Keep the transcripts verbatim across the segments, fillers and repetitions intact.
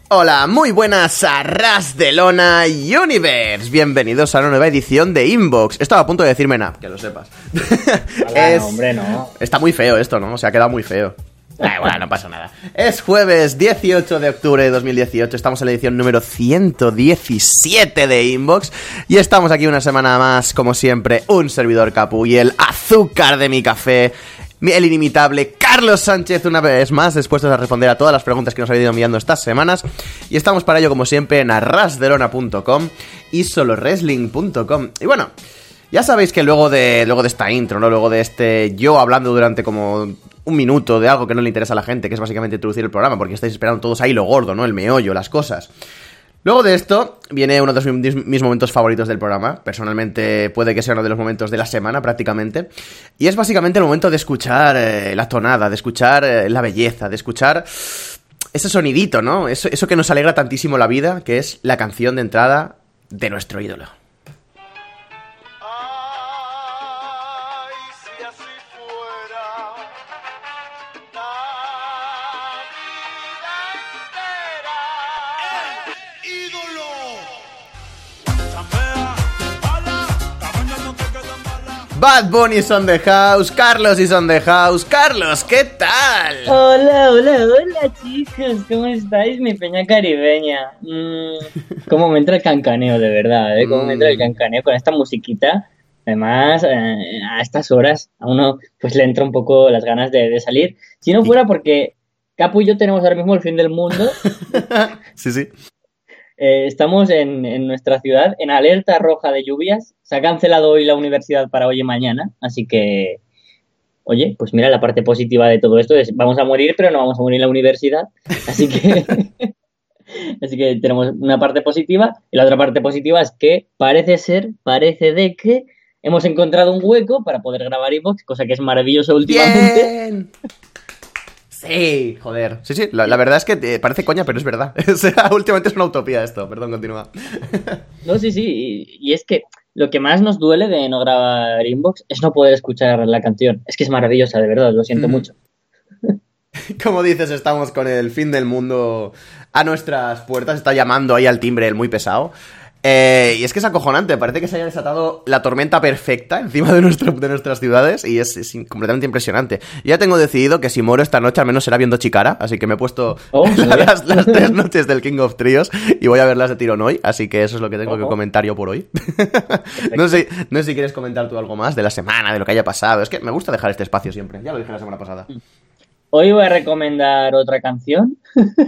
Hola, muy buenas a Ras de Lona Universe. Bienvenidos a una nueva edición de Inbox. Estaba a punto de decirme nada, que lo sepas. Hola, es... no, hombre, no. Está muy feo esto, ¿no? Se ha quedado muy feo. Ah, bueno, no pasa nada. Es jueves dieciocho de octubre de dos mil dieciocho. Estamos en la edición número ciento diecisiete de Inbox. Y estamos aquí una semana más, como siempre, un servidor Capu y el azúcar de mi café, el inimitable Carlos Sánchez, una vez más, dispuestos a responder a todas las preguntas que nos habéis ido enviando estas semanas. Y estamos para ello, como siempre, en arrasdelona punto com y solowrestling punto com. Y bueno, ya sabéis que luego de, luego de esta intro, ¿no? Luego de este yo hablando durante como un minuto de algo que no le interesa a la gente, que es básicamente introducir el programa, porque estáis esperando todos ahí lo gordo, ¿no? El meollo, las cosas. Luego de esto, viene uno de mis, mis momentos favoritos del programa. Personalmente, puede que sea uno de los momentos de la semana, prácticamente. Y es básicamente el momento de escuchar eh, la tonada, de escuchar eh, la belleza, de escuchar ese sonidito, ¿no? Eso, eso que nos alegra tantísimo la vida, que es la canción de entrada de nuestro ídolo. Bad Bunny is on the house, Carlos is on the house. Carlos, ¿qué tal? Hola, hola, hola chicos, ¿cómo estáis, mi peña caribeña? Mm, cómo me entra el cancaneo, de verdad, ¿eh? Cómo me entra el cancaneo con esta musiquita. Además, eh, a estas horas a uno pues le entra un poco las ganas de, de salir. Si no fuera porque Capu y yo tenemos ahora mismo el fin del mundo. Sí, sí. Eh, estamos en, en nuestra ciudad en alerta roja de lluvias. Se ha cancelado hoy la universidad para hoy y mañana, así que, oye, pues mira, la parte positiva de todo esto es vamos a morir, pero no vamos a morir en la universidad, así que así que tenemos una parte positiva, y la otra parte positiva es que parece ser, parece de que hemos encontrado un hueco para poder grabar Inbox, cosa que es maravilloso últimamente. ¡Bien! Sí, joder. Sí, sí, la, la verdad es que te parece coña, pero es verdad. O sea, últimamente es una utopía esto. Perdón, continúa. No, sí, sí. Y, y es que lo que más nos duele de no grabar Inbox es no poder escuchar la canción. Es que es maravillosa, de verdad, lo siento mm. mucho. Como dices, estamos con el fin del mundo a nuestras puertas. Está llamando ahí al timbre el muy pesado. Eh, y es que es acojonante, parece que se haya desatado la tormenta perfecta encima de, nuestro, de nuestras ciudades y es, es completamente impresionante. Ya tengo decidido que si muero esta noche al menos será viendo Chikara, así que me he puesto oh, la, las, las tres noches del King of Trios y voy a verlas de tirón hoy, así que eso es lo que tengo oh, que comentar yo por hoy. no, sé, no sé si quieres comentar tú algo más de la semana, de lo que haya pasado, es que me gusta dejar este espacio siempre, ya lo dije la semana pasada. Hoy voy a recomendar otra canción,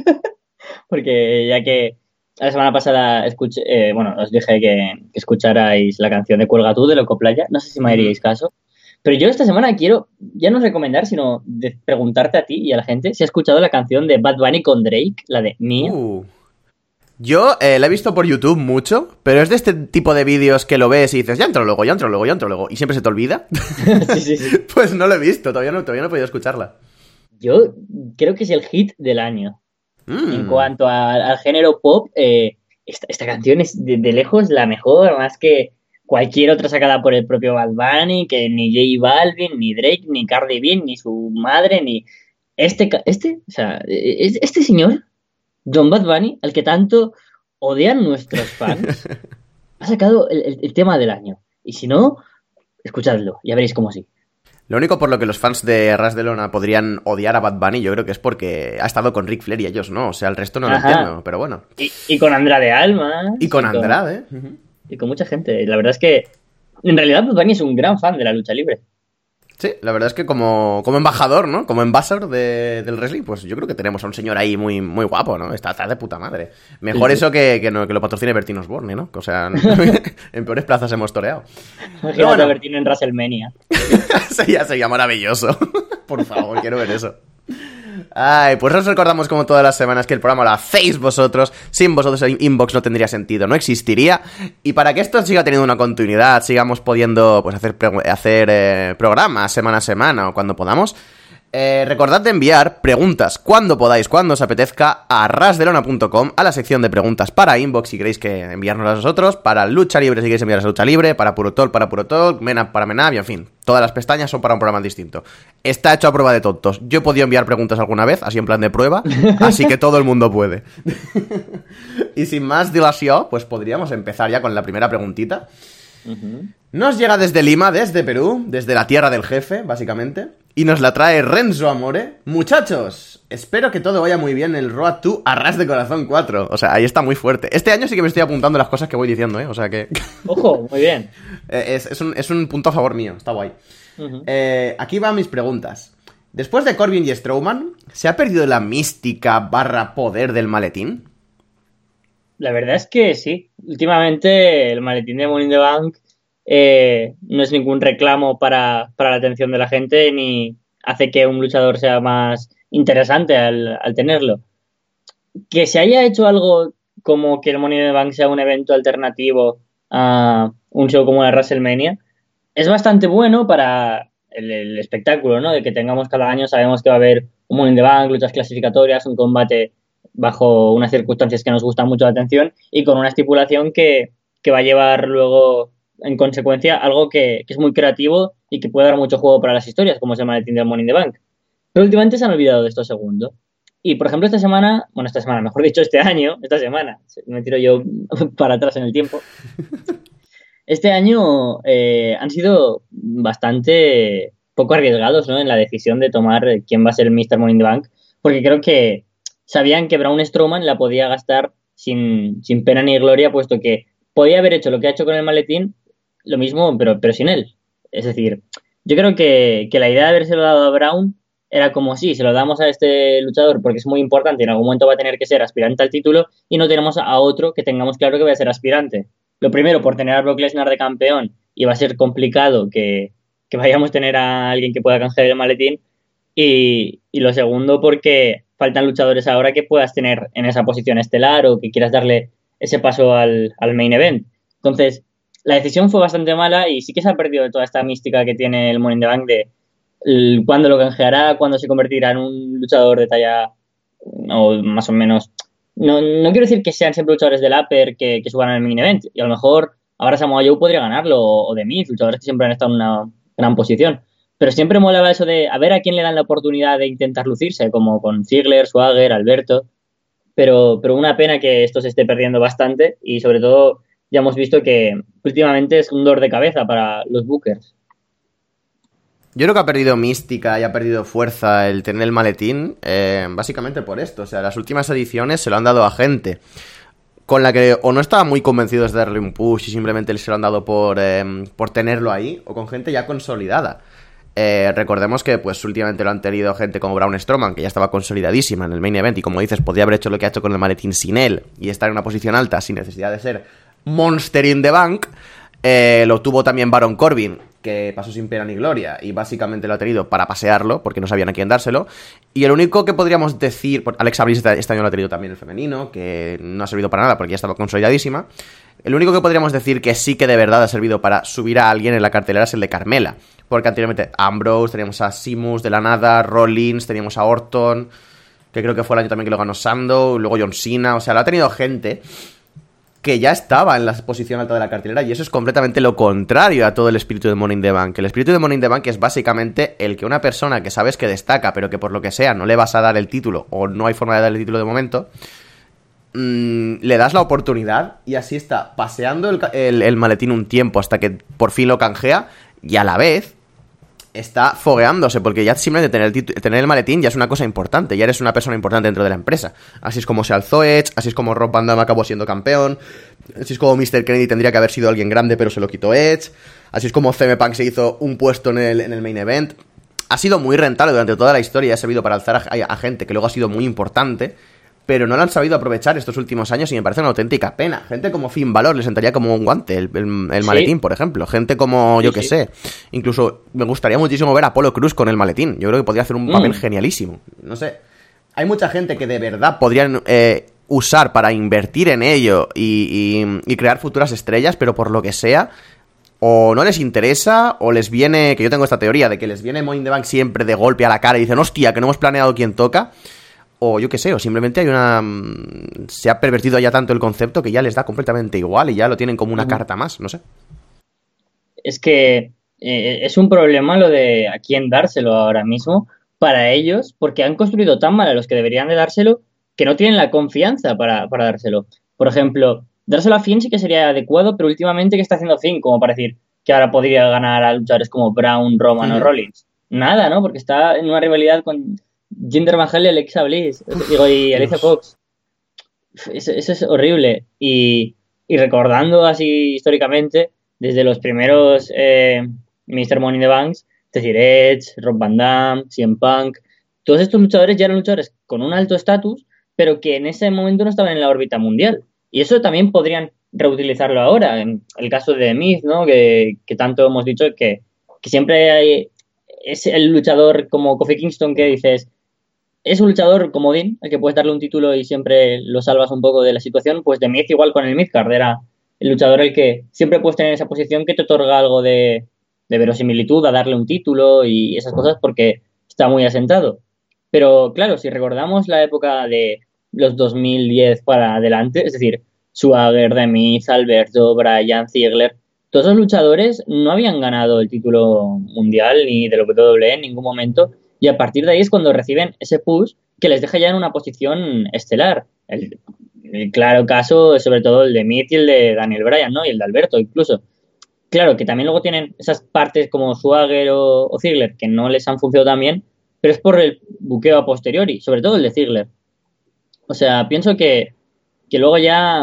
porque ya que la semana pasada escuché, eh, bueno, os dije que, que escucharais la canción de Cuelga tú de Loco Playa. No sé si me haríais caso. Pero yo esta semana quiero ya no recomendar, sino de preguntarte a ti y a la gente si ha escuchado la canción de Bad Bunny con Drake, la de Mía. Uh. Yo eh, la he visto por YouTube mucho, pero es de este tipo de vídeos que lo ves y dices, ya entro luego, ya entro luego, ya entro luego, y siempre se te olvida. sí, sí, sí. Pues no lo he visto, todavía no, todavía no he podido escucharla. Yo creo que es el hit del año. Mm. En cuanto a, al género pop, eh, esta, esta canción es de, de lejos la mejor, más que cualquier otra sacada por el propio Bad Bunny, que ni J Balvin, ni Drake, ni Cardi B, ni su madre, ni... Este, este, o sea, este señor, John Bad Bunny, al que tanto odian nuestros fans, ha sacado el, el, el tema del año. Y si no, escuchadlo, ya veréis cómo sí. Lo único por lo que los fans de Ras de Lona podrían odiar a Bad Bunny, yo creo que es porque ha estado con Ric Flair y ellos no. O sea, el resto no Ajá. lo entiendo, pero bueno. Y, y con Andrade Almas. Y con Andrade. Y con, y con mucha gente. La verdad es que, en realidad, Bad Bunny es un gran fan de la lucha libre. Sí, la verdad es que como, como embajador, ¿no? Como embajador de, del wrestling, pues yo creo que tenemos a un señor ahí muy, muy guapo, ¿no? Está, está de puta madre. Mejor sí, sí. eso que, que, no, que lo patrocine Bertín Osborne, ¿no? O sea, en peores plazas hemos toreado. Imagínate bueno. a Bertín en WrestleMania. sería, sería maravilloso. Por favor, quiero ver eso. Ay, pues os recordamos como todas las semanas que el programa lo hacéis vosotros. Sin vosotros el Inbox no tendría sentido, no existiría. Y para que esto siga teniendo una continuidad, sigamos pudiendo pues hacer, hacer eh, programas semana a semana o cuando podamos, Eh, recordad de enviar preguntas cuando podáis, cuando os apetezca, a rasdelona punto com, a la sección de preguntas para Inbox si queréis que enviárnoslas a nosotros, para Lucha Libre si queréis enviarlas a Lucha Libre, para Purotol, para Purotol, Menab para Menab, y en fin, todas las pestañas son para un programa distinto. Está hecho a prueba de tontos. Yo he podido enviar preguntas alguna vez, así en plan de prueba, así que todo el mundo puede. Y sin más dilación, pues podríamos empezar ya con la primera preguntita. Uh-huh. Nos llega desde Lima, desde Perú, desde la tierra del jefe, básicamente, y nos la trae Renzo Amore. Muchachos, espero que todo vaya muy bien en el Road to Arras de Corazón cuatro. O sea, ahí está muy fuerte. Este año sí que me estoy apuntando las cosas que voy diciendo, ¿eh? O sea que... Ojo, muy bien. es, es, un, es un punto a favor mío, está guay. Uh-huh. eh, aquí van mis preguntas. Después de Corbin y Strowman, ¿se ha perdido la mística barra poder del maletín? La verdad es que sí. Últimamente el maletín de Money in the Bank eh, no es ningún reclamo para, para la atención de la gente ni hace que un luchador sea más interesante al, al tenerlo. Que se haya hecho algo como que el Money in the Bank sea un evento alternativo a un show como la WrestleMania es bastante bueno para el, el espectáculo, ¿no? De que tengamos cada año, sabemos que va a haber un Money in the Bank, luchas clasificatorias, un combate bajo unas circunstancias que nos gustan mucho la atención y con una estipulación que, que va a llevar luego en consecuencia algo que, que es muy creativo y que puede dar mucho juego para las historias, como es el maletín del Money in the Bank. Pero últimamente se han olvidado de esto segundo. Y, por ejemplo, esta semana, bueno, esta semana, mejor dicho, este año, esta semana, me tiro yo para atrás en el tiempo, este año eh, han sido bastante poco arriesgados, ¿no?, en la decisión de tomar quién va a ser el míster Money in the Bank, porque creo que sabían que Braun Strowman la podía gastar sin, sin pena ni gloria, puesto que podía haber hecho lo que ha hecho con el maletín, lo mismo, pero, pero sin él. Es decir, yo creo que, que la idea de habérselo dado a Braun era como, sí, se lo damos a este luchador porque es muy importante y en algún momento va a tener que ser aspirante al título y no tenemos a otro que tengamos claro que va a ser aspirante. Lo primero, por tener a Brock Lesnar de campeón y va a ser complicado que, que vayamos a tener a alguien que pueda canjear el maletín. Y, y lo segundo, porque faltan luchadores ahora que puedas tener en esa posición estelar o que quieras darle ese paso al, al main event. Entonces, la decisión fue bastante mala y sí que se ha perdido toda esta mística que tiene el Money in the Bank de el, cuándo lo canjeará, cuándo se convertirá en un luchador de talla o más o menos... No, no quiero decir que sean siempre luchadores del upper que, que suban al main event. Y a lo mejor ahora Samoa Joe podría ganarlo o, o de Miz, luchadores que siempre han estado en una gran posición. Pero siempre molaba eso de a ver a quién le dan la oportunidad de intentar lucirse, como con Ziggler, Swagger, Alberto. Pero, pero una pena que esto se esté perdiendo bastante y sobre todo ya hemos visto que últimamente es un dolor de cabeza para los bookers. Yo creo que ha perdido mística y ha perdido fuerza el tener el maletín, eh, básicamente por esto. O sea, las últimas ediciones se lo han dado a gente con la que o no estaba muy convencidos de darle un push y simplemente se lo han dado por, eh, por tenerlo ahí, o con gente ya consolidada. Eh, recordemos que pues últimamente lo han tenido gente como Braun Strowman, que ya estaba consolidadísima en el main event y como dices, podía haber hecho lo que ha hecho con el maletín sin él y estar en una posición alta sin necesidad de ser Monster in the Bank. Eh, lo tuvo también Baron Corbin, que pasó sin pena ni gloria y básicamente lo ha tenido para pasearlo porque no sabían a quién dárselo. Y el único que podríamos decir, Alexa Bliss este año lo ha tenido también el femenino, que no ha servido para nada porque ya estaba consolidadísima. El único que podríamos decir que sí que de verdad ha servido para subir a alguien en la cartelera es el de Carmela, porque anteriormente Ambrose, teníamos a Sheamus de la nada, Rollins, teníamos a Orton, que creo que fue el año también que lo ganó Sandow, luego John Cena. O sea, lo ha tenido gente que ya estaba en la posición alta de la cartelera y eso es completamente lo contrario a todo el espíritu de Money in the Bank. El espíritu de Money in the Bank es básicamente el que una persona que sabes que destaca pero que por lo que sea no le vas a dar el título o no hay forma de darle el título de momento, mmm, le das la oportunidad y así está paseando el, el, el maletín un tiempo hasta que por fin lo canjea y a la vez está fogueándose, porque ya simplemente tener el, tit- tener el maletín ya es una cosa importante, ya eres una persona importante dentro de la empresa. Así es como se alzó Edge, así es como Rob Van Dam acabó siendo campeón, así es como míster Kennedy tendría que haber sido alguien grande pero se lo quitó Edge, así es como C M Punk se hizo un puesto en el, en el main event. Ha sido muy rentable durante toda la historia y ha servido para alzar a, a, a gente que luego ha sido muy importante, pero no lo han sabido aprovechar estos últimos años y me parece una auténtica pena. Gente como Finn Balor le sentaría como un guante el, el, el maletín, sí, por ejemplo. Gente como, yo sí, que sí. sé, incluso me gustaría muchísimo ver a Apollo Crews con el maletín. Yo creo que podría hacer un mm. papel genialísimo. No sé, hay mucha gente que de verdad podrían eh, usar para invertir en ello y, y, y crear futuras estrellas, pero por lo que sea, o no les interesa, o les viene, que yo tengo esta teoría, de que les viene Money in the Bank siempre de golpe a la cara y dicen, hostia, que no hemos planeado quién toca, o yo qué sé, o simplemente hay una... se ha pervertido ya tanto el concepto que ya les da completamente igual y ya lo tienen como una carta más, no sé. Es que eh, es un problema lo de a quién dárselo ahora mismo para ellos, porque han construido tan mal a los que deberían de dárselo que no tienen la confianza para, para dárselo. Por ejemplo, dárselo a Finn sí que sería adecuado, pero últimamente, ¿qué está haciendo Finn? Como para decir que ahora podría ganar a luchadores como Brown, Roman uh-huh. o Rollins. Nada, ¿no? Porque está en una rivalidad con Jinder Mahal y Alexa Bliss, digo, y Alicia Fox. Eso, eso es horrible. Y, y recordando así históricamente, desde los primeros eh, míster Money in the Banks, es decir, Edge, Rob Van Dam, C M Punk, todos estos luchadores ya eran luchadores con un alto estatus, pero que en ese momento no estaban en la órbita mundial. Y eso también podrían reutilizarlo ahora. En el caso de Miz, ¿no? Que, que tanto hemos dicho que, que siempre hay, es el luchador como Kofi Kingston que dices, es un luchador comodín, al que puedes darle un título y siempre lo salvas un poco de la situación. Pues de Miz igual con el Midcard, era el luchador el que siempre puedes tener esa posición que te otorga algo de, de verosimilitud a darle un título y esas cosas porque está muy asentado. Pero claro, si recordamos la época de los dos mil diez para adelante, es decir, Swagger, The Miz, Alberto, Bryan, Ziggler, todos esos luchadores no habían ganado el título mundial ni de la W W E en ningún momento, y a partir de ahí es cuando reciben ese push que les deja ya en una posición estelar. El, el claro caso es sobre todo el de Miz y el de Daniel Bryan, ¿no? Y el de Alberto incluso. Claro que también luego tienen esas partes como Swagger o, o Ziggler que no les han funcionado tan bien, pero es por el buqueo a posteriori, sobre todo el de Ziggler. O sea, pienso que, que luego ya,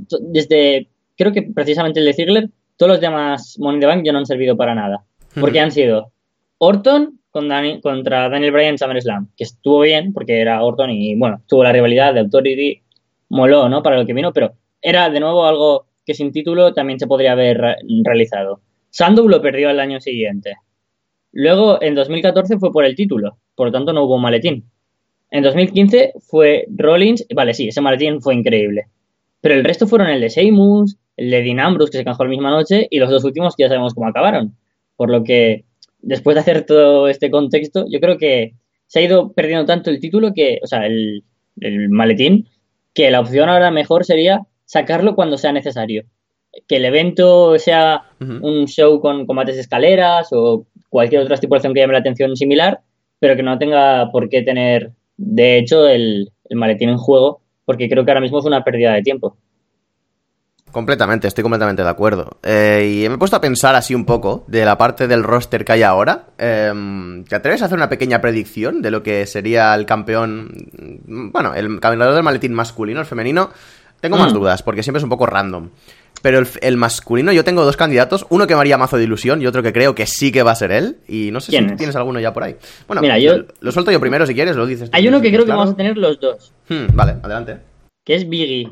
desde, creo que precisamente el de Ziggler, todos los demás Money in the Bank ya no han servido para nada. Porque han sido Orton con Dani, contra Daniel Bryan en SummerSlam, que estuvo bien, porque era Orton y, bueno, tuvo la rivalidad de Authority, moló, ¿no? Para lo que vino, pero era, de nuevo, algo que sin título también se podría haber re- realizado. Sandow lo perdió el año siguiente. Luego, en dos mil catorce fue por el título, por lo tanto no hubo maletín. En dos mil quince fue Rollins, vale, sí, ese maletín fue increíble. Pero el resto fueron el de Sheamus, el de Dean Ambrose, que se canjó la misma noche, y los dos últimos que ya sabemos cómo acabaron. Por lo que, después de hacer todo este contexto, yo creo que se ha ido perdiendo tanto el título, que, o sea, el, el maletín, que la opción ahora mejor sería sacarlo cuando sea necesario. Que el evento sea uh-huh. un show con combates de escaleras o cualquier otra estipulación que llame la atención similar, pero que no tenga por qué tener, de hecho, el, el maletín en juego, porque creo que ahora mismo es una pérdida de tiempo. Completamente, estoy completamente de acuerdo. Eh, y me he puesto a pensar así un poco de la parte del roster que hay ahora. Eh, ¿Te atreves a hacer una pequeña predicción de lo que sería el campeón? Bueno, el ganador del maletín masculino, el femenino. Tengo mm. más dudas, porque siempre es un poco random. Pero el, el masculino, yo tengo dos candidatos. Uno que me haría mazo de ilusión y otro que creo que sí que va a ser él. Y no sé si tú tienes alguno ya por ahí. Bueno, Mira, yo... lo, lo suelto yo primero si quieres, lo dices tú. Hay uno que creo claro. que vamos a tener los dos. Hmm, vale, adelante. Que es Biggie.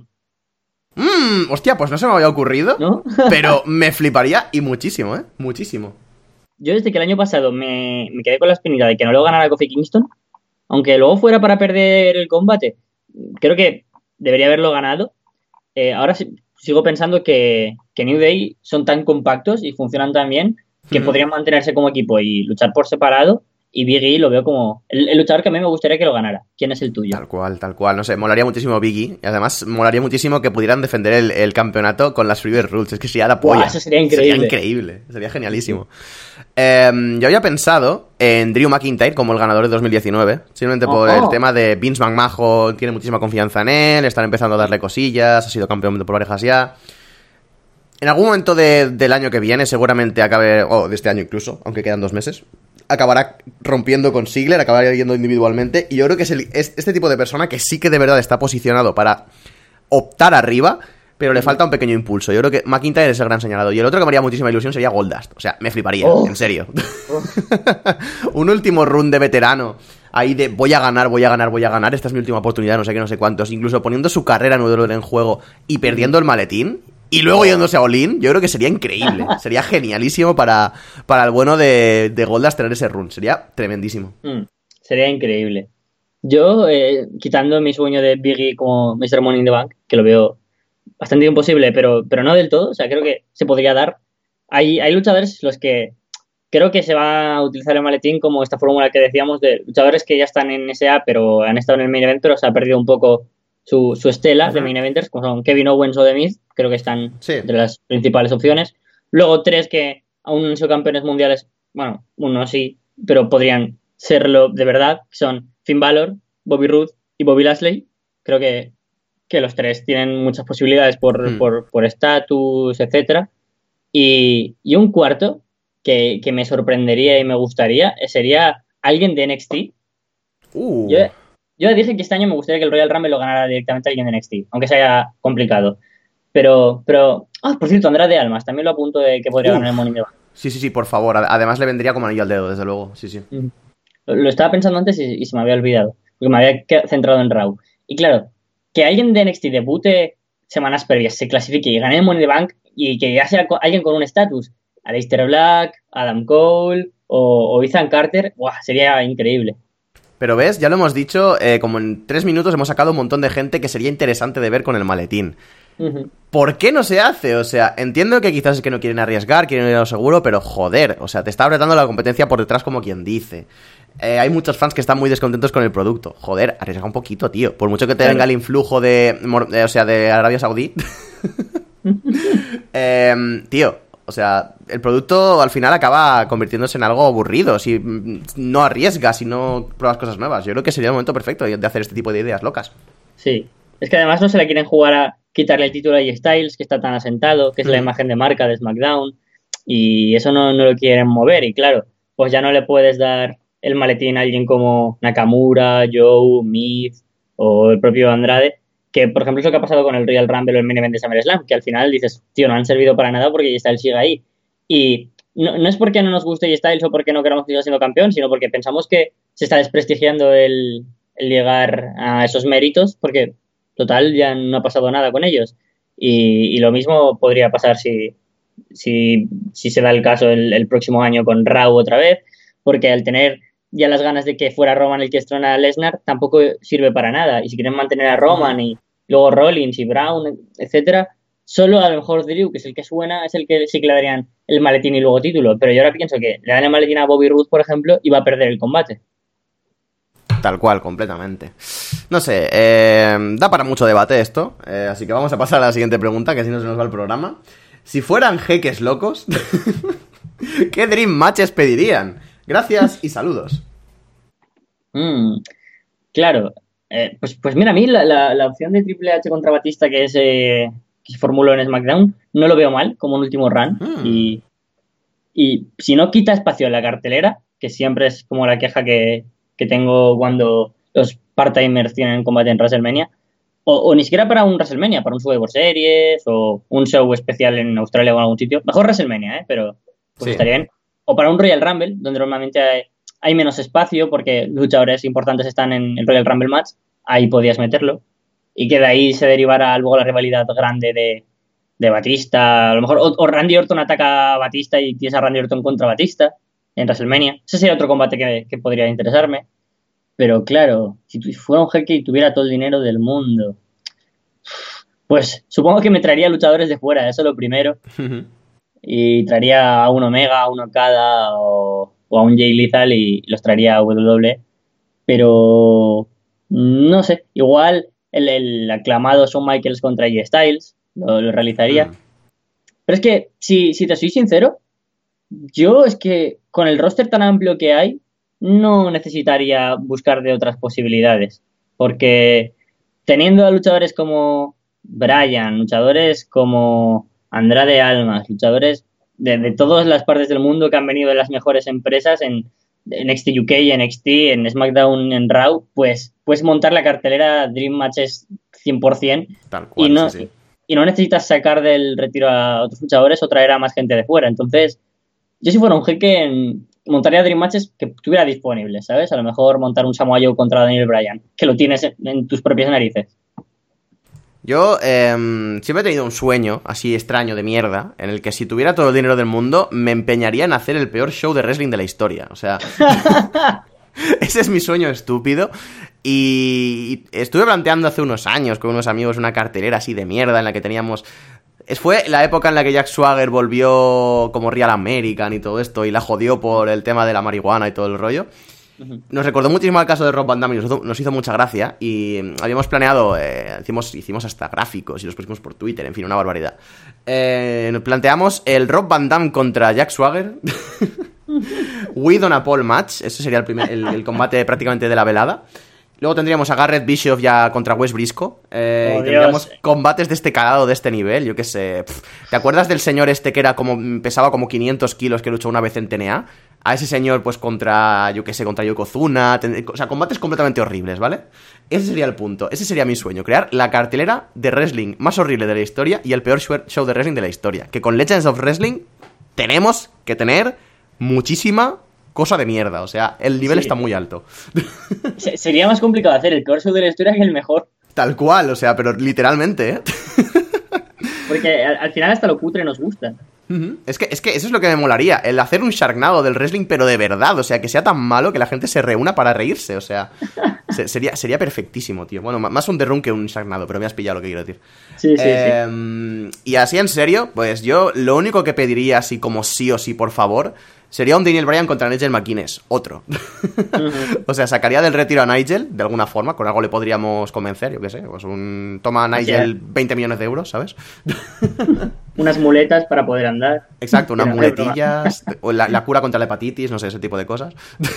Mmm, hostia, pues no se me había ocurrido. ¿No? Pero me fliparía y muchísimo, ¿eh? Muchísimo. Yo desde que el año pasado me, me quedé con la espinita de que no lo ganara Kofi Kingston, aunque luego fuera para perder el combate, creo que debería haberlo ganado. Eh, ahora sí, sigo pensando que, que New Day son tan compactos y funcionan tan bien que mm. podrían mantenerse como equipo y luchar por separado. Y Biggie lo veo como el, el luchador que a mí me gustaría que lo ganara. ¿Quién es el tuyo? Tal cual, tal cual. No sé, molaría muchísimo Biggie. Y además molaría muchísimo que pudieran defender el, el campeonato con las Freebird Rules. Es que sería la polla. Wow, eso sería increíble. Sería increíble. Sería genialísimo. Eh, yo había pensado en Drew McIntyre como el ganador de dos mil diecinueve. Simplemente por oh, oh. el tema de Vince McMahon. Tiene muchísima confianza en él. Están empezando a darle cosillas. Ha sido campeón por parejas ya. En algún momento de, del año que viene, seguramente acabe, o de este año incluso, aunque quedan dos meses, acabará rompiendo con Ziggler, acabará yendo individualmente, y yo creo que es, el, es este tipo de persona que sí que de verdad está posicionado para optar arriba, pero le falta un pequeño impulso. Yo creo que McIntyre es el gran señalado, y el otro que me haría muchísima ilusión sería Goldust. O sea, me fliparía, oh. en serio. Oh. Un último run de veterano, ahí de voy a ganar, voy a ganar, voy a ganar, esta es mi última oportunidad, no sé qué, no sé cuántos, incluso poniendo su carrera en juego y perdiendo el maletín, y luego yéndose a All-In, yo creo que sería increíble. Sería genialísimo para, para el bueno de, de Goldust tener ese run. Sería tremendísimo. Mm, sería increíble. Yo, eh, quitando mi sueño de Biggie como míster Money in the Bank, que lo veo bastante imposible, pero, pero no del todo, o sea, creo que se podría dar. hay, hay luchadores los que creo que se va a utilizar el maletín como esta fórmula que decíamos de luchadores que ya están en S A pero han estado en el main event, pero se ha perdido un poco su, su estela uh-huh. de main eventers, como son Kevin Owens o The Miz, creo que están sí. entre las principales opciones. Luego tres que aún no son campeones mundiales, bueno, uno sí, pero podrían serlo de verdad, son Finn Balor, Bobby Roode y Bobby Lashley. Creo que, que los tres tienen muchas posibilidades por mm. por, por estatus, etcétera. Y, y un cuarto que, que me sorprendería y me gustaría sería alguien de N X T. Uh. Yo, yo dije que este año me gustaría que el Royal Rumble lo ganara directamente alguien de N X T, aunque sea complicado. Pero, pero, ah, por cierto, Andrade Almas, también lo apunto de que podría Uf. ganar el Money in the Bank. Sí, sí, sí, por favor. Además le vendría como anillo al dedo, desde luego. Sí, sí. Mm. Lo, lo estaba pensando antes y, y se me había olvidado, porque me había centrado en Raw. Y claro, que alguien de N X T debute semanas previas, se clasifique y gane el Money in the Bank y que ya sea alguien con un estatus, Aleister Black, Adam Cole o, o Ethan Carter, ¡buah! Sería increíble. Pero ves, ya lo hemos dicho, eh, como en tres minutos hemos sacado un montón de gente que sería interesante de ver con el maletín. Uh-huh. ¿Por qué no se hace? O sea, entiendo que quizás es que no quieren arriesgar, quieren ir a lo seguro, pero joder, o sea, te está apretando la competencia por detrás como quien dice. Eh, hay muchos fans que están muy descontentos con el producto. Joder, arriesga un poquito, tío. Por mucho que te claro. venga el influjo de, de, o sea, de Arabia Saudí. eh, tío, o sea, el producto al final acaba convirtiéndose en algo aburrido si no arriesgas, si no pruebas cosas nuevas. Yo creo que sería el momento perfecto de hacer este tipo de ideas locas. Sí, es que además no se la quieren jugar a quitarle el título a A J Styles, que está tan asentado, que es mm. la imagen de marca de SmackDown, y eso no, no lo quieren mover. Y claro, pues ya no le puedes dar el maletín a alguien como Nakamura, Joe, Miz o el propio Andrade, que por ejemplo es lo que ha pasado con el Royal Rumble o el main event de SummerSlam, que al final dices, tío, no han servido para nada porque A J Styles sigue ahí. Y no, no es porque no nos guste A J Styles o porque no queramos que siga siendo campeón, sino porque pensamos que se está desprestigiando el, el llegar a esos méritos, porque total ya no ha pasado nada con ellos. Y, y lo mismo podría pasar si, si, si se da el caso el, el próximo año con Raw otra vez, porque al tener ya las ganas de que fuera Roman el que estrona a Lesnar, tampoco sirve para nada. Y si quieren mantener a Roman y luego Rollins y Brown, etcétera, solo a lo mejor Drew, que es el que suena, es el que sí que le darían el maletín y luego título. Pero yo ahora pienso que le dan el maletín a Bobby Roode, por ejemplo, y va a perder el combate. Tal cual, completamente. No sé, eh, da para mucho debate esto, eh, así que vamos a pasar a la siguiente pregunta, que así no se nos va el programa. Si fueran jeques locos, ¿qué Dream Matches pedirían? Gracias y saludos. Mm, claro, eh, pues, pues mira, a mí la, la, la opción de Triple H contra Batista que, es, eh, que se formuló en SmackDown no lo veo mal como un último run. Mm. Y, y si no quita espacio en la cartelera, que siempre es como la queja que, que tengo cuando los part-timers tienen combate en WrestleMania, o, o ni siquiera para un WrestleMania, para un Survivor Series o un show especial en Australia o en algún sitio, mejor WrestleMania, ¿eh? Pero pues sí. Estaría bien. O para un Royal Rumble, donde normalmente hay, hay menos espacio porque luchadores importantes están en el Royal Rumble match, ahí podías meterlo. Y que de ahí se derivara luego la rivalidad grande de, de Batista. A lo mejor, o, o Randy Orton ataca a Batista y tienes a Randy Orton contra Batista en WrestleMania. Ese sería otro combate que, que podría interesarme. Pero claro, si fuera un jeque y tuviera todo el dinero del mundo, pues supongo que me traería luchadores de fuera, eso es lo primero. Y traería a un Omega, a un Okada o, o a un Jay Lethal y los traería a W W E. Pero no sé, igual el, el aclamado Shawn Michaels contra A J Styles lo, lo realizaría. Mm. Pero es que, si, si te soy sincero, yo es que con el roster tan amplio que hay, no necesitaría buscar de otras posibilidades. Porque teniendo a luchadores como Bryan, luchadores como Andrade Almas, luchadores de, de todas las partes del mundo que han venido de las mejores empresas en, en N X T U K, en N X T, en SmackDown, en Raw, pues puedes montar la cartelera Dream Matches cien por ciento. Tal cual, y, no, sí, sí. y no necesitas sacar del retiro a otros luchadores o traer a más gente de fuera. Entonces, yo si fuera un jeque en, montaría Dream Matches que estuviera disponible, ¿sabes? A lo mejor montar un Samoa Joe contra Daniel Bryan, que lo tienes en, en tus propias narices. Yo eh, siempre he tenido un sueño así extraño de mierda, en el que si tuviera todo el dinero del mundo, me empeñaría en hacer el peor show de wrestling de la historia. O sea, ese es mi sueño estúpido. Y estuve planteando hace unos años con unos amigos una cartelera así de mierda en la que teníamos Fue la época en la que Jack Swagger volvió como Real American y todo esto, y la jodió por el tema de la marihuana y todo el rollo. Nos recordó muchísimo el caso de Rob Van Dam y nos hizo, nos hizo mucha gracia. Y habíamos planeado, eh, hicimos, hicimos hasta gráficos y los pusimos por Twitter, en fin, una barbaridad. Eh, nos planteamos el Rob Van Dam contra Jack Swagger. We on a pole match. Ese sería el, primer, el, el combate prácticamente de la velada. Luego tendríamos a Garrett Bischoff ya contra Wes Briscoe. Eh, oh, y tendríamos Dios. combates de este calado, de este nivel. Yo qué sé. Pff, ¿te acuerdas del señor este que era como pesaba como quinientos kilos que luchó una vez en T N A? A ese señor, pues contra, yo qué sé, contra Yokozuna. Ten... O sea, combates completamente horribles, ¿vale? Ese sería el punto. Ese sería mi sueño. Crear la cartelera de wrestling más horrible de la historia y el peor show de wrestling de la historia. Que con Legends of Wrestling tenemos que tener muchísima cosa de mierda, o sea, el nivel sí. está muy alto. Sería más complicado hacer el peor show de la historia que el mejor. Tal cual, o sea, pero literalmente, ¿eh? Porque al, al final hasta lo cutre nos gusta. Uh-huh. Es que, es que eso es lo que me molaría, el hacer un Sharknado del wrestling, pero de verdad, o sea, que sea tan malo que la gente se reúna para reírse, o sea, se, sería, sería perfectísimo, tío. Bueno, más un The Room que un Sharknado, pero me has pillado lo que quiero decir. Sí, sí, eh, sí. Y así en serio, pues yo lo único que pediría, así como sí o sí, por favor, sería un Daniel Bryan contra Nigel McGuinness, otro. Uh-huh. O sea, sacaría del retiro a Nigel, de alguna forma, con algo le podríamos convencer, yo qué sé, pues un toma a Nigel veinte millones de euros, ¿sabes? Unas muletas para poder andar. Exacto, unas muletillas, o la, la cura contra la hepatitis, no sé, ese tipo de cosas.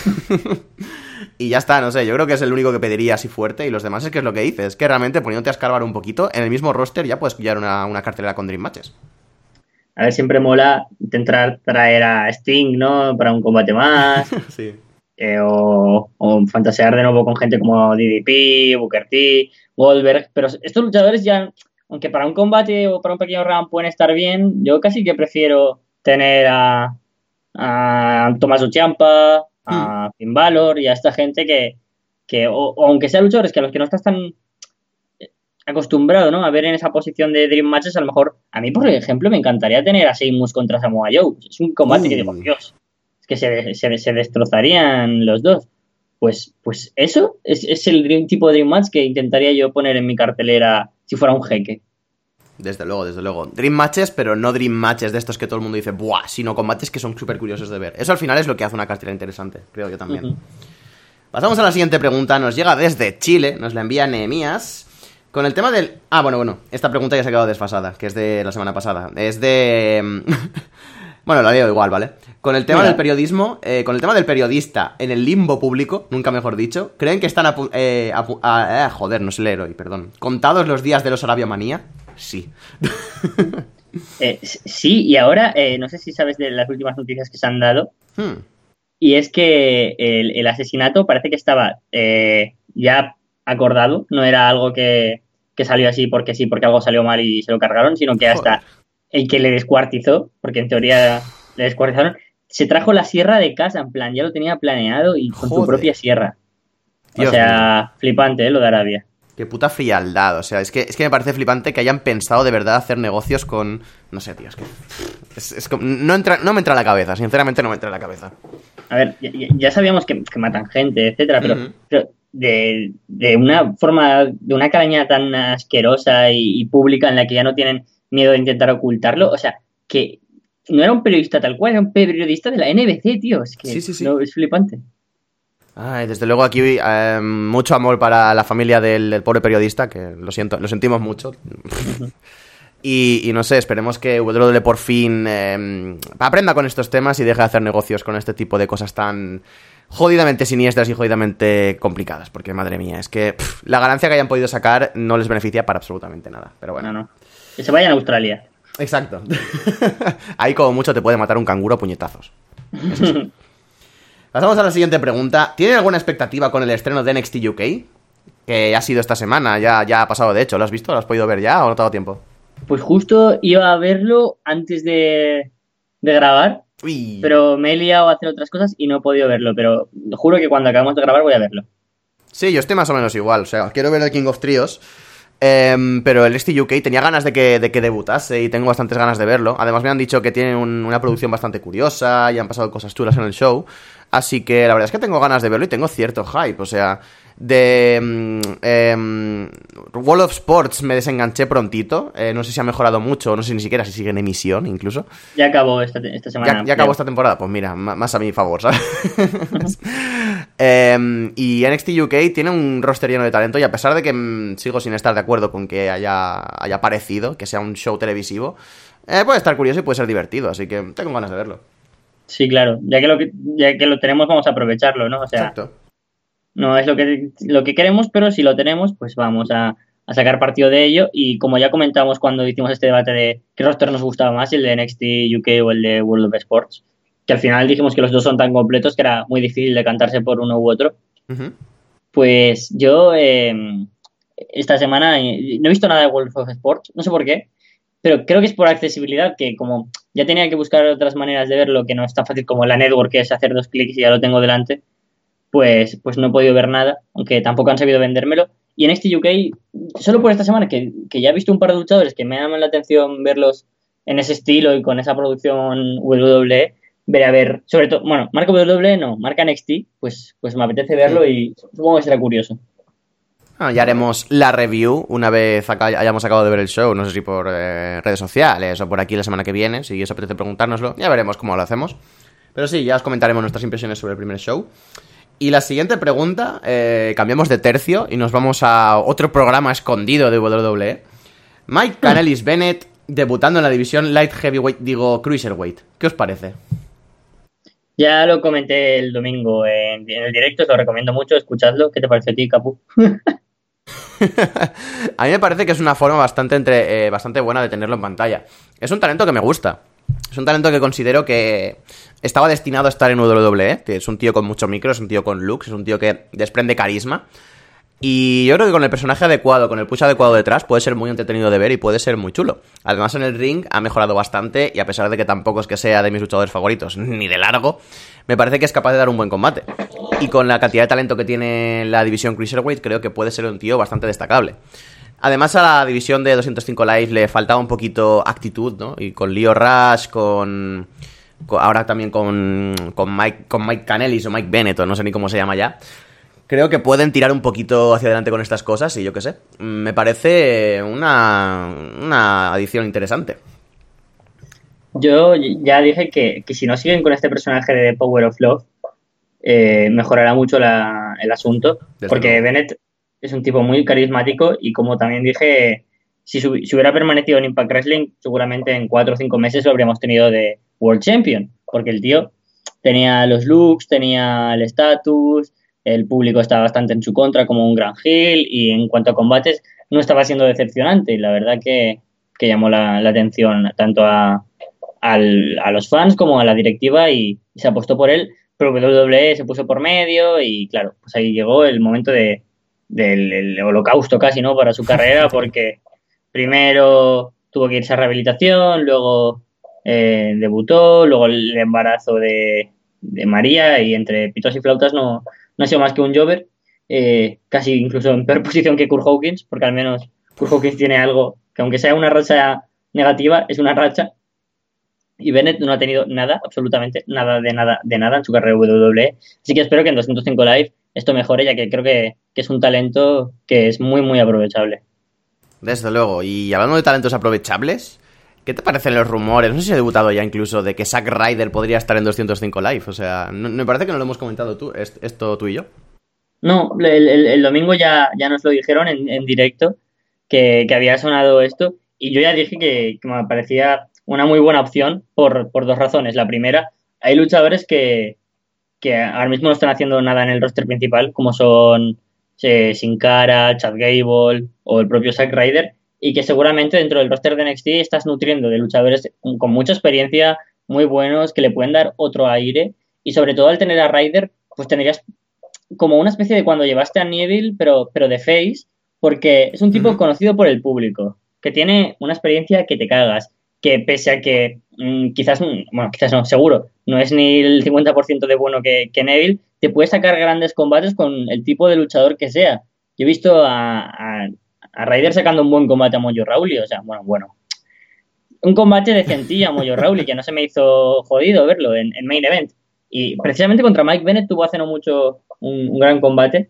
Y ya está, no sé, yo creo que es el único que pediría así fuerte, y los demás es que es lo que dices, es que realmente poniéndote a escarbar un poquito, en el mismo roster ya puedes pillar una, una cartelera con Dream Matches. A ver, siempre mola intentar traer a Sting, ¿no? Para un combate más. Sí. Eh, o, o fantasear de nuevo con gente como D D P, Booker T, Goldberg. Pero estos luchadores ya, aunque para un combate o para un pequeño round pueden estar bien, yo casi que prefiero tener a, a Tommaso Ciampa, a Finn Balor y a esta gente que, que o, o aunque sean luchadores que a los que no estás tan acostumbrado, ¿no? A ver en esa posición de Dream Matches, a lo mejor, a mí, por ejemplo, me encantaría tener a Sheamus contra Samoa Joe. Es un combate uh. que digo, Dios, es que se, se, se destrozarían los dos. Pues, pues eso es, es el dream, tipo de Dream Match que intentaría yo poner en mi cartelera si fuera un jeque. Desde luego, desde luego. Dream Matches, pero no Dream Matches de estos que todo el mundo dice, ¡buah!, sino combates que son súper curiosos de ver. Eso al final es lo que hace una cartelera interesante, creo yo también. Uh-huh. Pasamos a la siguiente pregunta. Nos llega desde Chile, nos la envía Nehemías. Con el tema del... Ah, bueno, bueno, esta pregunta ya se ha quedado desfasada, que es de la semana pasada. Es de... Bueno, la leo igual, ¿vale? Con el tema Mira. del periodismo, eh, con el tema del periodista en el limbo público, nunca mejor dicho, ¿creen que están a... Eh, a, a eh, joder, no sé leer hoy, perdón. ¿Contados los días de los Arabia Manía? Sí. eh, sí, y ahora, eh, no sé si sabes de las últimas noticias que se han dado, hmm. y es que el, el asesinato parece que estaba eh, ya acordado, no era algo que... que salió así porque sí, porque algo salió mal y se lo cargaron, sino que hasta Joder. el que le descuartizó, porque en teoría le descuartizaron, se trajo la sierra de casa, en plan, ya lo tenía planeado y con Joder. su propia sierra. Dios o sea, mío. Flipante, ¿eh? Lo de Arabia. Qué puta frialdad, o sea, es que, es que me parece flipante que hayan pensado de verdad hacer negocios con... No sé, tío, es que... Es, es como, no, entra, no me entra a la cabeza, sinceramente no me entra a la cabeza. A ver, ya, ya sabíamos que, que matan gente, etcétera, pero... Uh-huh. pero De, de una forma, de una calaña tan asquerosa y, y pública en la que ya no tienen miedo de intentar ocultarlo, o sea, que no era un periodista tal cual, era un periodista de la N B C, tío, es que sí, sí, sí. No, es flipante. Ay, desde luego aquí eh, mucho amor para la familia del, del pobre periodista, que lo siento, lo sentimos mucho. Uh-huh. y, y no sé, esperemos que W W E por fin eh, aprenda con estos temas y deje de hacer negocios con este tipo de cosas tan... jodidamente siniestras y jodidamente complicadas, porque madre mía, es que pff, la ganancia que hayan podido sacar no les beneficia para absolutamente nada, pero bueno. No, no. Que se vayan a Australia. Exacto. Ahí como mucho te puede matar un canguro a puñetazos. Eso sí. Pasamos a la siguiente pregunta. ¿Tienen alguna expectativa con el estreno de N X T U K? Que ha sido esta semana, ya, ya ha pasado de hecho. ¿Lo has visto? ¿Lo has podido ver ya o no te ha dado tiempo? Pues justo iba a verlo antes de, de grabar. Uy. Pero me he liado a hacer otras cosas y no he podido verlo, pero juro que cuando acabemos de grabar voy a verlo. Sí, yo estoy más o menos igual, o sea, quiero ver el King of Trios, eh, pero el N X T U K tenía ganas de que, de que debutase y tengo bastantes ganas de verlo. Además me han dicho que tiene un, una producción bastante curiosa y han pasado cosas chulas en el show, así que la verdad es que tengo ganas de verlo y tengo cierto hype, o sea, De mm, em, World of Sports me desenganché prontito. Eh, no sé si ha mejorado mucho, no sé ni siquiera si sigue en emisión, incluso. Ya acabó esta, esta semana. Ya, ya acabó esta temporada. Pues mira, más a mi favor, ¿sabes? eh, y N X T U K tiene un roster lleno de talento y a pesar de que mm, sigo sin estar de acuerdo con que haya, haya aparecido, que sea un show televisivo, eh, puede estar curioso y puede ser divertido, así que tengo ganas de verlo. Sí, claro. Ya que lo, que, ya que lo tenemos, vamos a aprovecharlo, ¿no? O sea, exacto. No es lo que, lo que queremos, pero si lo tenemos, pues vamos a, a sacar partido de ello. Y como ya comentamos cuando hicimos este debate de qué roster nos gustaba más, el de N X T U K o el de World of Sports, que al final dijimos que los dos son tan completos que era muy difícil decantarse por uno u otro. Uh-huh. Pues yo eh, esta semana eh, no he visto nada de World of Sports, no sé por qué, pero creo que es por accesibilidad, que como ya tenía que buscar otras maneras de verlo, que no es tan fácil como la network, que es hacer dos clics y ya lo tengo delante. Pues, pues no he podido ver nada, aunque tampoco han sabido vendérmelo. Y en N X T U K, solo por esta semana, que, que ya he visto un par de luchadores que me llaman la atención verlos en ese estilo y con esa producción W W E, veré a ver, sobre todo, bueno, marca W W E no, marca N X T, pues, pues me apetece verlo y supongo que será curioso. Bueno, ya haremos la review una vez acá hayamos acabado de ver el show, no sé si por eh, redes sociales o por aquí la semana que viene, si os apetece preguntárnoslo, ya veremos cómo lo hacemos. Pero sí, ya os comentaremos nuestras impresiones sobre el primer show. Y la siguiente pregunta, eh, cambiamos de tercio y nos vamos a otro programa escondido de W W E. Mike Kanellis Bennett debutando en la división Light Heavyweight, digo Cruiserweight. ¿Qué os parece? Ya lo comenté el domingo en, en el directo, os lo recomiendo mucho, escuchadlo. ¿Qué te parece a ti, Capu? A mí me parece que es una forma bastante, entre, eh, bastante buena de tenerlo en pantalla. Es un talento que me gusta. Es un talento que considero que estaba destinado a estar en W W E, que es un tío con mucho micro, es un tío con looks, es un tío que desprende carisma. Y yo creo que con el personaje adecuado, con el push adecuado detrás, puede ser muy entretenido de ver y puede ser muy chulo. Además, en el ring ha mejorado bastante y a pesar de que tampoco es que sea de mis luchadores favoritos, ni de largo, me parece que es capaz de dar un buen combate. Y con la cantidad de talento que tiene la división Cruiserweight, creo que puede ser un tío bastante destacable. Además, a la división de doscientos cinco Live le faltaba un poquito actitud, ¿no? Y con Lio Rush, con... con ahora también con, con, Mike, con Mike Kanellis o Mike Bennett, o no sé ni cómo se llama ya. Creo que pueden tirar un poquito hacia adelante con estas cosas y yo qué sé. Me parece una, una adición interesante. Yo ya dije que, que si no siguen con este personaje de Power of Love, eh, mejorará mucho la, el asunto. Desde porque luego. Bennett es un tipo muy carismático y como también dije, si, su, si hubiera permanecido en Impact Wrestling, seguramente en cuatro o cinco meses lo habríamos tenido de World Champion. Porque el tío tenía los looks, tenía el estatus... El público estaba bastante en su contra como un gran heel y en cuanto a combates no estaba siendo decepcionante y la verdad que, que llamó la, la atención tanto a, al, a los fans como a la directiva y, y se apostó por él, pero W W E se puso por medio y claro, pues ahí llegó el momento de, del el holocausto casi, ¿no? Para su carrera porque primero tuvo que irse a rehabilitación, luego eh, debutó, luego el embarazo de, de María y entre pitos y flautas no... No ha sido más que un jobber, eh, casi incluso en peor posición que Kurt Hawkins, porque al menos Kurt Hawkins tiene algo que aunque sea una racha negativa, es una racha. Y Bennett no ha tenido nada, absolutamente nada de nada de nada en su carrera W W E. Así que espero que en doscientos cinco Live esto mejore, ya que creo que, que es un talento que es muy, muy aprovechable. Desde luego. Y hablando de talentos aprovechables, ¿qué te parecen los rumores? No sé si ha debutado ya incluso de que Zack Ryder podría estar en doscientos cinco Live. O sea, no, me parece que no lo hemos comentado tú, esto tú y yo. No, el, el, el domingo ya, ya nos lo dijeron en, en directo que, que había sonado esto y yo ya dije que, que me parecía una muy buena opción por, por dos razones. La primera, hay luchadores que, que ahora mismo no están haciendo nada en el roster principal, como son eh, Sin Cara, Chad Gable o el propio Zack Ryder, y que seguramente dentro del roster de N X T estás nutriendo de luchadores con mucha experiencia, muy buenos, que le pueden dar otro aire, y sobre todo al tener a Ryder, pues tendrías como una especie de cuando llevaste a Neville, pero, pero de face, porque es un tipo uh-huh. conocido por el público, que tiene una experiencia que te cagas, que pese a que mmm, quizás, bueno, quizás no, seguro, no es ni el cincuenta por ciento de bueno que, que Neville, te puede sacar grandes combates con el tipo de luchador que sea. Yo he visto a... a A Ryder sacando un buen combate a Mojo Rawley, o sea, bueno, bueno. Un combate decentilla a Mojo Rawley, que no se me hizo jodido verlo en, en Main Event. Y precisamente contra Mike Bennett tuvo hace no mucho un, un gran combate.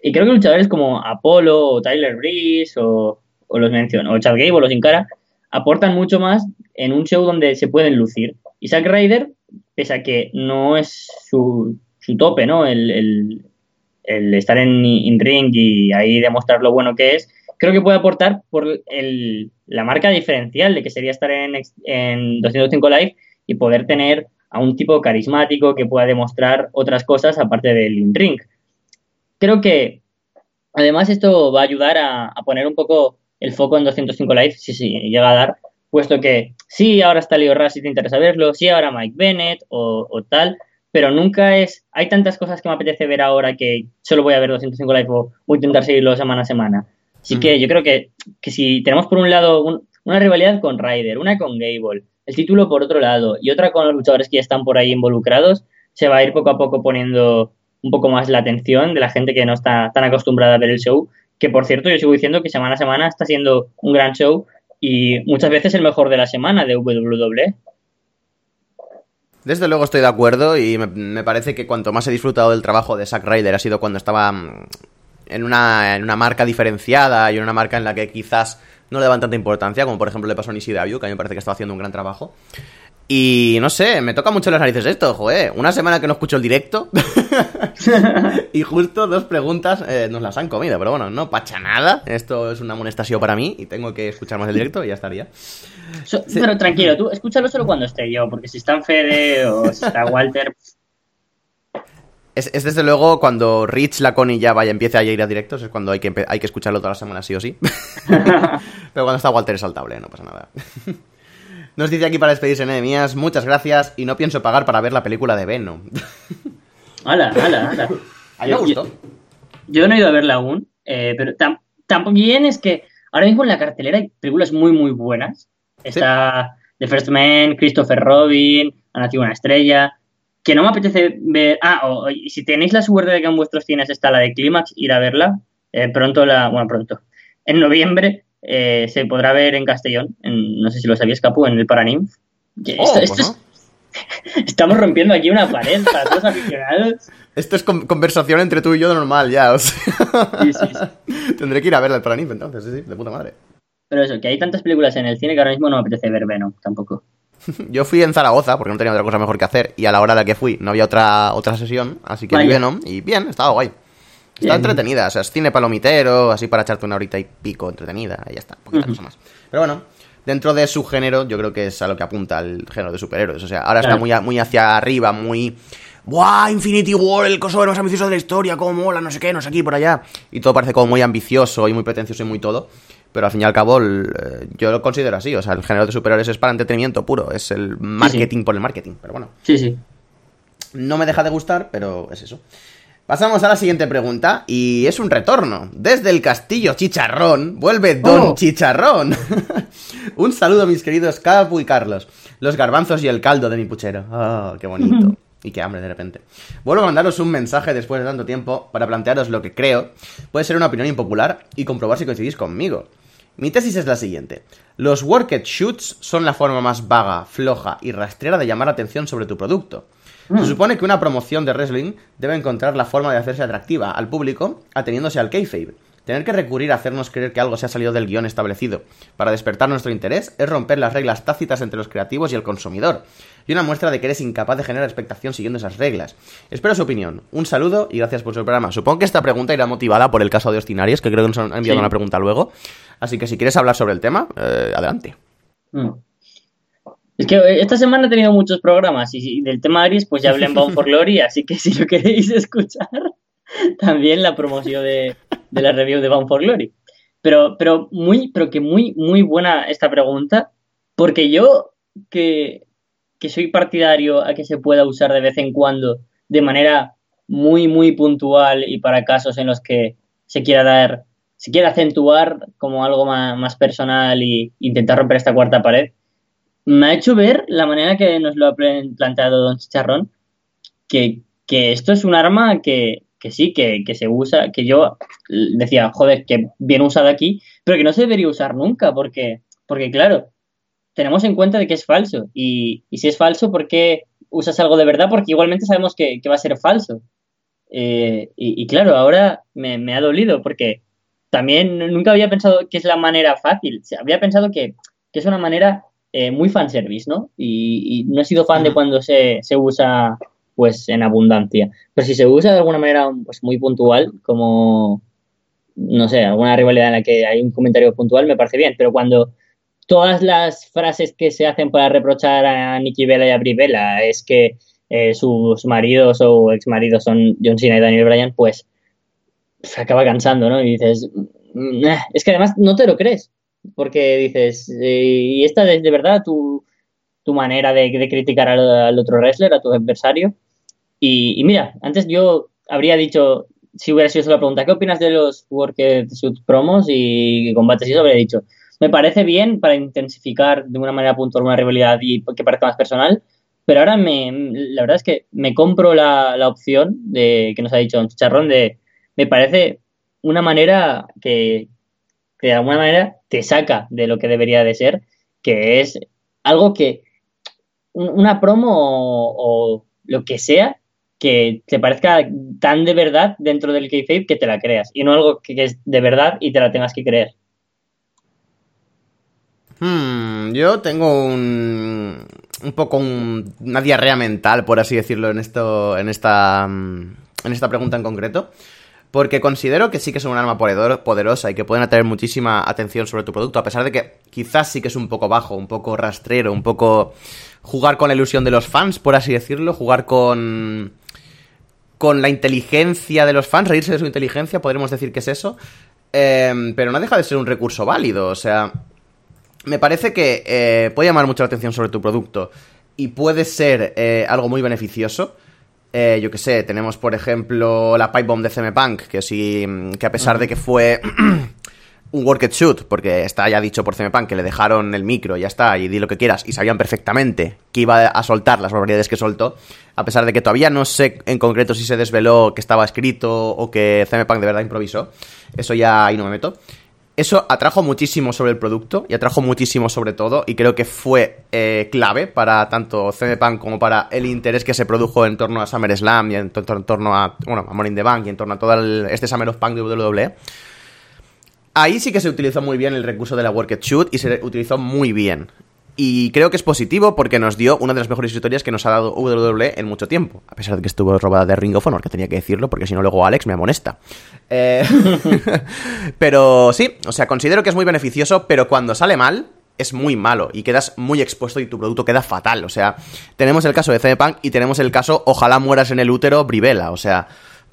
Y creo que luchadores como Apollo o Tyler Breeze o, o los menciono, o Chad Gable o Sin Cara, aportan mucho más en un show donde se pueden lucir. Y Zack Ryder, pese a que no es su, su tope, ¿no? El, el, el estar en, en ring y ahí demostrar lo bueno que es, creo que puede aportar por el, la marca diferencial de que sería estar en, en doscientos cinco Live y poder tener a un tipo carismático que pueda demostrar otras cosas aparte del in-ring. Creo que además esto va a ayudar a, a poner un poco el foco en doscientos cinco Live, si sí, sí, llega a dar, puesto que sí, ahora está Leo Rush si te interesa verlo, sí, ahora Mike Bennett o, o tal, pero nunca es... Hay tantas cosas que me apetece ver ahora que solo voy a ver doscientos cinco Live o voy a intentar seguirlo semana a semana. Así uh-huh. que yo creo que, que si tenemos por un lado un, una rivalidad con Ryder, una con Gable, el título por otro lado y otra con los luchadores que ya están por ahí involucrados, se va a ir poco a poco poniendo un poco más la atención de la gente que no está tan acostumbrada a ver el show, que por cierto yo sigo diciendo que semana a semana está siendo un gran show y muchas veces el mejor de la semana de doble u doble u E. Desde luego estoy de acuerdo y me, me parece que cuanto más he disfrutado del trabajo de Zack Ryder ha sido cuando estaba en una, en una marca diferenciada y en una marca en la que quizás no le daban tanta importancia, como por ejemplo le pasó a Nishidabyu, que a mí me parece que estaba haciendo un gran trabajo. Y no sé, me toca mucho las narices esto, joder. Una semana que no escucho el directo y justo dos preguntas eh, nos las han comido. Pero bueno, no pacha nada. Esto es una amonestación para mí y tengo que escuchar más el directo y ya estaría. So, sí. Pero tranquilo, tú escúchalo solo cuando esté yo, porque si está en Fede o si está Walter... Es, es desde luego cuando Rich, la Connie ya vaya, empiece a ir a directos, es cuando hay que, hay que escucharlo todas las semanas sí o sí. Pero cuando está Walter es saltable, no pasa nada. Nos dice aquí para despedirse Nehemías, muchas gracias y no pienso pagar para ver la película de Venom. Hala, hala, hala. A mí me gustó. Yo, yo no he ido a verla aún, eh, pero tam, también es que ahora mismo en la cartelera hay películas muy, muy buenas. Está ¿Sí? The First Man, Christopher Robin, Ha nacido una estrella, que no me apetece ver... Ah, o, y si tenéis la suerte de que en vuestros cines está la de Clímax, ir a verla. Eh, pronto la... Bueno, pronto. En noviembre... Eh, se podrá ver en Castellón, en, no sé si lo sabías, Capu, en el Paraninf. Oh, esto, esto pues no. es, estamos rompiendo aquí una pared para todos los aficionados. Esto es con, conversación entre tú y yo de normal ya, o sea. Sí, sí, sí. Tendré que ir a ver el Paraninf entonces, sí, sí, de puta madre. Pero eso, que hay tantas películas en el cine que ahora mismo no me apetece ver Venom, tampoco. Yo fui en Zaragoza, porque no tenía otra cosa mejor que hacer, y a la hora a la que fui no había otra otra sesión, así que vi Venom, y bien, estaba guay. Está bien. Entretenida, o sea, es cine palomitero, así para echarte una horita y pico entretenida, y ya está, poquita uh-huh. cosa más. Pero bueno, dentro de su género, yo creo que es a lo que apunta el género de superhéroes. O sea, ahora claro. está muy, a, muy hacia arriba, muy... ¡Buah! Infinity War, el crossover más ambicioso de la historia, cómo mola, no sé qué, no sé aquí, por allá. Y todo parece como muy ambicioso y muy pretencioso y muy todo. Pero al fin y al cabo, el, yo lo considero así. O sea, el género de superhéroes es para entretenimiento puro, es el marketing sí, sí. por el marketing, pero bueno. Sí, sí. No me deja de gustar, pero es eso. Pasamos a la siguiente pregunta, y es un retorno. Desde el Castillo Chicharrón, vuelve Don oh. Chicharrón. Un saludo, mis queridos Capu y Carlos. Los garbanzos y el caldo de mi puchero. Oh, qué bonito. Y qué hambre de repente. Vuelvo a mandaros un mensaje después de tanto tiempo para plantearos lo que creo puede ser una opinión impopular y comprobar si coincidís conmigo. Mi tesis es la siguiente. Los worked shoots son la forma más vaga, floja y rastrera de llamar la atención sobre tu producto. Se supone que una promoción de wrestling debe encontrar la forma de hacerse atractiva al público ateniéndose al kayfabe. Tener que recurrir a hacernos creer que algo se ha salido del guión establecido para despertar nuestro interés es romper las reglas tácitas entre los creativos y el consumidor. Y una muestra de que eres incapaz de generar expectación siguiendo esas reglas. Espero su opinión. Un saludo y gracias por su programa. Supongo que esta pregunta irá motivada por el caso de Austin Aries, que creo que nos han enviado sí. una pregunta luego. Así que si quieres hablar sobre el tema, eh, adelante. Mm. Es que esta semana he tenido muchos programas y del tema Aries pues ya hablé en Bound for Glory, así que si lo queréis escuchar, también la promoción de, de la review de Bound for Glory. Pero, pero muy, pero que muy, muy buena esta pregunta, porque yo que, que soy partidario a que se pueda usar de vez en cuando de manera muy, muy puntual y para casos en los que se quiera dar, se quiera acentuar como algo más, más personal y intentar romper esta cuarta pared, me ha hecho ver la manera que nos lo ha planteado Don Chicharrón, que, que esto es un arma que, que sí, que, que se usa, que yo decía, joder, que bien usado aquí, pero que no se debería usar nunca, porque, porque claro, tenemos en cuenta de que es falso, y, y si es falso, ¿por qué usas algo de verdad? Porque igualmente sabemos que, que va a ser falso. Eh, y, y claro, ahora me, me ha dolido porque también nunca había pensado que es la manera fácil. O sea, había pensado que, que es una manera eh, muy fanservice, ¿no? Y, y no he sido fan de Uh-huh. cuando se, se usa pues en abundancia. Pero si se usa de alguna manera pues muy puntual, como, no sé, alguna rivalidad en la que hay un comentario puntual, me parece bien. Pero cuando todas las frases que se hacen para reprochar a Nikki Bella y a Brie Bella es que eh, sus maridos o exmaridos son John Cena y Daniel Bryan, pues se acaba cansando, ¿no? Y dices, mm, eh, es que además no te lo crees, porque dices, eh, ¿y esta es de verdad tu, tu manera de, de criticar al, al, otro wrestler, a tu adversario? Y, y, mira, antes yo habría dicho, si hubiera sido solo la pregunta, ¿qué opinas de los Worked Suit promos y combates? Y eso habría dicho, me parece bien para intensificar de una manera puntual una rivalidad y que parezca más personal, pero ahora me, la verdad es que me compro la, la opción de que nos ha dicho un chicharrón de, me parece una manera que, que de alguna manera te saca de lo que debería de ser, que es algo que una promo o, o lo que sea que te parezca tan de verdad dentro del kayfabe que te la creas y no algo que, que es de verdad y te la tengas que creer. Hmm, yo tengo un, un poco un, una diarrea mental, por así decirlo, en esto, en esta, en esta pregunta en concreto, porque considero que sí que son un arma poderosa y que pueden atraer muchísima atención sobre tu producto, a pesar de que quizás sí que es un poco bajo, un poco rastrero, un poco jugar con la ilusión de los fans, por así decirlo, jugar con con la inteligencia de los fans, reírse de su inteligencia, podremos decir que es eso, eh, pero no deja de ser un recurso válido, o sea, me parece que eh, puede llamar mucho la atención sobre tu producto y puede ser eh, algo muy beneficioso. Eh, yo que sé, tenemos por ejemplo la Pipe Bomb de C M Punk, que sí, que a pesar uh-huh. de que fue un worked shoot, porque está ya dicho por C M Punk que le dejaron el micro, ya está, y di lo que quieras, y sabían perfectamente que iba a soltar las barbaridades que soltó, a pesar de que todavía no sé en concreto si se desveló que estaba escrito o que C M Punk de verdad improvisó, eso ya ahí no me meto. Eso atrajo muchísimo sobre el producto y atrajo muchísimo sobre todo, y creo que fue eh, clave para tanto C M Punk como para el interés que se produjo en torno a SummerSlam y en, to- en torno a, bueno, a Money in the Bank y en torno a todo el, este Summer of Punk de W W E. Ahí sí que se utilizó muy bien el recurso de la Worked Shoot y se utilizó muy bien. Y creo que es positivo porque nos dio una de las mejores historias que nos ha dado W W E en mucho tiempo. A pesar de que estuvo robada de Ring of Honor, que tenía que decirlo, porque si no luego Alex me amonesta. Eh... pero sí, o sea, considero que es muy beneficioso, pero cuando sale mal, es muy malo y quedas muy expuesto y tu producto queda fatal. O sea, tenemos el caso de C M Punk y tenemos el caso ojalá mueras en el útero, Brie Bella. O sea,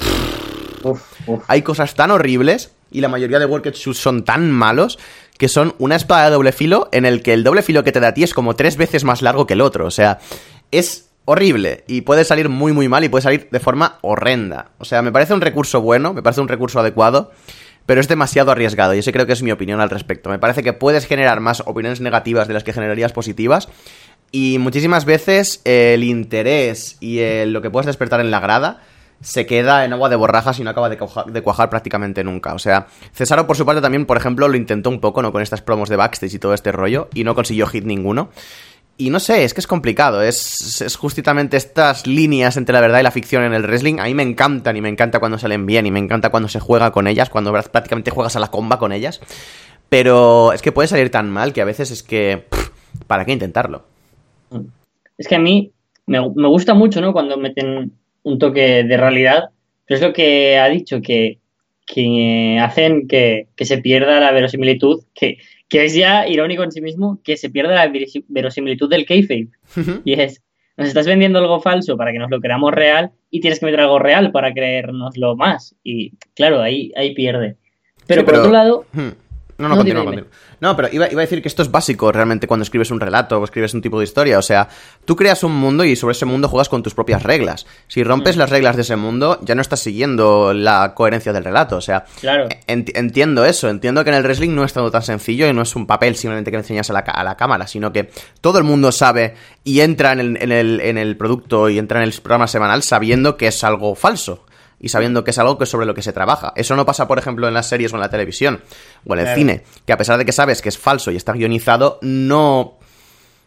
uf, uf. Hay cosas tan horribles y la mayoría de Worked Shoes son tan malos que son una espada de doble filo en el que el doble filo que te da a ti es como tres veces más largo que el otro. O sea, es horrible y puede salir muy muy mal y puede salir de forma horrenda. O sea, me parece un recurso bueno, me parece un recurso adecuado, pero es demasiado arriesgado y ese creo que es mi opinión al respecto. Me parece que puedes generar más opiniones negativas de las que generarías positivas y muchísimas veces el interés y el, lo que puedes despertar en la grada se queda en agua de borrajas y no acaba de cuajar, de cuajar prácticamente nunca. O sea, Cesaro por su parte también, por ejemplo, lo intentó un poco, ¿no? Con estas promos de backstage y todo este rollo, y no consiguió hit ninguno. Y no sé, es que es complicado, es, es justamente estas líneas entre la verdad y la ficción en el wrestling. A mí me encantan y me encanta cuando salen bien y me encanta cuando se juega con ellas, cuando prácticamente juegas a la comba con ellas. Pero es que puede salir tan mal que a veces es que... Pff, ¿para qué intentarlo? Es que a mí me, me gusta mucho, ¿no? Cuando meten un toque de realidad, pero es lo que ha dicho, que, que hacen que, que se pierda la verosimilitud, que, que es ya irónico en sí mismo, que se pierda la verosimilitud del kayfabe. Uh-huh. Y es, nos estás vendiendo algo falso para que nos lo creamos real y tienes que meter algo real para creérnoslo más. Y claro, ahí, ahí pierde. Pero, sí, pero por otro lado... Uh-huh. No, no, no, continúa, continúa. No, pero iba, iba a decir que esto es básico realmente cuando escribes un relato o escribes un tipo de historia. O sea, tú creas un mundo y sobre ese mundo juegas con tus propias reglas. Si rompes mm. las reglas de ese mundo, ya no estás siguiendo la coherencia del relato. O sea, claro. en, entiendo eso. Entiendo que en el wrestling no es todo tan sencillo y no es un papel simplemente que le enseñas a la, a la cámara, sino que todo el mundo sabe y entra en el, en, el, en el producto y entra en el programa semanal sabiendo que es algo falso. Y sabiendo que es algo que es sobre lo que se trabaja. Eso no pasa, por ejemplo, en las series o en la televisión o en el claro. cine, que a pesar de que sabes que es falso y está guionizado, no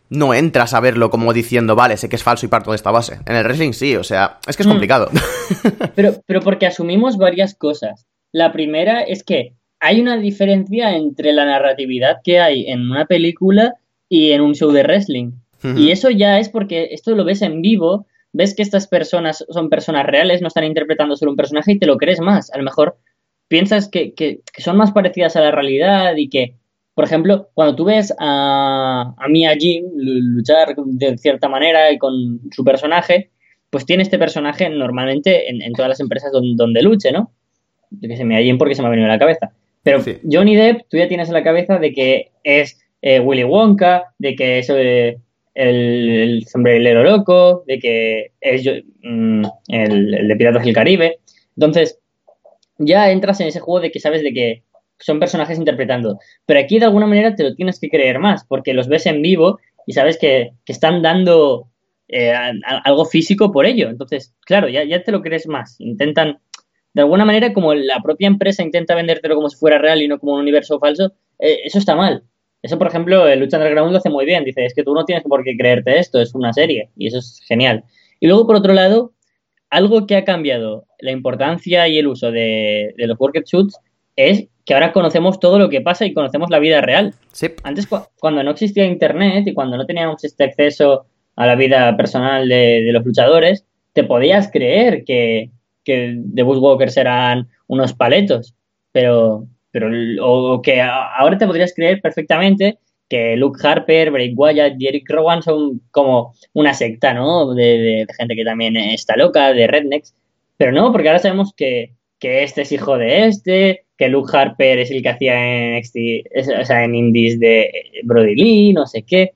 no entras a verlo como diciendo, vale, sé que es falso y parto de esta base. En el wrestling sí, o sea, es que es complicado. Pero, pero porque asumimos varias cosas. La primera es que hay una diferencia entre la narratividad que hay en una película y en un show de wrestling. Uh-huh. Y eso ya es porque esto lo ves en vivo, ves que estas personas son personas reales, no están interpretando solo un personaje y te lo crees más. A lo mejor piensas que, que, que son más parecidas a la realidad y que, por ejemplo, cuando tú ves a, a Mia Jim luchar de cierta manera y con su personaje, pues tiene este personaje normalmente en, en todas las empresas donde, donde luche, ¿no? Yo que sé, Mia Jim porque se me ha venido a la cabeza. Pero sí. Johnny Depp, tú ya tienes en la cabeza de que es eh, Willy Wonka, de que es eh, el, el sombrerero loco, de que es mm, el, el de Piratas del Caribe. Entonces, ya entras en ese juego de que sabes de que son personajes interpretando. Pero aquí de alguna manera te lo tienes que creer más, porque los ves en vivo y sabes que, que están dando eh, a, a, algo físico por ello. Entonces, claro, ya, ya te lo crees más. Intentan, de alguna manera, como la propia empresa intenta vendértelo como si fuera real y no como un universo falso, eh, eso está mal. Eso, por ejemplo, el Lucha Underground lo hace muy bien. Dice, es que tú no tienes por qué creerte esto, es una serie. Y eso es genial. Y luego, por otro lado, algo que ha cambiado la importancia y el uso de, de los worker shoots es que ahora conocemos todo lo que pasa y conocemos la vida real. Sí. Antes, cu- cuando no existía internet y cuando no teníamos este acceso a la vida personal de, de los luchadores, te podías creer que, que The Bushwalkers eran unos paletos, pero, pero o que a, ahora te podrías creer perfectamente que Luke Harper, Bray Wyatt y Eric Rowan son como una secta, ¿no? De, de, de gente que también está loca, de rednecks. Pero no, porque ahora sabemos que, que este es hijo de este, que Luke Harper es el que hacía en N X T, o sea, en Indies de Brody Lee, no sé qué.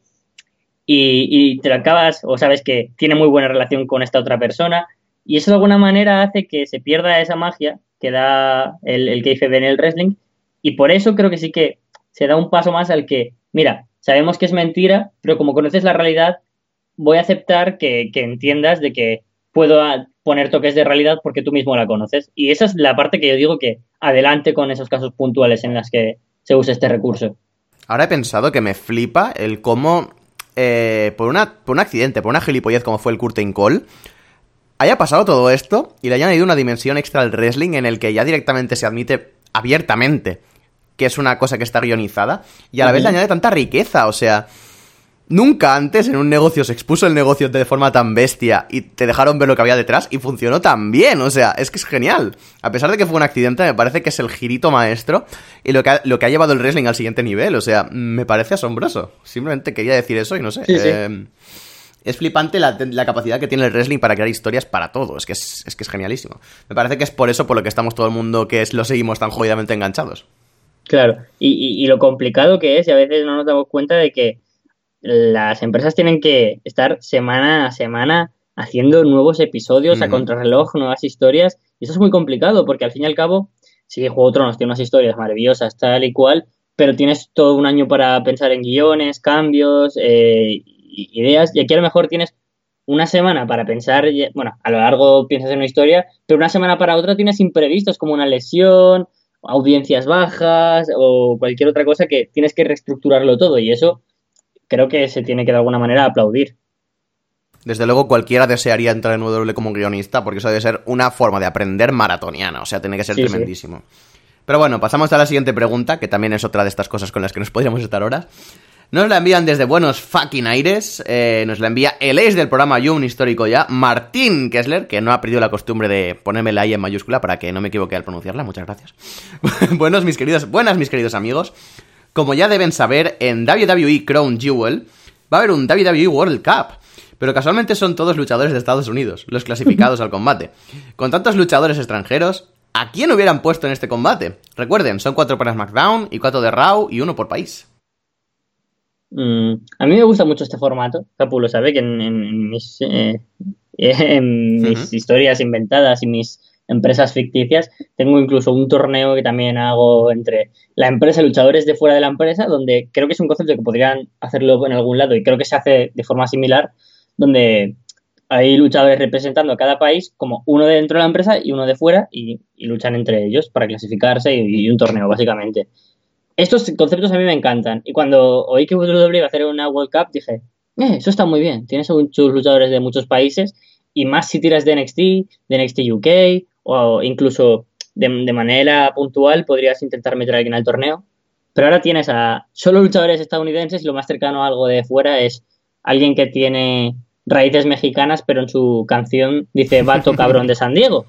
Y, y te lo acabas, o sabes que tiene muy buena relación con esta otra persona. Y eso de alguna manera hace que se pierda esa magia que da el, el kayfabe en el wrestling. Y por eso creo que sí que se da un paso más al que, mira, sabemos que es mentira, pero como conoces la realidad, voy a aceptar que, que entiendas de que puedo poner toques de realidad porque tú mismo la conoces. Y esa es la parte que yo digo que adelante con esos casos puntuales en las que se usa este recurso. Ahora he pensado que me flipa el cómo, eh, por, una, por un accidente, por una gilipollez como fue el Curtain Call, haya pasado todo esto y le hayan añadido una dimensión extra al wrestling en el que ya directamente se admite abiertamente que es una cosa que está guionizada y a la uh-huh. vez le añade tanta riqueza, o sea, nunca antes en un negocio se expuso el negocio de forma tan bestia y te dejaron ver lo que había detrás y funcionó tan bien, o sea, es que es genial. A pesar de que fue un accidente, me parece que es el girito maestro y lo que ha, lo que ha llevado el wrestling al siguiente nivel, o sea, me parece asombroso. Simplemente quería decir eso y no sé. Sí, eh, sí. Es flipante la, la capacidad que tiene el wrestling para crear historias para todo, es que es, es que es genialísimo. Me parece que es por eso por lo que estamos todo el mundo que es, lo seguimos tan jodidamente enganchados. Claro, y, y, y lo complicado que es, y a veces no nos damos cuenta de que las empresas tienen que estar semana a semana haciendo nuevos episodios uh-huh. a contrarreloj, nuevas historias, y eso es muy complicado, porque al fin y al cabo, sí, Juego de Tronos tiene unas historias maravillosas, tal y cual, pero tienes todo un año para pensar en guiones, cambios, eh, ideas, y aquí a lo mejor tienes una semana para pensar, bueno, a lo largo piensas en una historia, pero una semana para otra tienes imprevistos como una lesión, audiencias bajas o cualquier otra cosa que tienes que reestructurarlo todo, y eso creo que se tiene que de alguna manera aplaudir. Desde luego cualquiera desearía entrar en W W E como guionista porque eso debe ser una forma de aprender maratoniana, o sea, tiene que ser sí, tremendísimo. Sí. Pero bueno, pasamos a la siguiente pregunta, que también es otra de estas cosas con las que nos podríamos estar horas. Nos la envían desde Buenos Fucking Aires, eh, nos la envía el ex del programa Yo, un histórico ya, Martín Kessler, que no ha perdido la costumbre de ponerme la I en mayúscula para que no me equivoque al pronunciarla, muchas gracias. Buenos, mis queridos, buenas mis queridos amigos, como ya deben saber, en W W E Crown Jewel va a haber un W W E World Cup, pero casualmente son todos luchadores de Estados Unidos, los clasificados al combate. Con tantos luchadores extranjeros, ¿a quién hubieran puesto en este combate? Recuerden, son cuatro para SmackDown y cuatro de Raw y uno por país. Mm, a mí me gusta mucho este formato, Capu lo sabe, que en, en, en mis, eh, en mis uh-huh. historias inventadas y mis empresas ficticias tengo incluso un torneo que también hago entre la empresa y luchadores de fuera de la empresa, donde creo que es un concepto que podrían hacerlo en algún lado y creo que se hace de forma similar, donde hay luchadores representando a cada país, como uno dentro de la empresa y uno de fuera, y, y luchan entre ellos para clasificarse y, y un torneo básicamente. Estos conceptos a mí me encantan. Y cuando oí que W W E iba a hacer una World Cup, dije, Eh, eso está muy bien. Tienes muchos luchadores de muchos países y más si tiras de N X T, de N X T U K o incluso de, de manera puntual podrías intentar meter a alguien al torneo. Pero ahora tienes a solo luchadores estadounidenses y lo más cercano a algo de fuera es alguien que tiene raíces mexicanas, pero en su canción dice vato cabrón de San Diego.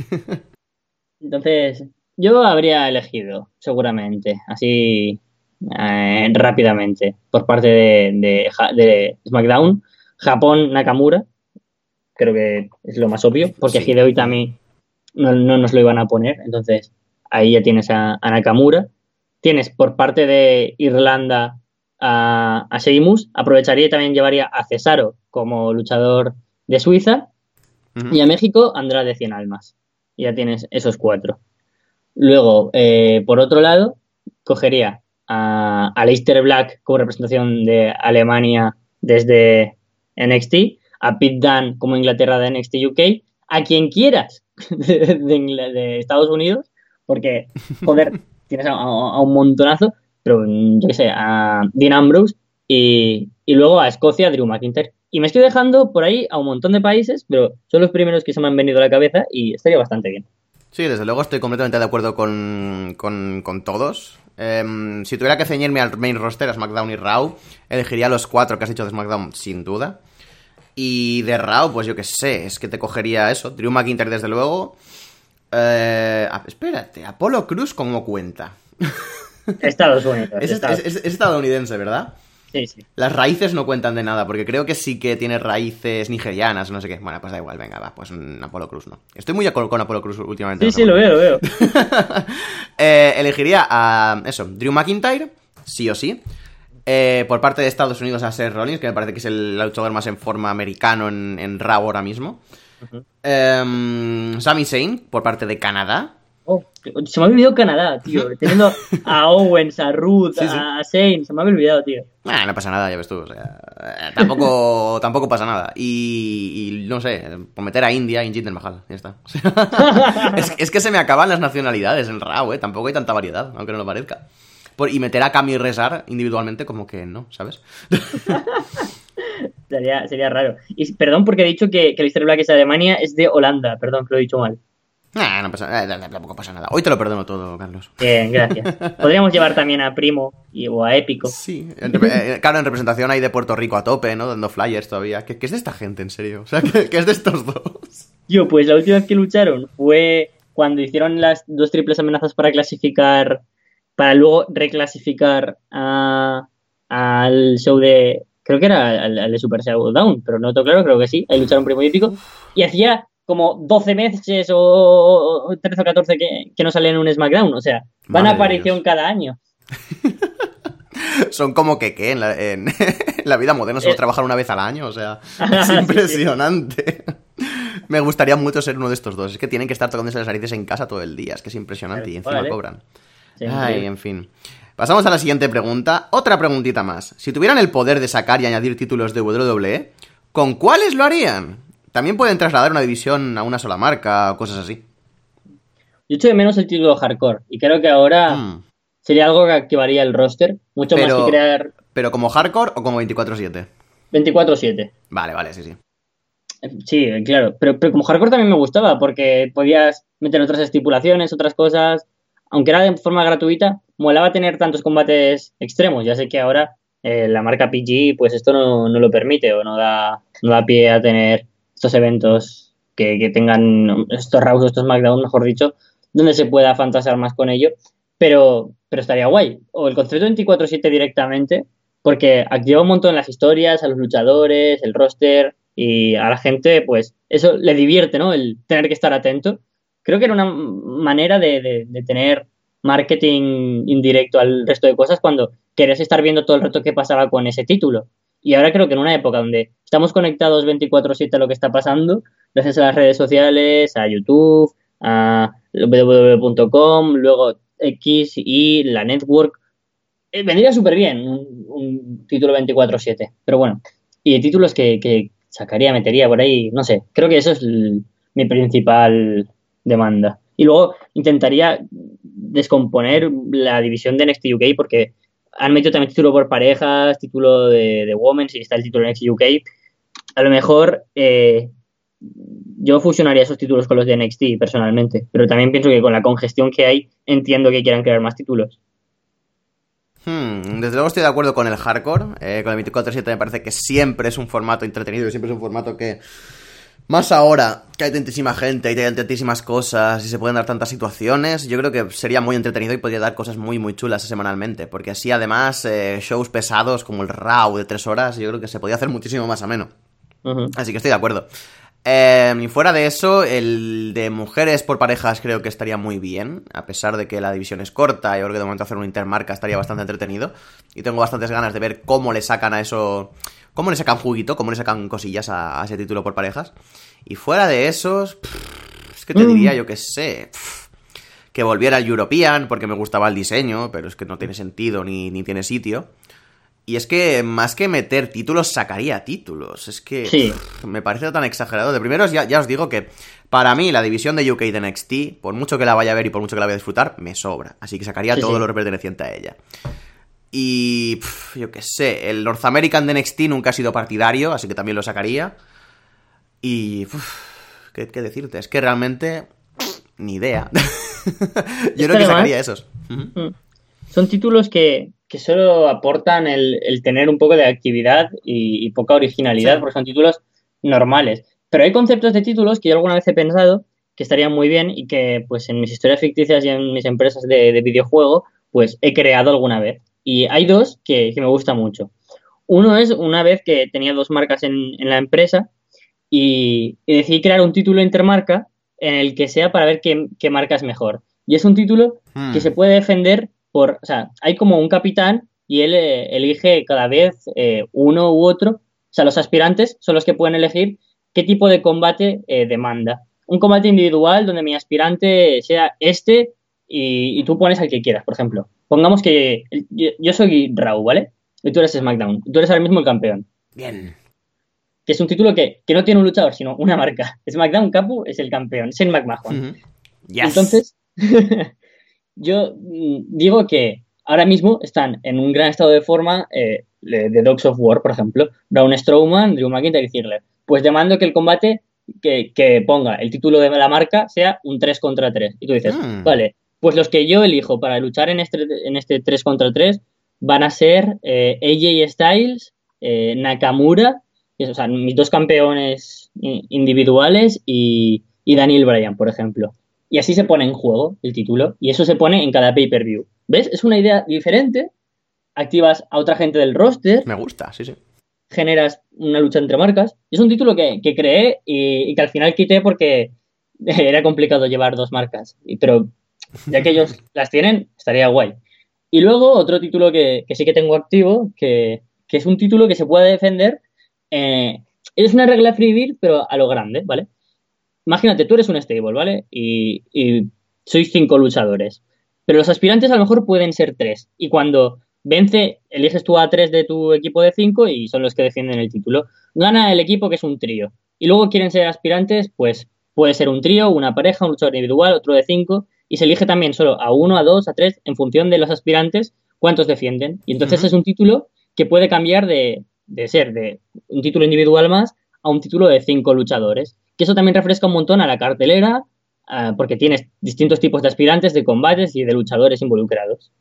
Entonces, yo habría elegido, seguramente, así eh, rápidamente, por parte de, de, de SmackDown, Japón Nakamura, creo que es lo más obvio, porque Sí. Hideo Itami no, no nos lo iban a poner, entonces ahí ya tienes a, a Nakamura. Tienes por parte de Irlanda a, a Sheamus, aprovecharía y también llevaría a Cesaro como luchador de Suiza, Uh-huh. y a México Andrade Cien Almas. Y ya tienes esos cuatro. Luego, eh, por otro lado, cogería a, a Aleister Black como representación de Alemania desde N X T, a Pete Dunne como Inglaterra de N X T U K, a quien quieras de, de, de Estados Unidos, porque, joder, tienes a, a, a un montonazo, pero yo qué sé, a Dean Ambrose y, y luego a Escocia, Drew McIntyre. Y me estoy dejando por ahí a un montón de países, pero son los primeros que se me han venido a la cabeza y estaría bastante bien. Sí, desde luego estoy completamente de acuerdo con, con, con todos. Eh, si tuviera que ceñirme al main roster, a SmackDown y Raw, elegiría los cuatro que has dicho de SmackDown, sin duda. Y de Raw, pues yo qué sé, es que te cogería eso. Drew McIntyre, desde luego. Eh, ah, espérate, Apollo Crews, ¿cómo cuenta? Estados Unidos. Es, Estados. es, es, es estadounidense, ¿verdad? Sí, sí. Las raíces no cuentan de nada, porque creo que sí que tiene raíces nigerianas, no sé qué. Bueno, pues da igual, venga, va, pues un Apollo Crews no. Estoy muy con, con Apollo Crews últimamente. Sí, no sí, lo veo, lo veo. eh, elegiría a, eso, Drew McIntyre, sí o sí. Eh, por parte de Estados Unidos a Seth Rollins, que me parece que es el luchador más en forma americano en, en Raw ahora mismo. Uh-huh. eh, Sami Zayn, por parte de Canadá. Oh, se me ha olvidado Canadá, tío. Teniendo a Owens, a Ruth, sí, sí. a Zayn, se me ha olvidado, tío. Nah, no pasa nada, ya ves tú. O sea, tampoco, tampoco pasa nada. Y, y no sé, por meter a India, en Jinder Mahal, ya está. O sea, es, es que se me acaban las nacionalidades en Raw, ¿eh? Tampoco hay tanta variedad, aunque no lo parezca. Por, y meter a Cami y Rezar individualmente, como que no, ¿sabes? sería, sería raro. Y perdón porque he dicho que, que Aleister Black es de Alemania, es de Holanda, perdón, que lo he dicho mal. Nah, no pasa, eh, tampoco pasa nada. Hoy te lo perdono todo, Carlos. Bien, gracias. Podríamos llevar también a Primo y, o a Épico. Sí, en, eh, claro, en representación hay de Puerto Rico a tope, ¿no? Dando flyers todavía. ¿Qué, qué es de esta gente, en serio? O sea, ¿qué, qué es de estos dos? Yo, pues la última vez que lucharon fue cuando hicieron las dos triples amenazas para clasificar, para luego reclasificar a, al show de, creo que era al, al de Super Showdown, pero no tengo claro, creo que sí. Ahí lucharon Primo y Épico. Y hacía como doce meses o, o trece o catorce que, que no salen en un SmackDown. O sea, van a aparición Dios. Cada año. Son como que, ¿qué? En la, en la vida moderna solo eh. trabajan una vez al año, o sea, es impresionante. Sí, sí. Me gustaría mucho ser uno de estos dos. Es que tienen que estar tocándose las narices en casa todo el día. Es que es impresionante y encima vale. cobran. Sí, Ay, sí. en fin. Pasamos a la siguiente pregunta. Otra preguntita más. Si tuvieran el poder de sacar y añadir títulos de W W E, ¿con cuáles lo harían? También pueden trasladar una división a una sola marca o cosas así. Yo echo de menos el título hardcore. Y creo que ahora mm. sería algo que activaría el roster. Mucho pero, más que crear... ¿Pero como hardcore o como veinticuatro siete? veinticuatro siete. Vale, vale, sí, sí. Sí, claro. Pero, pero como hardcore también me gustaba porque podías meter otras estipulaciones, otras cosas. Aunque era de forma gratuita, molaba tener tantos combates extremos. Ya sé que ahora eh, la marca P G pues esto no, no lo permite o no da, no da pie a tener estos eventos que, que tengan estos Raws o estos SmackDown, mejor dicho, donde se pueda fantasear más con ello. Pero, pero estaría guay. O el concepto veinticuatro siete directamente, porque activa un montón las historias, a los luchadores, el roster, y a la gente, pues, eso le divierte, ¿no? El tener que estar atento. Creo que era una manera de, de, de tener marketing indirecto al resto de cosas cuando querías estar viendo todo el rato que pasaba con ese título. Y ahora creo que en una época donde estamos conectados veinticuatro siete a lo que está pasando, gracias a las redes sociales, a YouTube, a doble u doble u doble u punto com, luego X y la network, eh, vendría súper bien un, un título veinticuatro siete. Pero bueno, y de títulos que, que sacaría, metería por ahí, no sé, creo que eso es el, mi principal demanda. Y luego intentaría descomponer la división de N X T U K porque han metido también título por parejas, título de, de Women's y está el título en X U K. A lo mejor eh, yo fusionaría esos títulos con los de N X T personalmente, pero también pienso que con la congestión que hay entiendo que quieran crear más títulos. Hmm, desde luego estoy de acuerdo con el hardcore, eh, con el veinticuatro siete me parece que siempre es un formato entretenido, siempre es un formato que, más ahora que hay tantísima gente y hay tantísimas cosas y se pueden dar tantas situaciones, yo creo que sería muy entretenido y podría dar cosas muy muy chulas semanalmente, porque así además eh, shows pesados como el Raw de tres horas, yo creo que se podría hacer muchísimo más ameno. Uh-huh. Así que estoy de acuerdo. Eh, y fuera de eso, el de mujeres por parejas creo que estaría muy bien, a pesar de que la división es corta. Yo creo que de momento hacer una intermarca estaría bastante entretenido y tengo bastantes ganas de ver cómo le sacan a eso, cómo le sacan juguito, cómo le sacan cosillas a, a ese título por parejas. Y fuera de esos, pff, es que te diría, yo que sé, pff, que volviera al European porque me gustaba el diseño, pero es que no tiene sentido ni, ni tiene sitio. Y es que más que meter títulos, sacaría títulos. Es que sí. pff, me parece tan exagerado. De primeros, ya, ya os digo que para mí la división de U K de N X T, por mucho que la vaya a ver y por mucho que la vaya a disfrutar, me sobra. Así que sacaría sí, todo sí. lo perteneciente a ella. Y pff, yo qué sé, el North American de N X T nunca ha sido partidario, así que también lo sacaría. Y pff, ¿qué, qué decirte? Es que realmente pff, ni idea. Yo creo que sacaría esos. Uh-huh. Son títulos que... que solo aportan el, el tener un poco de actividad y, y poca originalidad, sí. porque son títulos normales. Pero hay conceptos de títulos que yo alguna vez he pensado que estarían muy bien y que pues en mis historias ficticias y en mis empresas de, de videojuego pues he creado alguna vez. Y hay dos que, que me gustan mucho. Uno es una vez que tenía dos marcas en, en la empresa y, y decidí crear un título intermarca en el que sea para ver qué, qué marca es mejor. Y es un título hmm. que se puede defender por, o sea, hay como un capitán y él eh, elige cada vez eh, uno u otro. O sea, los aspirantes son los que pueden elegir qué tipo de combate eh, demanda. Un combate individual donde mi aspirante sea este y, y tú pones al que quieras, por ejemplo. Pongamos que yo, yo soy Raw, ¿vale? Y tú eres SmackDown. Tú eres ahora mismo el campeón. Bien. Que es un título que, que no tiene un luchador, sino una marca. SmackDown Capu es el campeón, es el McMahon. Uh-huh. Yes. Entonces... Yo digo que ahora mismo están en un gran estado de forma eh, de Dogs of War, por ejemplo, Braun Strowman, Drew McIntyre y Ziggler. Pues demando que el combate que, que ponga el título de la marca sea un tres contra tres. Y tú dices, mm. vale, pues los que yo elijo para luchar en este, en este tres contra tres van a ser eh, A J Styles, eh, Nakamura, o sea, mis dos campeones individuales y, y Daniel Bryan, por ejemplo. Y así se pone en juego el título. Y eso se pone en cada pay-per-view. ¿Ves? Es una idea diferente. Activas a otra gente del roster. Me gusta, sí, sí. Generas una lucha entre marcas. Es un título que, que creé y, y que al final quité porque era complicado llevar dos marcas. Pero ya que ellos las tienen, estaría guay. Y luego otro título que, que sí que tengo activo, que, que es un título que se puede defender. Eh, es una regla freebie, pero a lo grande, ¿vale? Imagínate, tú eres un stable, ¿vale? Y, y sois cinco luchadores. Pero los aspirantes a lo mejor pueden ser tres. Y cuando vence, eliges tú a tres de tu equipo de cinco y son los que defienden el título. Gana el equipo que es un trío. Y luego quieren ser aspirantes, pues puede ser un trío, una pareja, un luchador individual, otro de cinco. Y se elige también solo a uno, a dos, a tres, en función de los aspirantes, cuántos defienden. Y entonces uh-huh. es un título que puede cambiar de, de ser de un título individual más a un título de cinco luchadores. Que eso también refresca un montón a la cartelera, uh, porque tienes distintos tipos de aspirantes, de combates y de luchadores involucrados.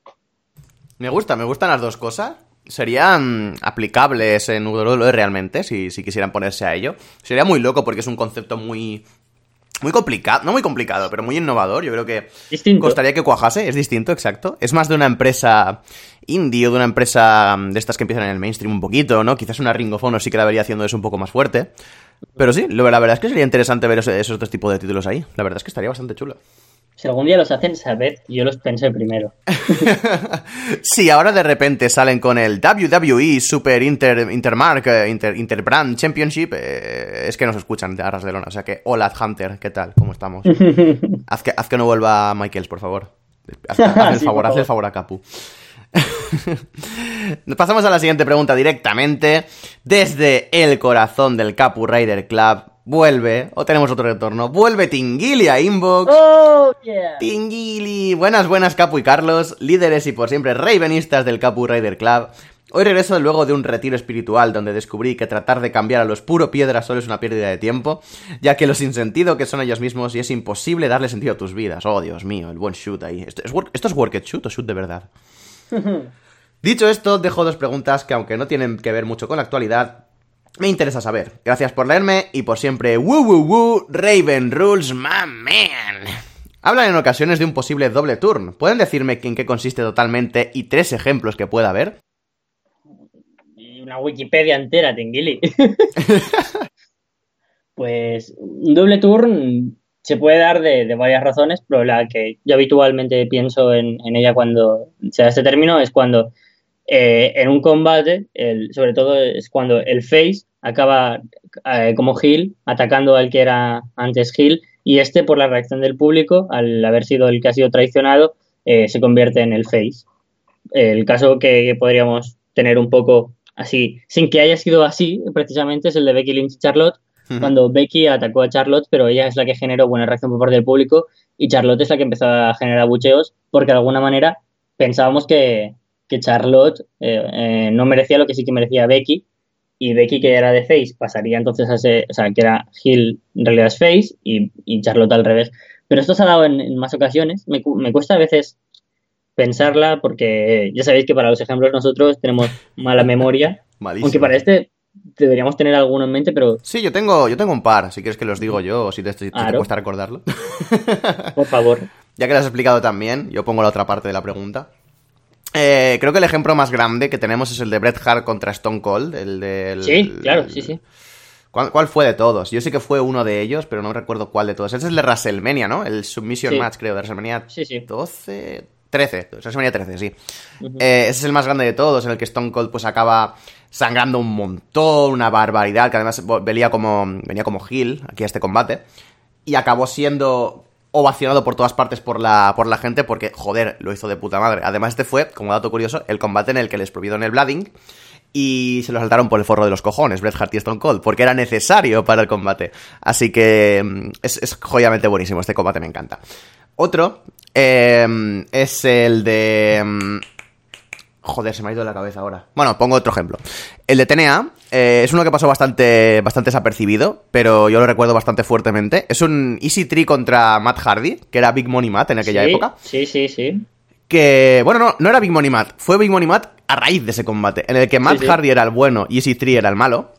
Me gusta, me gustan las dos cosas. Serían aplicables en W W E realmente, si, si quisieran ponerse a ello. Sería muy loco porque es un concepto muy... Muy complicado, no muy complicado, pero muy innovador. Yo creo que distinto. Costaría que cuajase, es distinto, exacto. Es más de una empresa indie o de una empresa de estas que empiezan en el mainstream un poquito, ¿no? Quizás una Ring of Honor sí que la vería haciendo eso un poco más fuerte. Pero sí, lo, la verdad es que sería interesante ver esos, esos dos tipos de títulos ahí. La verdad es que estaría bastante chulo. Si algún día los hacen, sabed, yo los pensé primero. Sí, ahora de repente salen con el W W E Super Inter, Intermark, Inter, Interbrand Championship. Eh, es que nos escuchan de Arras de Lona. O sea que, hola Hunter, ¿qué tal? ¿Cómo estamos? haz, que, haz que no vuelva Michaels, por favor. Haz, haz el, sí, favor, haz el favor a Capu. Nos pasamos a la siguiente pregunta directamente. Desde el corazón del Capu Rider Club vuelve, o tenemos otro retorno, vuelve Tingili a Inbox. ¡Oh, yeah! Tingili, buenas, buenas Capu y Carlos, líderes y por siempre ravenistas del Capu Raider Club. Hoy regreso luego de un retiro espiritual donde descubrí que tratar de cambiar a los puro piedra solo es una pérdida de tiempo, ya que lo sin sentido que son ellos mismos y es imposible darle sentido a tus vidas. Oh, Dios mío, el buen shoot ahí. ¿Esto es, work, ¿esto es work it shoot o shoot de verdad? Dicho esto, dejo dos preguntas que aunque no tienen que ver mucho con la actualidad, me interesa saber. Gracias por leerme y por siempre, woo woo woo, Raven Rules, my man. Hablan en ocasiones de un posible doble turn. ¿Pueden decirme en qué consiste totalmente y tres ejemplos que pueda haber? Una Wikipedia entera, Tingili. Pues un doble turn se puede dar de, de varias razones, pero la que yo habitualmente pienso en, en ella cuando se da este término es cuando eh, en un combate, el, sobre todo es cuando el face acaba eh, como heel, atacando al que era antes heel, y este, por la reacción del público, al haber sido el que ha sido traicionado, eh, se convierte en el face. El caso que, que podríamos tener un poco así, sin que haya sido así, precisamente, es el de Becky Lynch y Charlotte, uh-huh. Cuando Becky atacó a Charlotte, pero ella es la que generó buena reacción por parte del público, y Charlotte es la que empezó a generar bucheos, porque de alguna manera pensábamos que, que Charlotte eh, eh, no merecía lo que sí que merecía Becky, y Becky, que era de face, pasaría entonces a ser, o sea, que era heel, en realidad es face, y, y Charlotte al revés. Pero esto se ha dado en, en más ocasiones. Me, me cuesta a veces pensarla, porque ya sabéis que para los ejemplos nosotros tenemos mala memoria. Malísimo. Aunque para este deberíamos tener alguno en mente, pero... Sí, yo tengo, yo tengo un par, si quieres que los digo yo, o si te, si claro. te cuesta recordarlo. Por favor. Ya que lo has explicado también, yo pongo la otra parte de la pregunta. Eh, creo que el ejemplo más grande que tenemos es el de Bret Hart contra Stone Cold, el del... Sí, claro, sí, sí. ¿Cuál, ¿Cuál fue de todos? Yo sé que fue uno de ellos, pero no recuerdo cuál de todos. Ese es el de WrestleMania, ¿no? El Submission sí. Match, creo, de WrestleMania sí, sí. doce... trece, WrestleMania trece, sí. Uh-huh. Eh, ese es el más grande de todos, en el que Stone Cold pues acaba sangrando un montón, una barbaridad, que además venía como, venía como heel aquí a este combate, y acabó siendo ovacionado por todas partes por la, por la gente porque, joder, lo hizo de puta madre. Además este fue, como dato curioso, el combate en el que les prohibieron el Blooding y se lo saltaron por el forro de los cojones, Bret Hart y Stone Cold, porque era necesario para el combate. Así que es, es joyamente buenísimo, este combate me encanta. Otro eh, es el de... Joder, se me ha ido de la cabeza ahora. Bueno, pongo otro ejemplo. El de T N A eh, es uno que pasó bastante, bastante desapercibido, pero yo lo recuerdo bastante fuertemente. Es un Easy Tree contra Matt Hardy, que era Big Money Matt en aquella sí, época. Sí, sí, sí. Que, bueno, no, no era Big Money Matt, fue Big Money Matt a raíz de ese combate, en el que Matt sí, sí. Hardy era el bueno y Easy Tree era el malo.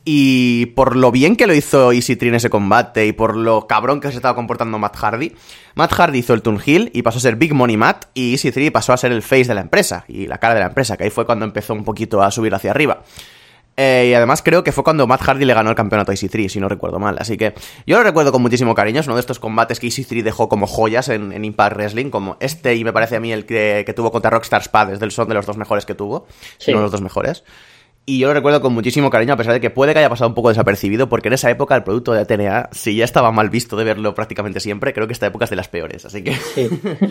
Y por lo bien que lo hizo Easy Tree en ese combate y por lo cabrón que se estaba comportando Matt Hardy, Matt Hardy hizo el turn heel y pasó a ser Big Money Matt, y Easy Tree pasó a ser el face de la empresa y la cara de la empresa, que ahí fue cuando empezó un poquito a subir hacia arriba. Eh, y además creo que fue cuando Matt Hardy le ganó el campeonato a Easy Tree, si no recuerdo mal. Así que yo lo recuerdo con muchísimo cariño. Es uno de estos combates que Easy Tree dejó como joyas en, en Impact Wrestling, como este, y me parece a mí el que, que tuvo contra Rockstar Spades, del son de los dos mejores que tuvo, sí. No los dos mejores. Y yo lo recuerdo con muchísimo cariño, a pesar de que puede que haya pasado un poco desapercibido, porque en esa época el producto de T N A, si ya estaba mal visto de verlo prácticamente siempre, creo que esta época es de las peores, así que... Sí.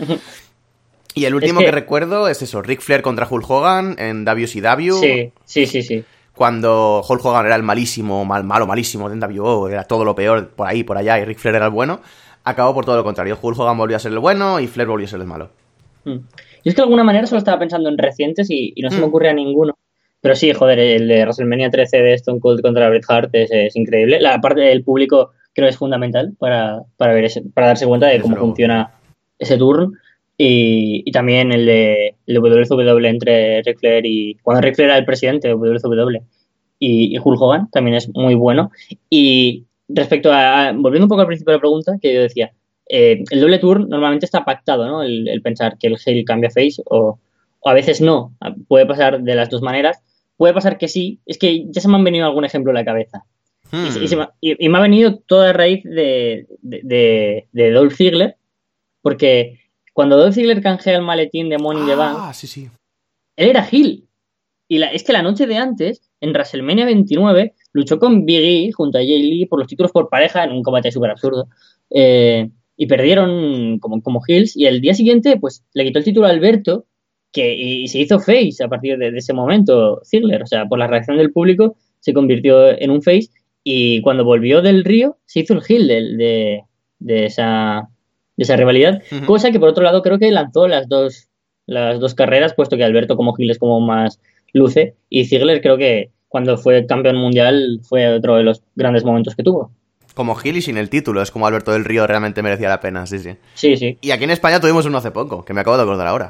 Y el último es que... que recuerdo es eso, Ric Flair contra Hulk Hogan en W C W. Sí, sí, sí, sí. Cuando Hulk Hogan era el malísimo, mal, malo, malísimo de N W O, era todo lo peor por ahí, por allá, y Ric Flair era el bueno, acabó por todo lo contrario. Hulk Hogan volvió a ser el bueno y Flair volvió a ser el malo. Mm. Y es que de alguna manera solo estaba pensando en recientes y, y no se mm. me ocurre a ninguno. Pero sí, joder, el de WrestleMania trece de Stone Cold contra Bret Hart es, es increíble. La parte del público creo que es fundamental para, para, ver ese, para darse cuenta de cómo Pero... funciona ese turn. Y, y también el de, el de W C W entre Ric Flair y... Cuando Ric Flair era el presidente de W C W y, y Hulk Hogan, también es muy bueno. Y respecto a... Volviendo un poco al principio de la pregunta, que yo decía, eh, el doble turn normalmente está pactado, ¿no? El, el pensar que el heel cambia face o, o a veces no. Puede pasar de las dos maneras. Puede pasar que sí. Es que ya se me han venido algún ejemplo a la cabeza. Hmm. Y, y, se me, y, y me ha venido toda a raíz de, de, de, de Dolph Ziggler, porque cuando Dolph Ziggler canjea el maletín de Money in the Bank, ah, sí, sí. él era heel. Y la, es que la noche de antes, en WrestleMania veintinueve, luchó con Big E junto a Jay Lee por los títulos por pareja en un combate súper absurdo. Eh, y perdieron como, como heels. Y el día siguiente, pues, le quitó el título a Alberto, que y se hizo face a partir de, de ese momento Ziggler. O sea, por la reacción del público se convirtió en un face y cuando volvió del Río se hizo el heel de, de, de, esa, de esa rivalidad, uh-huh. Cosa que por otro lado creo que lanzó las dos, las dos carreras, puesto que Alberto como heel es como más luce, y Ziggler creo que cuando fue campeón mundial fue otro de los grandes momentos que tuvo. Como heel y sin el título, es como Alberto del Río realmente merecía la pena, sí, sí. Sí, sí. Y aquí en España tuvimos uno hace poco, que me acabo de acordar ahora.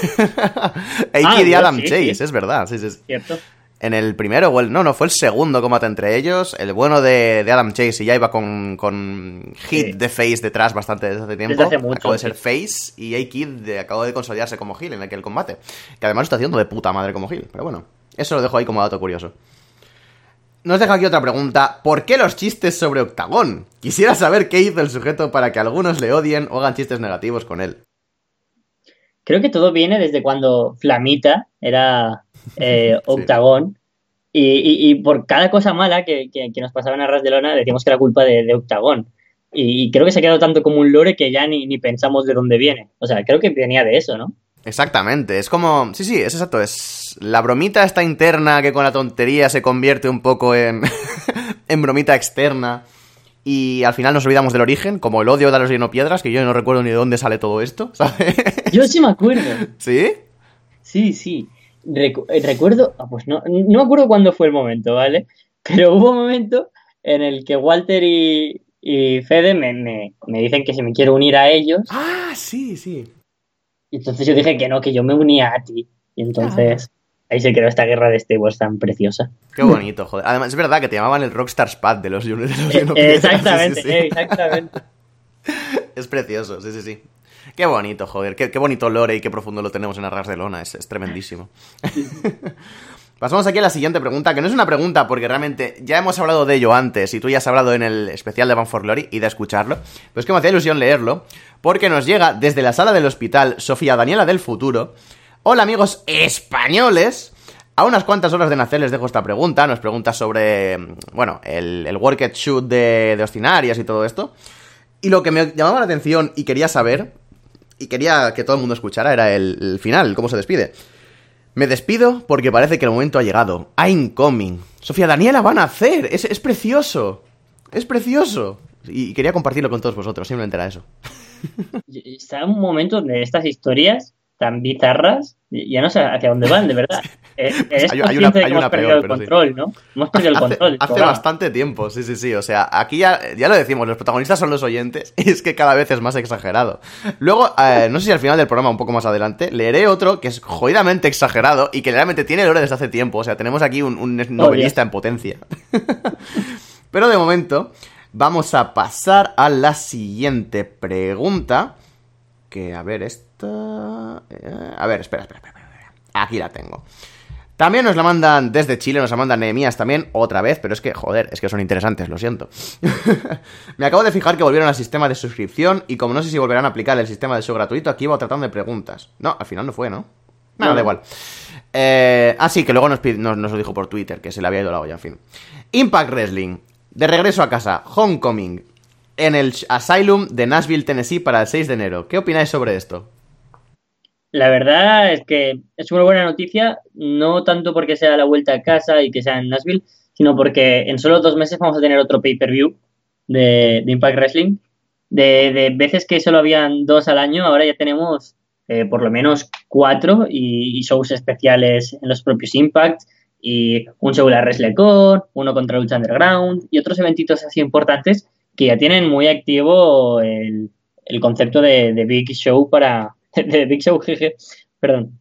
Eiki ah, y Adam sí, Chase, sí. Es verdad, sí, sí. Cierto. En el primero, o el, no, no, fue el segundo combate entre ellos. El bueno de, de Adam Chase y ya iba con, con Hit sí. de face detrás bastante desde hace tiempo. Desde hace mucho, acabó de sí. ser face y Eiki de, acabó de consolidarse como heel en aquel combate. Que además lo está haciendo de puta madre como heel. Pero bueno, eso lo dejo ahí como dato curioso. Nos deja aquí otra pregunta. ¿Por qué los chistes sobre Octagón? Quisiera saber qué hizo el sujeto para que algunos le odien o hagan chistes negativos con él. Creo que todo viene desde cuando Flamita era eh, Octagón. Sí. Y, y, y por cada cosa mala que, que, que nos pasaba en Arras de Lona decíamos que era culpa de, de Octagón. Y, y creo que se ha quedado tanto como un lore que ya ni, ni pensamos de dónde viene. O sea, creo que venía de eso, ¿no? Exactamente, es como... Sí, sí, es exacto, es la bromita esta interna que con la tontería se convierte un poco en, en bromita externa y al final nos olvidamos del origen, como el odio de los llenopiedras, que yo no recuerdo ni de dónde sale todo esto, ¿sabes? Yo sí me acuerdo. ¿Sí? Sí, sí. Recu- recuerdo... Ah, pues no, no me acuerdo cuándo fue el momento, ¿vale? Pero hubo un momento en el que Walter y, y Fede me, me, me dicen que si me quiero unir a ellos... Ah, sí, sí. Y entonces yo dije que no, que yo me unía a ti. Y entonces ah. ahí se quedó esta guerra de stables tan preciosa. Qué bonito, joder. Además, es verdad que te llamaban el Rockstar's Pad de los, de los eh, Exactamente, sí, sí, sí. exactamente. Es precioso, sí, sí, sí. Qué bonito, joder. Qué, qué bonito lore y qué profundo lo tenemos en Arras de Lona. Es, es tremendísimo. Pasamos aquí a la siguiente pregunta, que no es una pregunta porque realmente ya hemos hablado de ello antes y tú ya has hablado en el especial de Bound for Glory y de escucharlo, pero es que me hacía ilusión leerlo porque nos llega desde la sala del hospital Sofía Daniela del futuro. Hola amigos españoles, a unas cuantas horas de nacer les dejo esta pregunta, nos pregunta sobre, bueno, el, el work it shoot de, de Ostinarias y todo esto, y lo que me llamaba la atención y quería saber, y quería que todo el mundo escuchara, era el, el final, cómo se despide. Me despido porque parece que el momento ha llegado. I'm coming. Sofía Daniela va a nacer. Es, es precioso. Es precioso. Y quería compartirlo con todos vosotros. Simplemente era eso. Está en un momento de estas historias tan bizarras, ya no sé hacia dónde van, de verdad. Es hay, hay una, de que hay hemos una perdido peor, el control, sí. ¿no? Hemos perdido el hace, control. Hace programa. bastante tiempo, sí, sí, sí. O sea, aquí ya, ya lo decimos, los protagonistas son los oyentes y es que cada vez es más exagerado. Luego, eh, no sé si al final del programa, un poco más adelante, leeré otro que es jodidamente exagerado y que realmente tiene lore desde hace tiempo. O sea, tenemos aquí un, un novelista oh, en potencia. Pero de momento, vamos a pasar a la siguiente pregunta. Que, a ver, esta... A ver, espera, espera, espera. Aquí la tengo. También nos la mandan desde Chile, nos la mandan Nehemías también, otra vez, pero es que, joder, es que son interesantes, lo siento. Me acabo de fijar que volvieron al sistema de suscripción y como no sé si volverán a aplicar el sistema de show gratuito, aquí iba tratando de preguntas. No, al final no fue, ¿no? No, no da igual. Eh, ah, sí, que luego nos, nos, nos lo dijo por Twitter, que se le había ido la olla, en fin. Impact Wrestling, de regreso a casa, Homecoming, en el Asylum de Nashville, Tennessee, para el seis de enero. ¿Qué opináis sobre esto? La verdad es que es una buena noticia, no tanto porque sea la vuelta a casa y que sea en Nashville, sino porque en solo dos meses vamos a tener otro pay-per-view de, de Impact Wrestling. De, de veces que solo habían dos al año, ahora ya tenemos eh, por lo menos cuatro y, y shows especiales en los propios Impact y un show de la WrestleCon, uno contra Lucha Underground y otros eventitos así importantes que ya tienen muy activo el, el concepto de, de Big Show para... De Big Show, jeje, perdón.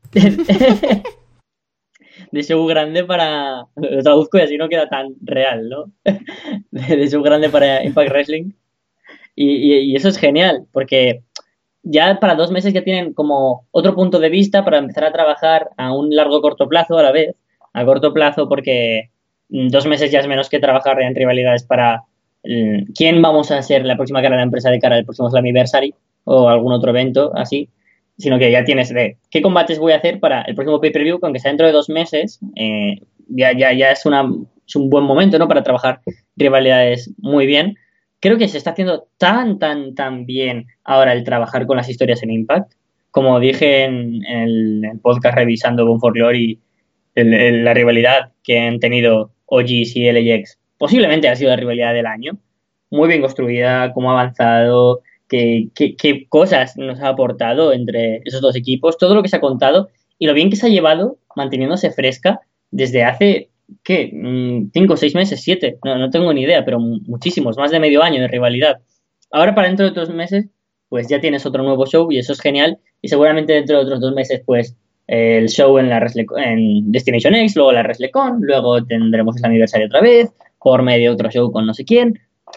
De show grande para... Lo traduzco y así no queda tan real, ¿no? De show grande para Impact Wrestling. Y, y, y eso es genial, porque ya para dos meses ya tienen como otro punto de vista para empezar a trabajar a un largo corto plazo a la vez. A corto plazo porque dos meses ya es menos que trabajar en rivalidades para... ¿Quién vamos a ser la próxima cara de la empresa de cara al próximo Slammiversary o algún otro evento así? Sino que ya tienes de qué combates voy a hacer para el próximo pay-per-view, que aunque sea dentro de dos meses, eh, ya, ya, ya es, una, es un buen momento, ¿no? Para trabajar rivalidades muy bien. Creo que se está haciendo tan, tan, tan bien ahora el trabajar con las historias en Impact. Como dije en, en el, el podcast revisando Bound for Glory, el, el, la rivalidad que han tenido O Gs y L A X posiblemente ha sido la rivalidad del año. Muy bien construida, cómo ha avanzado, qué, qué, qué cosas nos ha aportado entre esos dos equipos, todo lo que se ha contado y lo bien que se ha llevado manteniéndose fresca desde hace, ¿qué? Cinco, seis meses, siete, no, no tengo ni idea, pero muchísimos, más de medio año de rivalidad. Ahora para dentro de dos meses, pues ya tienes otro nuevo show y eso es genial y seguramente dentro de otros dos meses, pues el show en la Resle- en Destination X, luego la WrestleCon, luego tendremos el aniversario otra vez, por medio de otro show con no sé quién.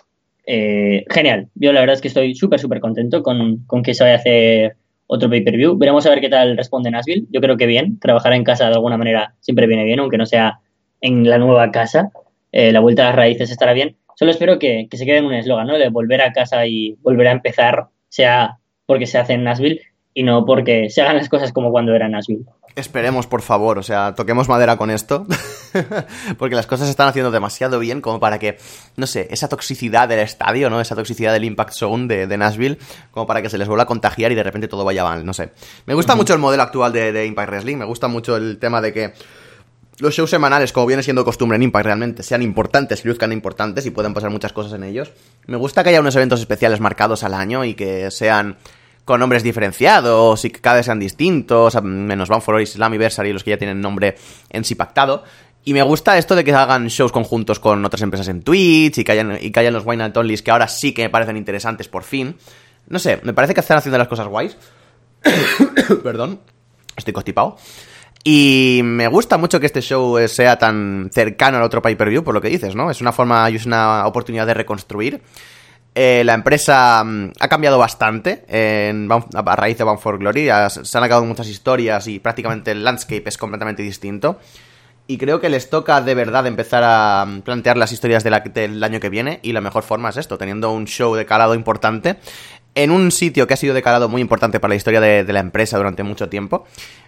Eh, genial, yo la verdad es que estoy súper súper contento con, con que se vaya a hacer otro pay-per-view. Veremos a ver qué tal responde Nashville. Yo creo que bien, trabajar en casa de alguna manera siempre viene bien, aunque no sea en la nueva casa. Eh, la vuelta a las raíces estará bien. Solo espero que, que se quede en un eslogan, ¿no? De volver a casa y volver a empezar, sea porque se hace en Nashville y no porque se hagan las cosas como cuando era Nashville. Esperemos, por favor, o sea, toquemos madera con esto, porque las cosas se están haciendo demasiado bien como para que, no sé, esa toxicidad del estadio, ¿no? Esa toxicidad del Impact Zone de, de Nashville, como para que se les vuelva a contagiar y de repente todo vaya mal, no sé. Me gusta uh-huh. mucho el modelo actual de, de Impact Wrestling, me gusta mucho el tema de que los shows semanales, como viene siendo costumbre en Impact, realmente sean importantes, y luzcan importantes y pueden pasar muchas cosas en ellos. Me gusta que haya unos eventos especiales marcados al año y que sean con nombres diferenciados y que cada vez sean distintos, menos Bound for Glory, Slammiversary, los que ya tienen nombre en sí pactado. Y me gusta esto de que hagan shows conjuntos con otras empresas en Twitch y que hayan, y que hayan los Wine and Onlys, que ahora sí que me parecen interesantes por fin. No sé, me parece que están haciendo las cosas guays. Perdón, estoy constipado. Y me gusta mucho que este show sea tan cercano al otro pay-per-view, por lo que dices, ¿no? Es una forma y es una oportunidad de reconstruir. Eh, la empresa um, ha cambiado bastante en, a raíz de Bound for Glory. Se han acabado muchas historias y prácticamente el landscape es completamente distinto. Y creo que les toca de verdad empezar a plantear las historias de la, del año que viene. Y la mejor forma es esto, teniendo un show de calado importante en un sitio que ha sido de calado muy importante para la historia de, de la empresa durante mucho tiempo.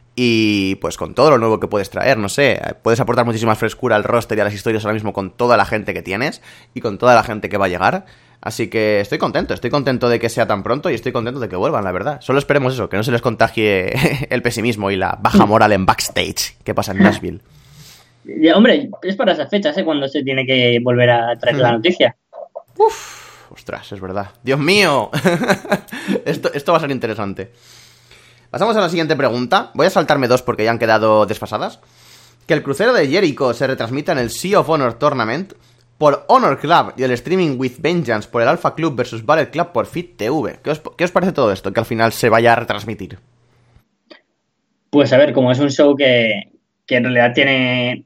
Y pues con todo lo nuevo que puedes traer, no sé, puedes aportar muchísima frescura al roster y a las historias ahora mismo con toda la gente que tienes y con toda la gente que va a llegar. Así que estoy contento, estoy contento de que sea tan pronto y estoy contento de que vuelvan, la verdad. Solo esperemos eso, que no se les contagie el pesimismo y la baja moral en backstage que pasa en Nashville. Ya, hombre, es para esas fechas, ¿eh? Cuando se tiene que volver a traer la noticia. Uf, ostras, es verdad. ¡Dios mío! esto, esto va a ser interesante. Pasamos a la siguiente pregunta. Voy a saltarme dos porque ya han quedado desfasadas. Que el crucero de Jericho se retransmita en el Sea of Honor Tournament por Honor Club y el Streaming with Vengeance por el Alpha Club versus Ballet Club por Fit T V. ¿Qué os, ¿Qué os parece todo esto? Que al final se vaya a retransmitir. Pues a ver, como es un show que, que en realidad tiene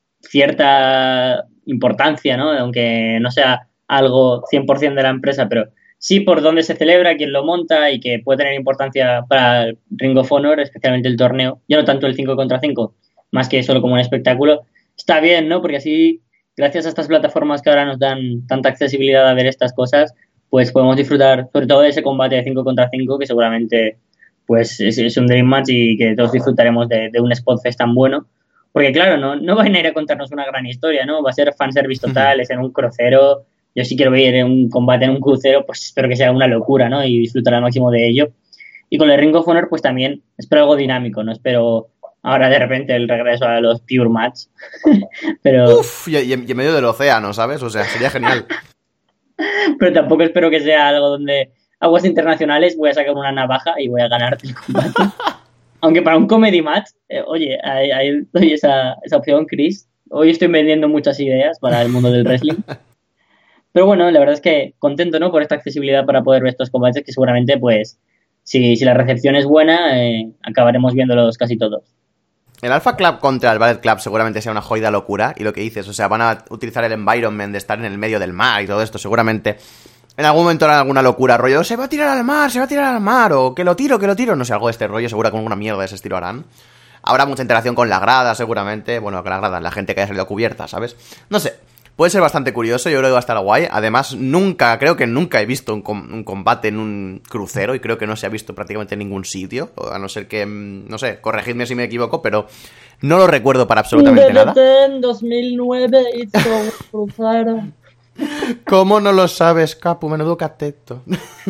cierta importancia, ¿no? Aunque no sea algo cien por ciento de la empresa, pero sí por dónde se celebra, quién lo monta y que puede tener importancia para el Ring of Honor, especialmente el torneo. Ya no tanto el cinco contra cinco, más que solo como un espectáculo. Está bien, ¿no? Porque así, gracias a estas plataformas que ahora nos dan tanta accesibilidad a ver estas cosas, pues podemos disfrutar sobre todo de ese combate de cinco contra cinco que seguramente pues es, es un dream match y que todos disfrutaremos de, de un spot fest tan bueno. Porque claro, no, no van a ir a contarnos una gran historia, ¿no? Va a ser fanservice total, es en un crucero. Yo sí quiero ver un combate en un crucero, pues espero que sea una locura, ¿no? Y disfrutar al máximo de ello. Y con el Ring of Honor, pues también espero algo dinámico, no espero ahora de repente el regreso a los Pure Match. Pero... Uf, y, y en medio del océano, ¿sabes? O sea, sería genial. Pero tampoco espero que sea algo donde aguas internacionales voy a sacar una navaja y voy a ganarte el combate. Aunque para un comedy match, eh, oye, ahí, ahí doy esa, esa opción, Chris. Hoy estoy vendiendo muchas ideas para el mundo del wrestling. Pero bueno, la verdad es que contento, ¿no? Por esta accesibilidad para poder ver estos combates que seguramente, pues, si, si la recepción es buena, eh, acabaremos viéndolos casi todos. El Alpha Club contra el Ballet Club seguramente sea una joyida locura. Y lo que dices, o sea, van a utilizar el environment de estar en el medio del mar y todo esto. Seguramente en algún momento harán alguna locura, rollo, se va a tirar al mar, se va a tirar al mar, o que lo tiro, que lo tiro. No sé, algo de este rollo, seguro que alguna mierda de ese estilo harán. Habrá mucha interacción con la grada, seguramente. Bueno, con la grada, la gente que haya salido cubierta, ¿sabes? No sé. Puede ser bastante curioso, yo creo que va a estar guay. Además, nunca, creo que nunca he visto un, com- un combate en un crucero y creo que no se ha visto prácticamente en ningún sitio. A no ser que, no sé, corregidme si me equivoco, pero no lo recuerdo para absolutamente nada. En dos mil nueve hizo un crucero. ¿Cómo no lo sabes, Capu? Menudo cateto.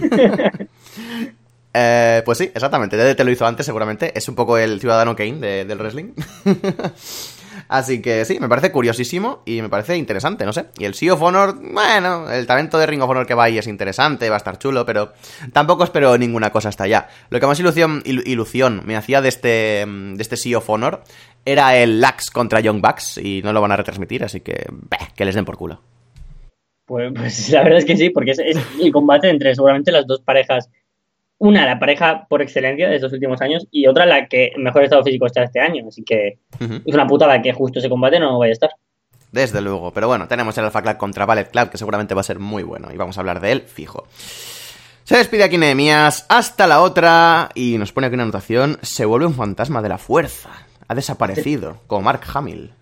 eh, pues sí, exactamente. D D T lo hizo antes, seguramente. Es un poco el Ciudadano Kane de, del wrestling. Así que sí, me parece curiosísimo y me parece interesante, no sé. Y el Sea of Honor, bueno, el talento de Ring of Honor que va ahí es interesante, va a estar chulo, pero tampoco espero ninguna cosa hasta allá. Lo que más ilusión, il- ilusión me hacía de este, de este Sea of Honor era el Lux contra Young Bucks y no lo van a retransmitir, así que, bah, que les den por culo. Pues, pues la verdad es que sí, porque es, es el combate entre seguramente las dos parejas. Una, la pareja por excelencia de estos últimos años, y otra, la que mejor estado físico está este año. Así que Uh-huh. es una putada que justo ese combate no vaya a estar. Desde luego, pero bueno, tenemos el Alpha Club contra Ballet Club, que seguramente va a ser muy bueno, y vamos a hablar de él, fijo. Se despide aquí Nehemías, hasta la otra, y nos pone aquí una anotación, se vuelve un fantasma de la fuerza, ha desaparecido, como Mark Hamill.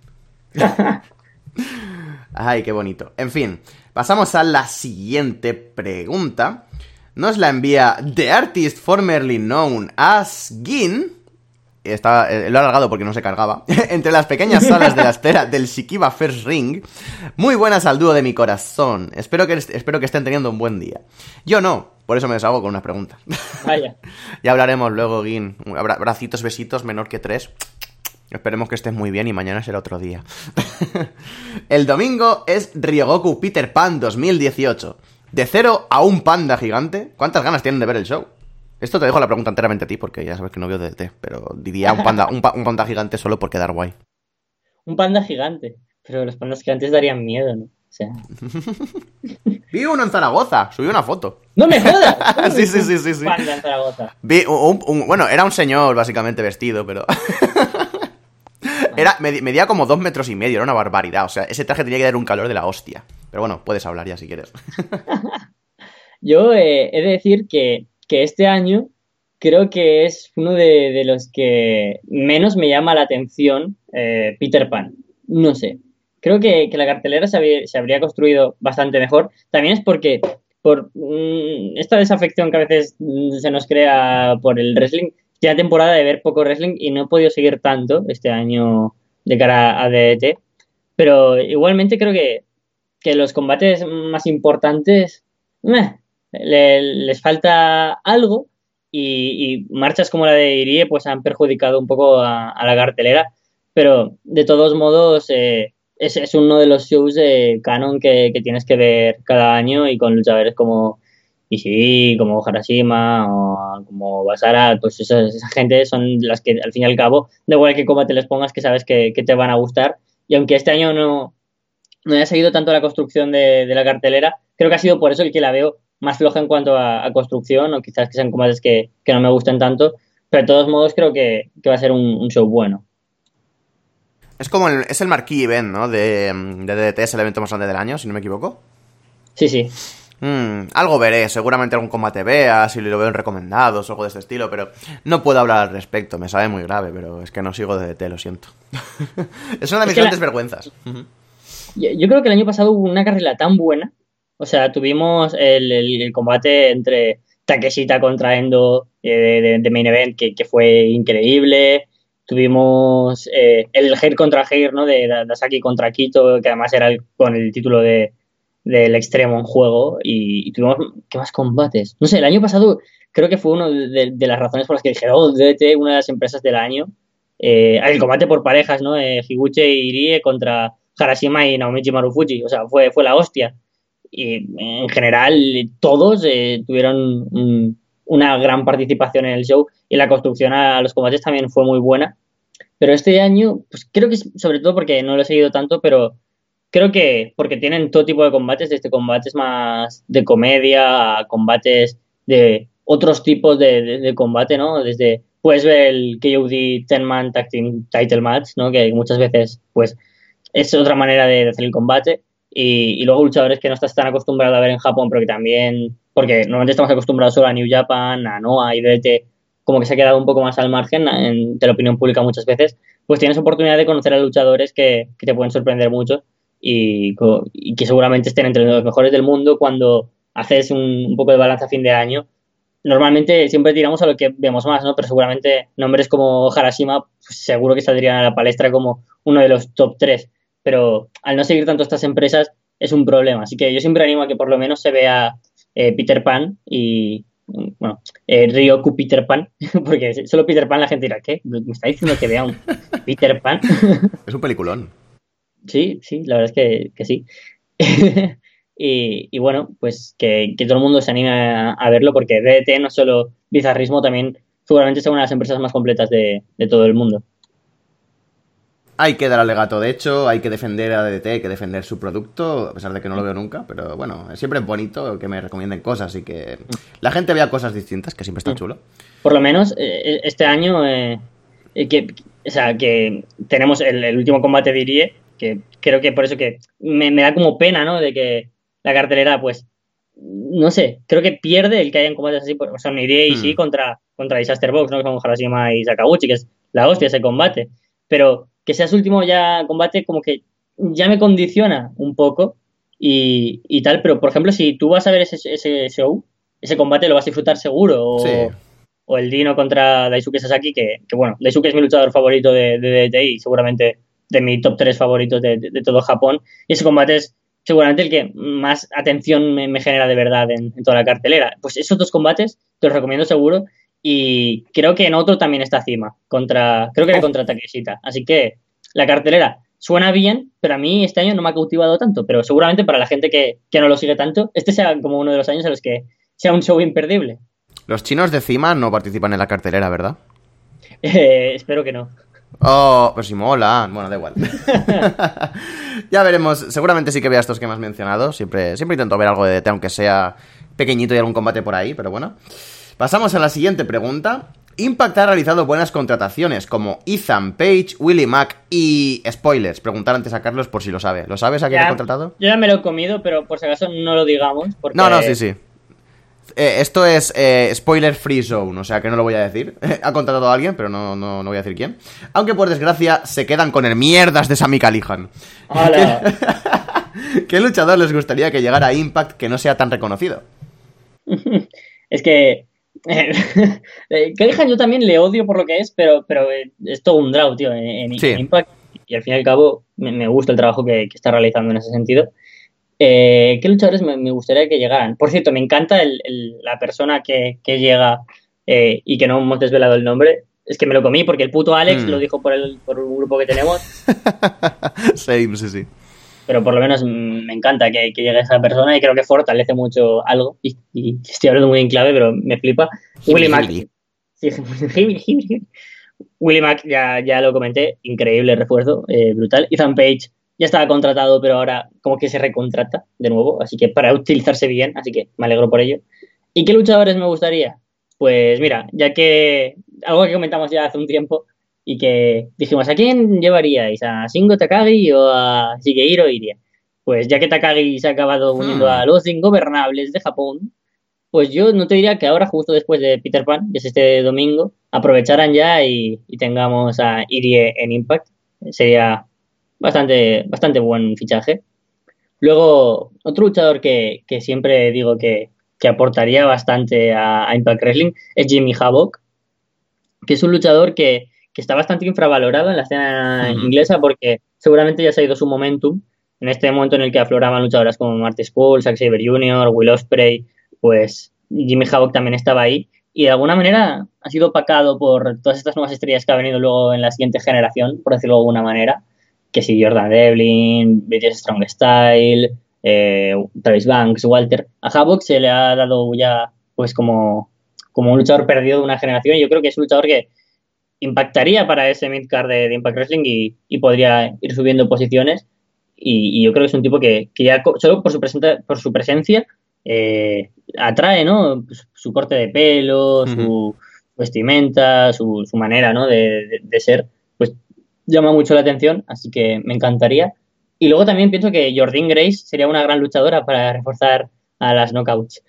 Ay, qué bonito. En fin, pasamos a la siguiente pregunta. Nos la envía The Artist Formerly Known as Gin. Está, eh, lo he alargado porque no se cargaba. Entre las pequeñas salas de la espera del Shikiba First Ring. Muy buenas al dúo de mi corazón. Espero que, espero que estén teniendo un buen día. Yo no, por eso me deshago con unas preguntas. Vaya. Ya hablaremos luego, Gin. Abra- Bracitos, besitos, menor que tres. Esperemos que estés muy bien y mañana será otro día. El domingo es Ryogoku Peter Pan dos mil dieciocho. De cero a un panda gigante. ¿Cuántas ganas tienen de ver el show? Esto te dejo la pregunta enteramente a ti porque ya sabes que no veo D D T. Pero diría un panda, un, pa- un panda gigante solo por quedar guay. Un panda gigante. Pero los pandas gigantes darían miedo, ¿no? O sea. Vi uno en Zaragoza, subí una foto. ¡No me jodas! Sí, sí, sí, sí, sí. Un panda en Zaragoza. Vi un, un- bueno, era un señor básicamente vestido, pero... Era, medi- medía como dos metros y medio, era una barbaridad. O sea, ese traje tenía que dar un calor de la hostia. Pero bueno, puedes hablar ya si quieres. Yo eh, he de decir que, que este año creo que es uno de, de los que menos me llama la atención eh, Peter Pan. No sé. Creo que, que la cartelera se, había- se habría construido bastante mejor. También es porque por mm, esta desafección que a veces mm, se nos crea por el wrestling, ya temporada de ver poco wrestling y no he podido seguir tanto este año de cara a D D T. Pero igualmente creo que, que los combates más importantes meh, le- les falta algo y, y marchas como la de Irie pues han perjudicado un poco a, a la cartelera, pero de todos modos eh, es, es uno de los shows de canon que, que tienes que ver cada año y con luchadores como Ishii, como Harashima o como Basara, pues esa, esa gente son las que al fin y al cabo, da igual qué combate les pongas que sabes que, que te van a gustar y aunque este año no no haya seguido tanto la construcción de, de la cartelera, creo que ha sido por eso el que la veo más floja en cuanto a, a construcción, o quizás que sean combates que, que no me gusten tanto, pero de todos modos creo que, que va a ser un, un show bueno. Es como el, es el marquee event, ¿no? De, de D D T, es el evento más grande del año, si no me equivoco. Sí, sí. Mm, algo veré, seguramente algún combate vea, si lo veo en recomendados o algo de este estilo, pero no puedo hablar al respecto, me sabe muy grave, pero es que no sigo D D T, lo siento. Es una de mis Es que grandes la- vergüenzas. Yo, yo creo que el año pasado hubo una carrera tan buena, o sea, tuvimos el, el- el combate entre Takeshita contra Endo eh, de, de- de Main Event, que, que fue increíble. Tuvimos eh, el Hair contra Hair, ¿no? De Da- Dasaki contra Kito, que además era el- con el título de, del extremo en juego. Y, y tuvimos, ¿qué más combates? No sé, el año pasado creo que fue una de, de- de las razones por las que dije, oh, D D T, una de las empresas del año. Eh, el combate por parejas, ¿no? Eh, Higuchi y Irie contra Harashima y Naomichi Marufuji. O sea, fue, fue la hostia. Y en general, todos eh, tuvieron un- una gran participación en el show y la construcción a los combates también fue muy buena. Pero este año, pues creo que es sobre todo porque no lo he seguido tanto, pero creo que porque tienen todo tipo de combates, desde combates más de comedia a combates de otros tipos de, de, de combate, ¿no? Desde, puedes ver el K O D ten man Tag Team Title Match, ¿no? Que muchas veces, pues, es otra manera de, de hacer el combate. Y, y luego luchadores que no estás tan acostumbrado a ver en Japón, pero que también, porque normalmente estamos acostumbrados solo a New Japan, a Noah y D D T, como que se ha quedado un poco más al margen en, de la opinión pública muchas veces, pues tienes oportunidad de conocer a luchadores que, que te pueden sorprender mucho y, co- y que seguramente estén entre los mejores del mundo cuando haces un, un poco de balance a fin de año. Normalmente siempre tiramos a lo que vemos más, ¿no? Pero seguramente nombres como Harashima pues seguro que saldrían a la palestra como uno de los top tres. Pero al no seguir tanto estas empresas es un problema. Así que yo siempre animo a que por lo menos se vea eh, Peter Pan y, bueno, eh, Ryoku Peter Pan, porque solo Peter Pan la gente dirá, ¿qué? ¿Me está diciendo que vea un Peter Pan? Es un peliculón. Sí, sí, la verdad es que, que sí. y, y bueno, pues que, que todo el mundo se anime a, a verlo, porque D D T no solo bizarrismo, también seguramente es una de las empresas más completas de, de todo el mundo. Hay que dar alegato, de hecho, hay que defender a D D T, hay que defender su producto, a pesar de que no lo veo nunca, pero bueno, siempre es bonito que me recomienden cosas y que la gente vea cosas distintas, que siempre está chulo. Por lo menos eh, este año, eh, que, o sea, que tenemos el, el último combate de Irie, que creo que por eso que me, me da como pena, ¿no? De que la cartelera, pues, no sé, creo que pierde el que hayan combates así, o sea, un Irie y sí Hmm. contra, contra Disaster Box, ¿no? Que son Harashima y Sakaguchi, que es la hostia ese combate, pero que sea su último ya combate como que ya me condiciona un poco y, y tal, pero por ejemplo, si tú vas a ver ese, ese show, ese combate lo vas a disfrutar seguro, o, Sí. o el Dino contra Daisuke Sasaki, que, que bueno, Daisuke es mi luchador favorito de, de D D T y seguramente de mi top tres favoritos de, de, de todo Japón, y ese combate es seguramente el que más atención me, me genera de verdad en, en toda la cartelera. Pues esos dos combates te los recomiendo seguro. Y creo que en otro también está Cima, contra, creo que era contra Takeshita. Así que la cartelera suena bien, pero a mí este año no me ha cautivado tanto. Pero seguramente para la gente que, que no lo sigue tanto, este sea como uno de los años en los que sea un show imperdible. Los chinos de Cima no participan en la cartelera, ¿verdad? Eh, espero que no. Oh, pues si mola. Bueno, da igual. Ya veremos. Seguramente sí que vea estos que me has mencionado. Siempre, siempre intento ver algo de D D T, aunque sea pequeñito y algún combate por ahí, pero bueno. Pasamos a la siguiente pregunta. Impact ha realizado buenas contrataciones como Ethan Page, Willie Mack y... Spoilers, preguntar antes a Carlos por si lo sabe. ¿Lo sabes a quién Ya, ha contratado? yo ya me lo he comido, pero por si acaso no lo digamos. Porque... No, no, sí, sí. Eh, esto es eh, spoiler free zone, o sea que no lo voy a decir. Ha contratado a alguien, pero no, no, no voy a decir quién. Aunque por desgracia se quedan con el mierdas de Sami Callihan. ¿Qué, ¿Qué luchador les gustaría que llegara a Impact que no sea tan reconocido? Es que eh, Callihan yo también le odio por lo que es, pero, pero es todo un draw, tío, en, en, Sí. en Impact. Y al fin y al cabo me, me gusta el trabajo que, que está realizando en ese sentido. Eh, ¿Qué luchadores me, me gustaría que llegaran? Por cierto, me encanta el, el, la persona que, que llega eh, y que no hemos desvelado el nombre. Es que me lo comí porque el puto Alex hmm. lo dijo por, el, por un grupo que tenemos. Same, sí, sí. Pero por lo menos me encanta que, que llegue esa persona y creo que fortalece mucho algo. Y, y estoy hablando muy en clave, pero me flipa. Willie Mack. Sí, Willie Mack, ya, ya lo comenté, increíble refuerzo, eh, brutal. Ethan Page ya estaba contratado, pero ahora como que se recontrata de nuevo, así que para utilizarse bien, así que me alegro por ello. ¿Y qué luchadores me gustaría? Pues mira, ya que algo que comentamos ya hace un tiempo y que dijimos, ¿a quién llevaríais? ¿A Shingo Takagi o a Shigehiro Irie? Pues ya que Takagi se ha acabado uniendo hmm. a los ingobernables de Japón, pues yo no te diría que ahora, justo después de Peter Pan, que es este domingo, aprovecharan ya y, y tengamos a Irie en Impact. Sería bastante, bastante buen fichaje. Luego, otro luchador que, que siempre digo que, que aportaría bastante a, a Impact Wrestling es Jimmy Havoc, que es un luchador que, que está bastante infravalorado en la escena uh-huh. inglesa porque seguramente ya se ha ido su momentum en este momento en el que afloraban luchadoras como Marty Scurll, Zack Sabre junior, Will Ospreay, pues Jimmy Havoc también estaba ahí y de alguna manera ha sido opacado por todas estas nuevas estrellas que ha venido luego en la siguiente generación, por decirlo de alguna manera, que si Jordan Devlin, B J Strong Style, eh, Travis Banks, Walter. A Havoc se le ha dado ya pues como, como un luchador perdido de una generación y yo creo que es un luchador que impactaría para ese midcard de, de Impact Wrestling y, y podría ir subiendo posiciones y, y yo creo que es un tipo que, que ya solo por su, presenta, por su presencia eh, atrae, ¿no? Pues su corte de pelo, uh-huh. su vestimenta, su, su manera, ¿no? de, de, de ser, pues llama mucho la atención, así que me encantaría. Y luego también pienso que Jordynne Grace sería una gran luchadora para reforzar a las knockouts.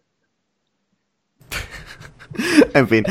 En fin.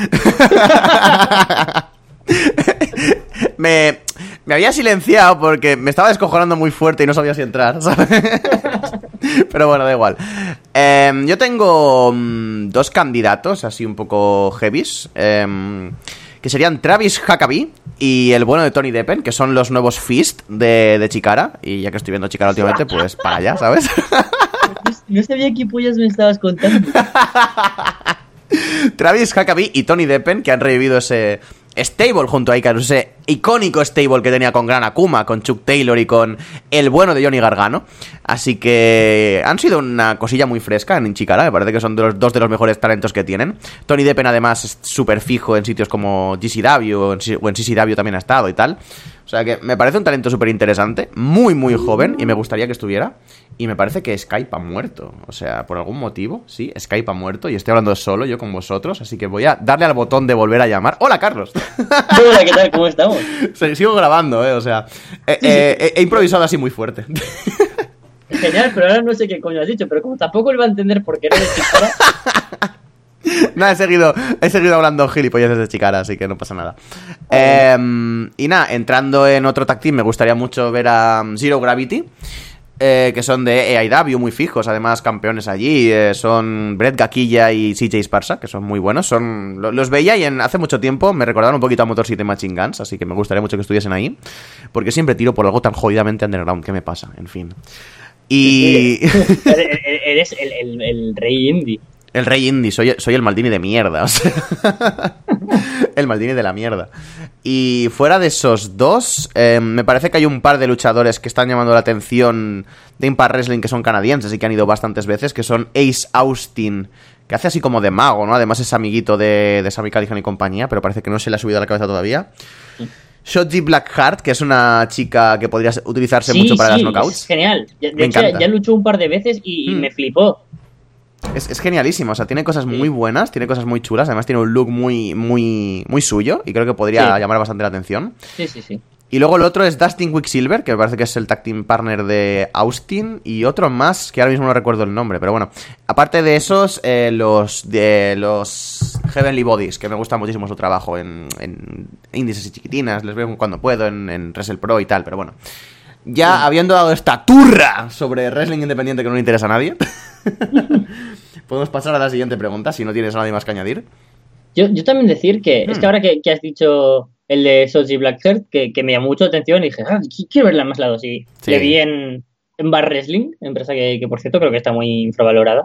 me, me había silenciado porque me estaba descojonando muy fuerte y no sabía si entrar, ¿sabes? Pero bueno, da igual. Eh, yo tengo um, dos candidatos así un poco heavies. Eh, que serían Travis Huckabee y el bueno de Tony Deppen, que son los nuevos Fist de, de Chikara. Y ya que estoy viendo Chikara últimamente, pues para allá, ¿sabes? No sabía qué pollas me estabas contando. Travis Huckabee y Tony Deppen, que han revivido ese stable junto a Icarus, ese icónico stable que tenía con Gran Akuma, con Chuck Taylor y con el bueno de Johnny Gargano. Así que han sido una cosilla muy fresca en Chikara, me parece que son de los, dos de los mejores talentos que tienen. Tony Deppen además es súper fijo en sitios como G C W o en, o en C C W también ha estado y tal. O sea que me parece un talento súper interesante, muy muy joven, y me gustaría que estuviera. Y me parece que Skype ha muerto. O sea, por algún motivo, sí, Skype ha muerto y estoy hablando solo yo con vosotros. Así que voy a darle al botón de volver a llamar. ¡Hola, Carlos! Hola, ¿qué tal? ¿Cómo estamos? Sí, sigo grabando, ¿eh? O sea, eh, eh, he improvisado así muy fuerte. Genial, pero ahora no sé qué coño has dicho. Pero como tampoco lo va a entender porque eres de Chikara... Nada, he seguido, he seguido hablando gilipollas de Chikara, así que no pasa nada. Oh. Eh, y nada, entrando en otro tag team, me gustaría mucho ver a Zero Gravity, eh, que son de E I W, muy fijos, además campeones allí. Eh, son Brett Gaquilla y C J Esparza, que son muy buenos. Son Los veía y en, hace mucho tiempo me recordaron un poquito a Motor City Machine Guns, así que me gustaría mucho que estuviesen ahí, porque siempre tiro por algo tan jodidamente underground. ¿Qué me pasa? En fin. Y... eres el, el, el rey indie. El rey indie, soy, soy el Maldini de mierda, o sea, el Maldini de la mierda. Y fuera de esos dos, eh, me parece que hay un par de luchadores que están llamando la atención de Impact Wrestling, que son canadienses y que han ido bastantes veces, que son Ace Austin, que hace así como de mago, ¿no? Además es amiguito de, de Sami Callihan y compañía, pero parece que no se le ha subido a la cabeza todavía. Shotzi Blackheart, que es una chica que podría utilizarse sí, mucho para sí, las knockouts. Es genial, de me hecho encanta. Ya luchó un par de veces y, y mm. me flipó. Es, es genialísimo, o sea, tiene cosas muy buenas, tiene cosas muy chulas, además tiene un look muy muy muy suyo y creo que podría sí. llamar bastante la atención. Sí, sí, sí. Y luego el otro es Dustin Quicksilver, que me parece que es el tag team partner de Austin, y otro más, que ahora mismo no recuerdo el nombre, pero bueno. Aparte de esos, eh, los de los Heavenly Bodies, que me gusta muchísimo su trabajo en, en índices y chiquitinas, les veo cuando puedo en, en Wrestle Pro y tal, pero bueno. Ya sí. Habiendo dado esta turra sobre wrestling independiente que no le interesa a nadie, podemos pasar a la siguiente pregunta, si no tienes nada más que añadir. Yo, yo también decir que, hmm. es que ahora que, que has dicho el de Shotzi Blackheart, que, que me llamó mucho la atención y dije, ah, quiero verla en más lados. Y sí. Le vi en, en Bar Wrestling, empresa que, que, por cierto, creo que está muy infravalorada.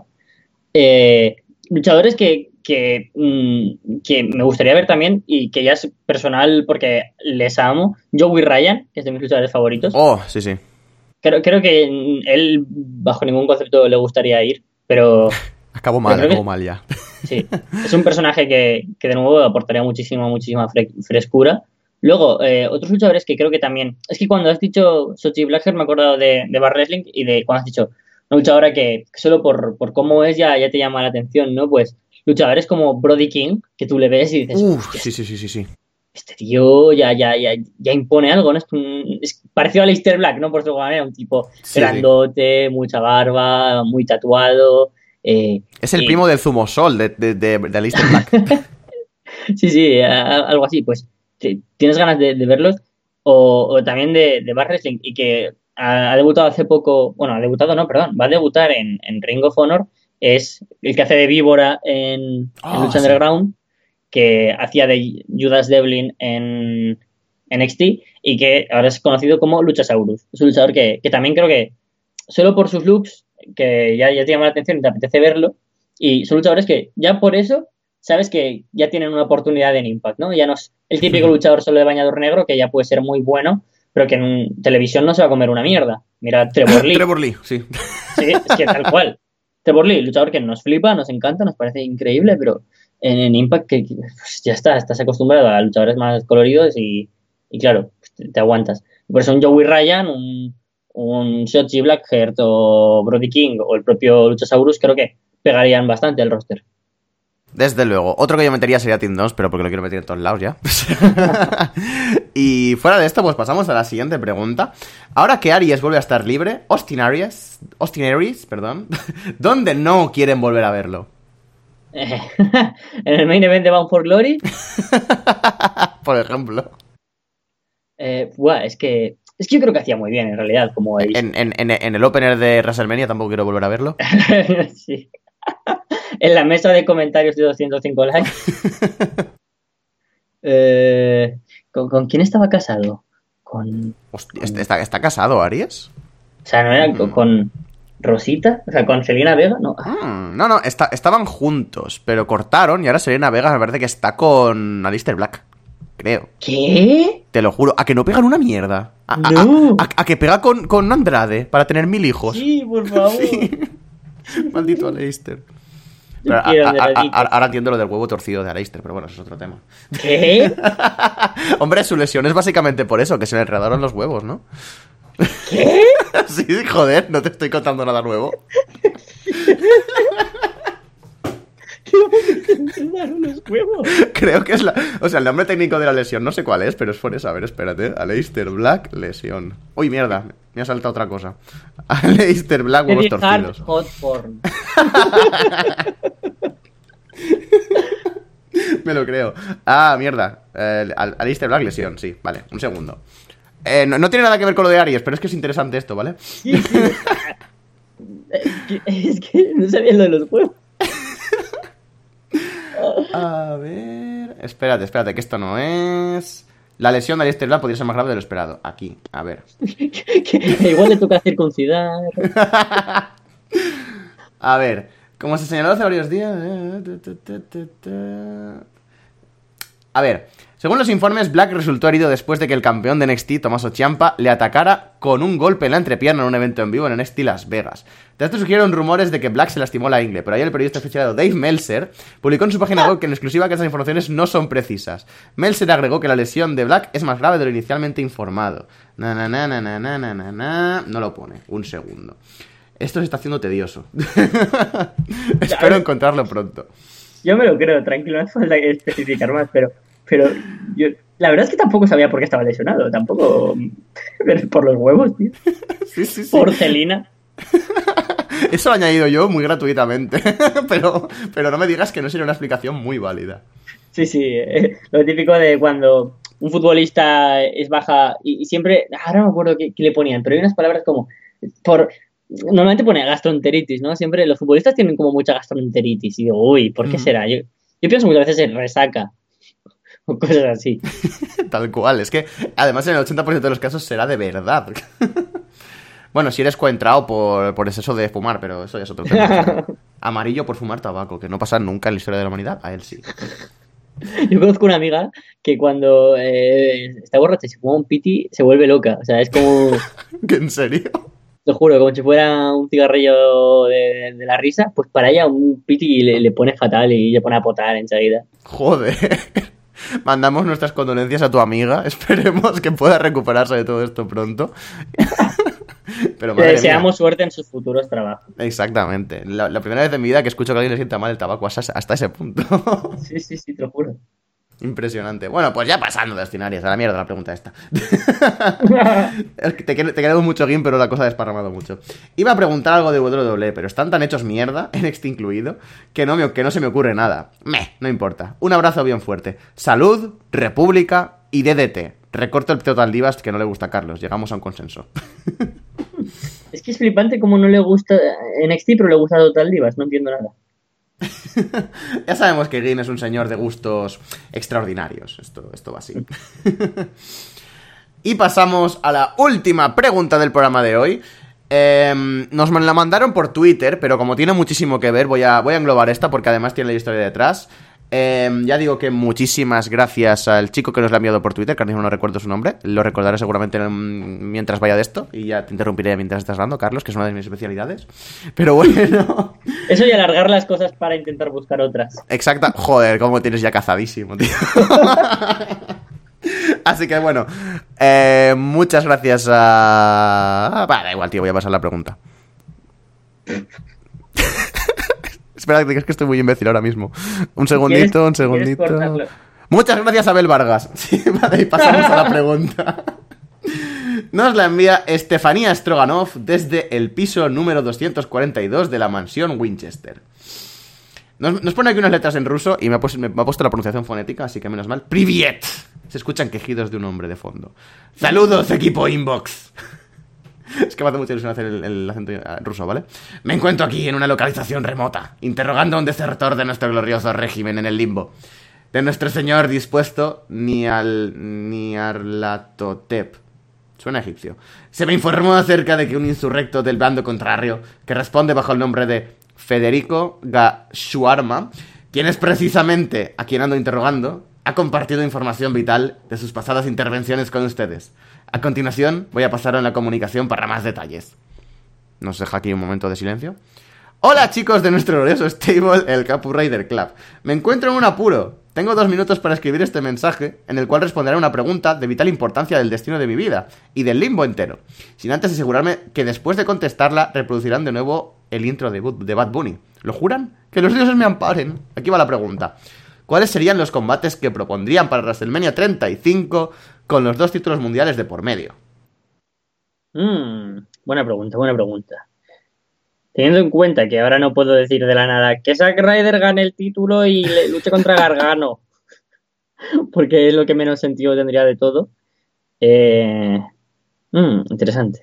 Eh, luchadores que, que, mmm, que me gustaría ver también y que ya es personal porque les amo. Joey Ryan, que es de mis luchadores favoritos. Oh, sí, sí. Creo, creo que él, bajo ningún concepto, le gustaría ir, pero... Acabó mal, acabó que, mal ya. Sí, es un personaje que, que de nuevo aportaría muchísima, muchísima fre- frescura. Luego, eh, otros luchadores que creo que también... Es que cuando has dicho Shotzi Blackheart me he acordado de, de Bar Wrestling y de cuando has dicho una luchadora que, que solo por, por cómo es ya, ya te llama la atención, ¿no? Pues luchadores como Brody King, que tú le ves y dices... Uf, sí, sí, sí, sí, sí. Este tío ya, ya, ya, ya impone algo, ¿no? Es, un, es parecido a Aleister Black, ¿no? Por su manera, un tipo sí, grandote, sí. Mucha barba, muy tatuado... Eh, es el y... primo del Zumosol de, de, de, de Aleister Black. Sí, sí, a, algo así. Pues te, tienes ganas de, de verlos. O, o también de, de Bar Wrestling. Y que ha, ha debutado hace poco. Bueno, ha debutado, no, perdón. Va a debutar en, en Ring of Honor. Es el que hace de Víbora en, oh, en Lucha sí. Underground. Que hacía de Judas Devlin en, en N X T. Y que ahora es conocido como Luchasaurus. Es un luchador que, que también creo que, solo por sus looks, que ya, ya te llama la atención y te apetece verlo, y son luchadores que ya por eso sabes que ya tienen una oportunidad en Impact, ¿no? Ya no es el típico luchador solo de bañador negro que ya puede ser muy bueno, pero que en televisión no se va a comer una mierda. Mira, Trevor Lee. Trevor Lee, sí. Sí, es que tal cual. Trevor Lee, luchador que nos flipa, nos encanta, nos parece increíble, pero en, en Impact que, que pues ya está, estás acostumbrado a luchadores más coloridos y, y claro, pues te, te aguantas. Por eso un Joey Ryan, un un Shotzi Blackheart o Brody King o el propio Luchasaurus creo que pegarían bastante al roster. Desde luego. Otro que yo metería sería Team dos, pero porque lo quiero meter en todos lados ya. Y fuera de esto, pues pasamos a la siguiente pregunta. Ahora que Aries vuelve a estar libre, Austin Aries, Austin Aries, perdón, ¿dónde no quieren volver a verlo? Eh, en el main event de Bound for Glory. Por ejemplo. Eh, buah, es que Es que yo creo que hacía muy bien, en realidad, como he en, en, en, en el opener de WrestleMania tampoco quiero volver a verlo. Sí. En la mesa de comentarios de doscientos cinco likes. eh, ¿con, ¿Con quién estaba casado? Con... Hostia, ¿está, ¿Está casado Aries? O sea, no era mm. con... Rosita, o sea, con Selena Vega, no. Mm, no, no, está, estaban juntos, pero cortaron y ahora Selena Vega me parece que está con Aleister Black. Creo. ¿Qué? Te lo juro, a que no pegan una mierda. A, No. a, a, a que pega con, con Andrade para tener mil hijos. Sí, por favor. Sí. Maldito Aleister. Yo Pero a, quiero a, a, Andraditos. a- ahora entiendo lo del huevo torcido de Aleister, pero bueno, eso es otro tema. ¿Qué? Hombre, su lesión es básicamente por eso, que se le enredaron los huevos, ¿no? ¿Qué? Sí, joder, no te estoy contando nada nuevo. Unos huevos. Creo que es la... O sea, el nombre técnico de la lesión no sé cuál es, pero es por eso. A ver, espérate. Aleister Black, lesión. Uy, mierda, me ha saltado otra cosa. Aleister Black, huevos Heavy Hard torcidos. Hot Porn. Me lo creo. Ah, mierda. Eh, Al- Aleister Black, lesión, sí. Vale, un segundo. Eh, no, no tiene nada que ver con lo de Aries, pero es que es interesante esto, ¿vale? Sí, sí. Es que no sabía lo de los huevos. A ver... Espérate, espérate, que esto no es... La lesión de Aleister Black podría ser más grave de lo esperado. Aquí, a ver. Que igual le toca circuncidar. A ver, como se señaló hace varios días... A ver, según los informes, Black resultó herido después de que el campeón de N X T, Tommaso Ciampa, le atacara con un golpe en la entrepierna en un evento en vivo en N X T Las Vegas. De esto surgieron rumores de que Black se lastimó la ingle, pero ayer el periodista especializado Dave Meltzer publicó en su página web que en exclusiva que esas informaciones no son precisas. Meltzer agregó que la lesión de Black es más grave de lo inicialmente informado. Na, na, na, na, na, na, na, na, na. No lo pone, un segundo. Esto se está haciendo tedioso. Espero encontrarlo pronto. Yo me lo creo, tranquilo, no hace falta especificar más, pero, pero yo, la verdad es que tampoco sabía por qué estaba lesionado, tampoco por los huevos, tío. Sí, sí, sí. Porcelina. Eso lo he añadido yo muy gratuitamente, pero, pero no me digas que no sería una explicación muy válida. Sí, sí, eh, lo típico de cuando un futbolista es baja y, y siempre, ahora no me acuerdo qué, qué le ponían, pero hay unas palabras como, por normalmente pone gastroenteritis, ¿no? Siempre los futbolistas tienen como mucha gastroenteritis y digo, uy, ¿por qué Mm. será? Yo, yo pienso muchas veces en resaca o cosas así. Tal cual, es que además en el ochenta por ciento de los casos será de verdad. Bueno, si eres coentrao por, por exceso de fumar, pero eso ya es otro tema. Amarillo por fumar tabaco, que no pasa nunca en la historia de la humanidad, a él sí. Yo conozco una amiga que cuando eh, está borracha y se fuma un piti se vuelve loca, o sea, es como, ¿Que en serio? te juro, como si fuera un cigarrillo de, de la risa, pues para ella un piti le, le pone fatal y le pone a potar enseguida. Joder. Mandamos nuestras condolencias a tu amiga. Esperemos que pueda recuperarse de todo esto pronto. Pero Le madre deseamos mía. suerte en sus futuros trabajos. Exactamente. La, la primera vez en mi vida que escucho que a alguien le sienta mal el tabaco hasta, hasta ese punto. Sí, sí, sí, te lo juro. Impresionante. Bueno, pues ya pasando de escenarios, a la mierda la pregunta esta. Es que te, quer- te queremos mucho, Gim, pero la cosa ha desparramado mucho. Iba a preguntar algo de W W E, pero están tan hechos mierda, N X T incluido, que no, me, que no se me ocurre nada. Meh, no importa. Un abrazo bien fuerte. Salud, República y D D T. Recorto el Total Divas que no le gusta a Carlos. Llegamos a un consenso. Es que es flipante como no le gusta N X T, pero le gusta Total Divas, no entiendo nada. Ya sabemos que Gin es un señor de gustos extraordinarios. Esto, esto va así. Y pasamos a la última pregunta del programa de hoy. Eh, nos la mandaron por Twitter, pero como tiene muchísimo que ver, voy a, voy a englobar esta porque además tiene la historia detrás. Eh, ya digo que muchísimas gracias al chico que nos la ha enviado por Twitter, que ahora mismo no recuerdo su nombre. Lo recordaré seguramente en- mientras vaya de esto. Y ya te interrumpiré mientras estás hablando, Carlos, que es una de mis especialidades. Pero bueno... Eso y alargar las cosas para intentar buscar otras. Exacta. Joder, cómo tienes ya cazadísimo, tío. Así que bueno, eh, muchas gracias a... Va, da igual, tío, voy a pasar la pregunta. Espera, que es que estoy muy imbécil ahora mismo. Un segundito, un ¿Quieres- quieres segundito. cortarlo? Muchas gracias, Abel Vargas. Sí, vale, y pasamos a la pregunta. Nos la envía Estefanía Stroganov desde el piso número doscientos cuarenta y dos de la mansión Winchester. Nos, nos pone aquí unas letras en ruso y me ha, puesto, me, me ha puesto la pronunciación fonética, así que menos mal. ¡Priviet! Se escuchan quejidos de un hombre de fondo. ¡Saludos, equipo Inbox! Es que me hace mucha ilusión hacer el, el acento ruso, ¿vale? Me encuentro aquí en una localización remota, interrogando a un desertor de nuestro glorioso régimen en el limbo. De nuestro señor dispuesto ni al Nyarlathotep. Suena egipcio. Se me informó acerca de que un insurrecto del bando contrario, que responde bajo el nombre de Federico Gashuarma, quien es precisamente a quien ando interrogando, ha compartido información vital de sus pasadas intervenciones con ustedes. A continuación, voy a pasar en la comunicación para más detalles. Nos deja aquí un momento de silencio. Hola chicos de nuestro glorioso stable, el Capu Raider Club. Me encuentro en un apuro. Tengo dos minutos para escribir este mensaje, en el cual responderé a una pregunta de vital importancia del destino de mi vida y del limbo entero, sin antes asegurarme que después de contestarla reproducirán de nuevo el intro de, de Bad Bunny. ¿Lo juran? Que los dioses me amparen. Aquí va la pregunta. ¿Cuáles serían los combates que propondrían para WrestleMania treinta y cinco con los dos títulos mundiales de por medio? Mm, buena pregunta, buena pregunta. Teniendo en cuenta que ahora no puedo decir de la nada que Zack Ryder gane el título y le luche contra Gargano, porque es lo que menos sentido tendría de todo. Eh, mm, interesante.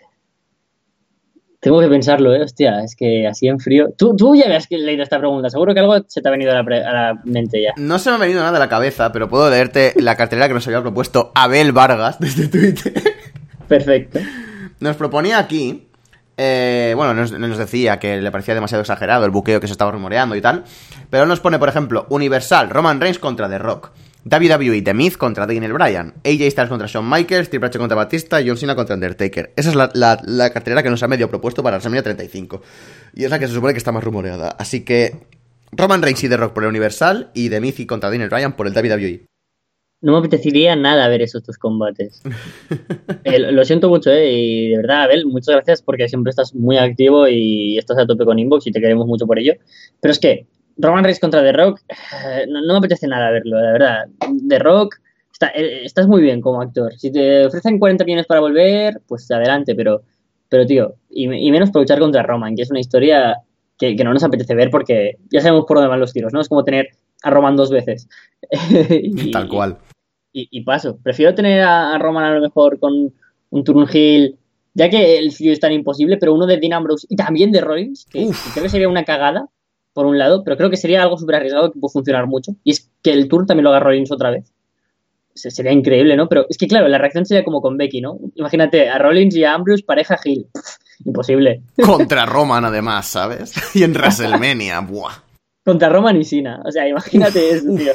Tengo que pensarlo, ¿eh? Hostia, es que así en frío... Tú, tú ya habías leído esta pregunta, seguro que algo se te ha venido a la, pre- a la mente ya. No se me ha venido nada a la cabeza, pero puedo leerte la cartelera que nos había propuesto Abel Vargas desde Twitter. Perfecto. Nos proponía aquí... Eh, bueno, nos, nos decía que le parecía demasiado exagerado el buqueo que se estaba rumoreando y tal, pero nos pone, por ejemplo, Universal, Roman Reigns contra The Rock, W W E, The Miz contra Daniel Bryan, A J Styles contra Shawn Michaels, Triple H contra Batista y John Cena contra Undertaker. Esa es la, la, la cartelera que nos ha medio propuesto para WrestleMania treinta y cinco, y es la que se supone que está más rumoreada. Así que Roman Reigns y The Rock por el Universal y The Miz contra Daniel Bryan por el W W E. No me apetecería nada ver esos dos combates. Eh, lo siento mucho, ¿eh? Y de verdad, Abel, muchas gracias porque siempre estás muy activo y estás a tope con Inbox y te queremos mucho por ello. Pero es que Roman Reigns contra The Rock, eh, no, no me apetece nada verlo, la verdad. The Rock, está, eh, estás muy bien como actor. Si te ofrecen cuarenta millones para volver, pues adelante, pero, pero tío, y, y menos para luchar contra Roman, que es una historia que, que no nos apetece ver porque ya sabemos por dónde van los tiros, ¿no? Es como tener a Roman dos veces. y, Tal cual. Y, y paso. Prefiero tener a, a Roman a lo mejor con un Turnhill, ya que el sitio es tan imposible, pero uno de Dean Ambrose y también de Rollins, que, que creo que sería una cagada, por un lado, pero creo que sería algo súper arriesgado que puede funcionar mucho. Y es que el Turn también lo haga Rollins otra vez. Se, sería increíble, ¿no? Pero es que, claro, la reacción sería como con Becky, ¿no? Imagínate, a Rollins y a Ambrose, pareja Hill. Imposible. Contra Roman, además, ¿sabes? Y en WrestleMania, buah. Contra Roman y Cena. O sea, imagínate eso, tío.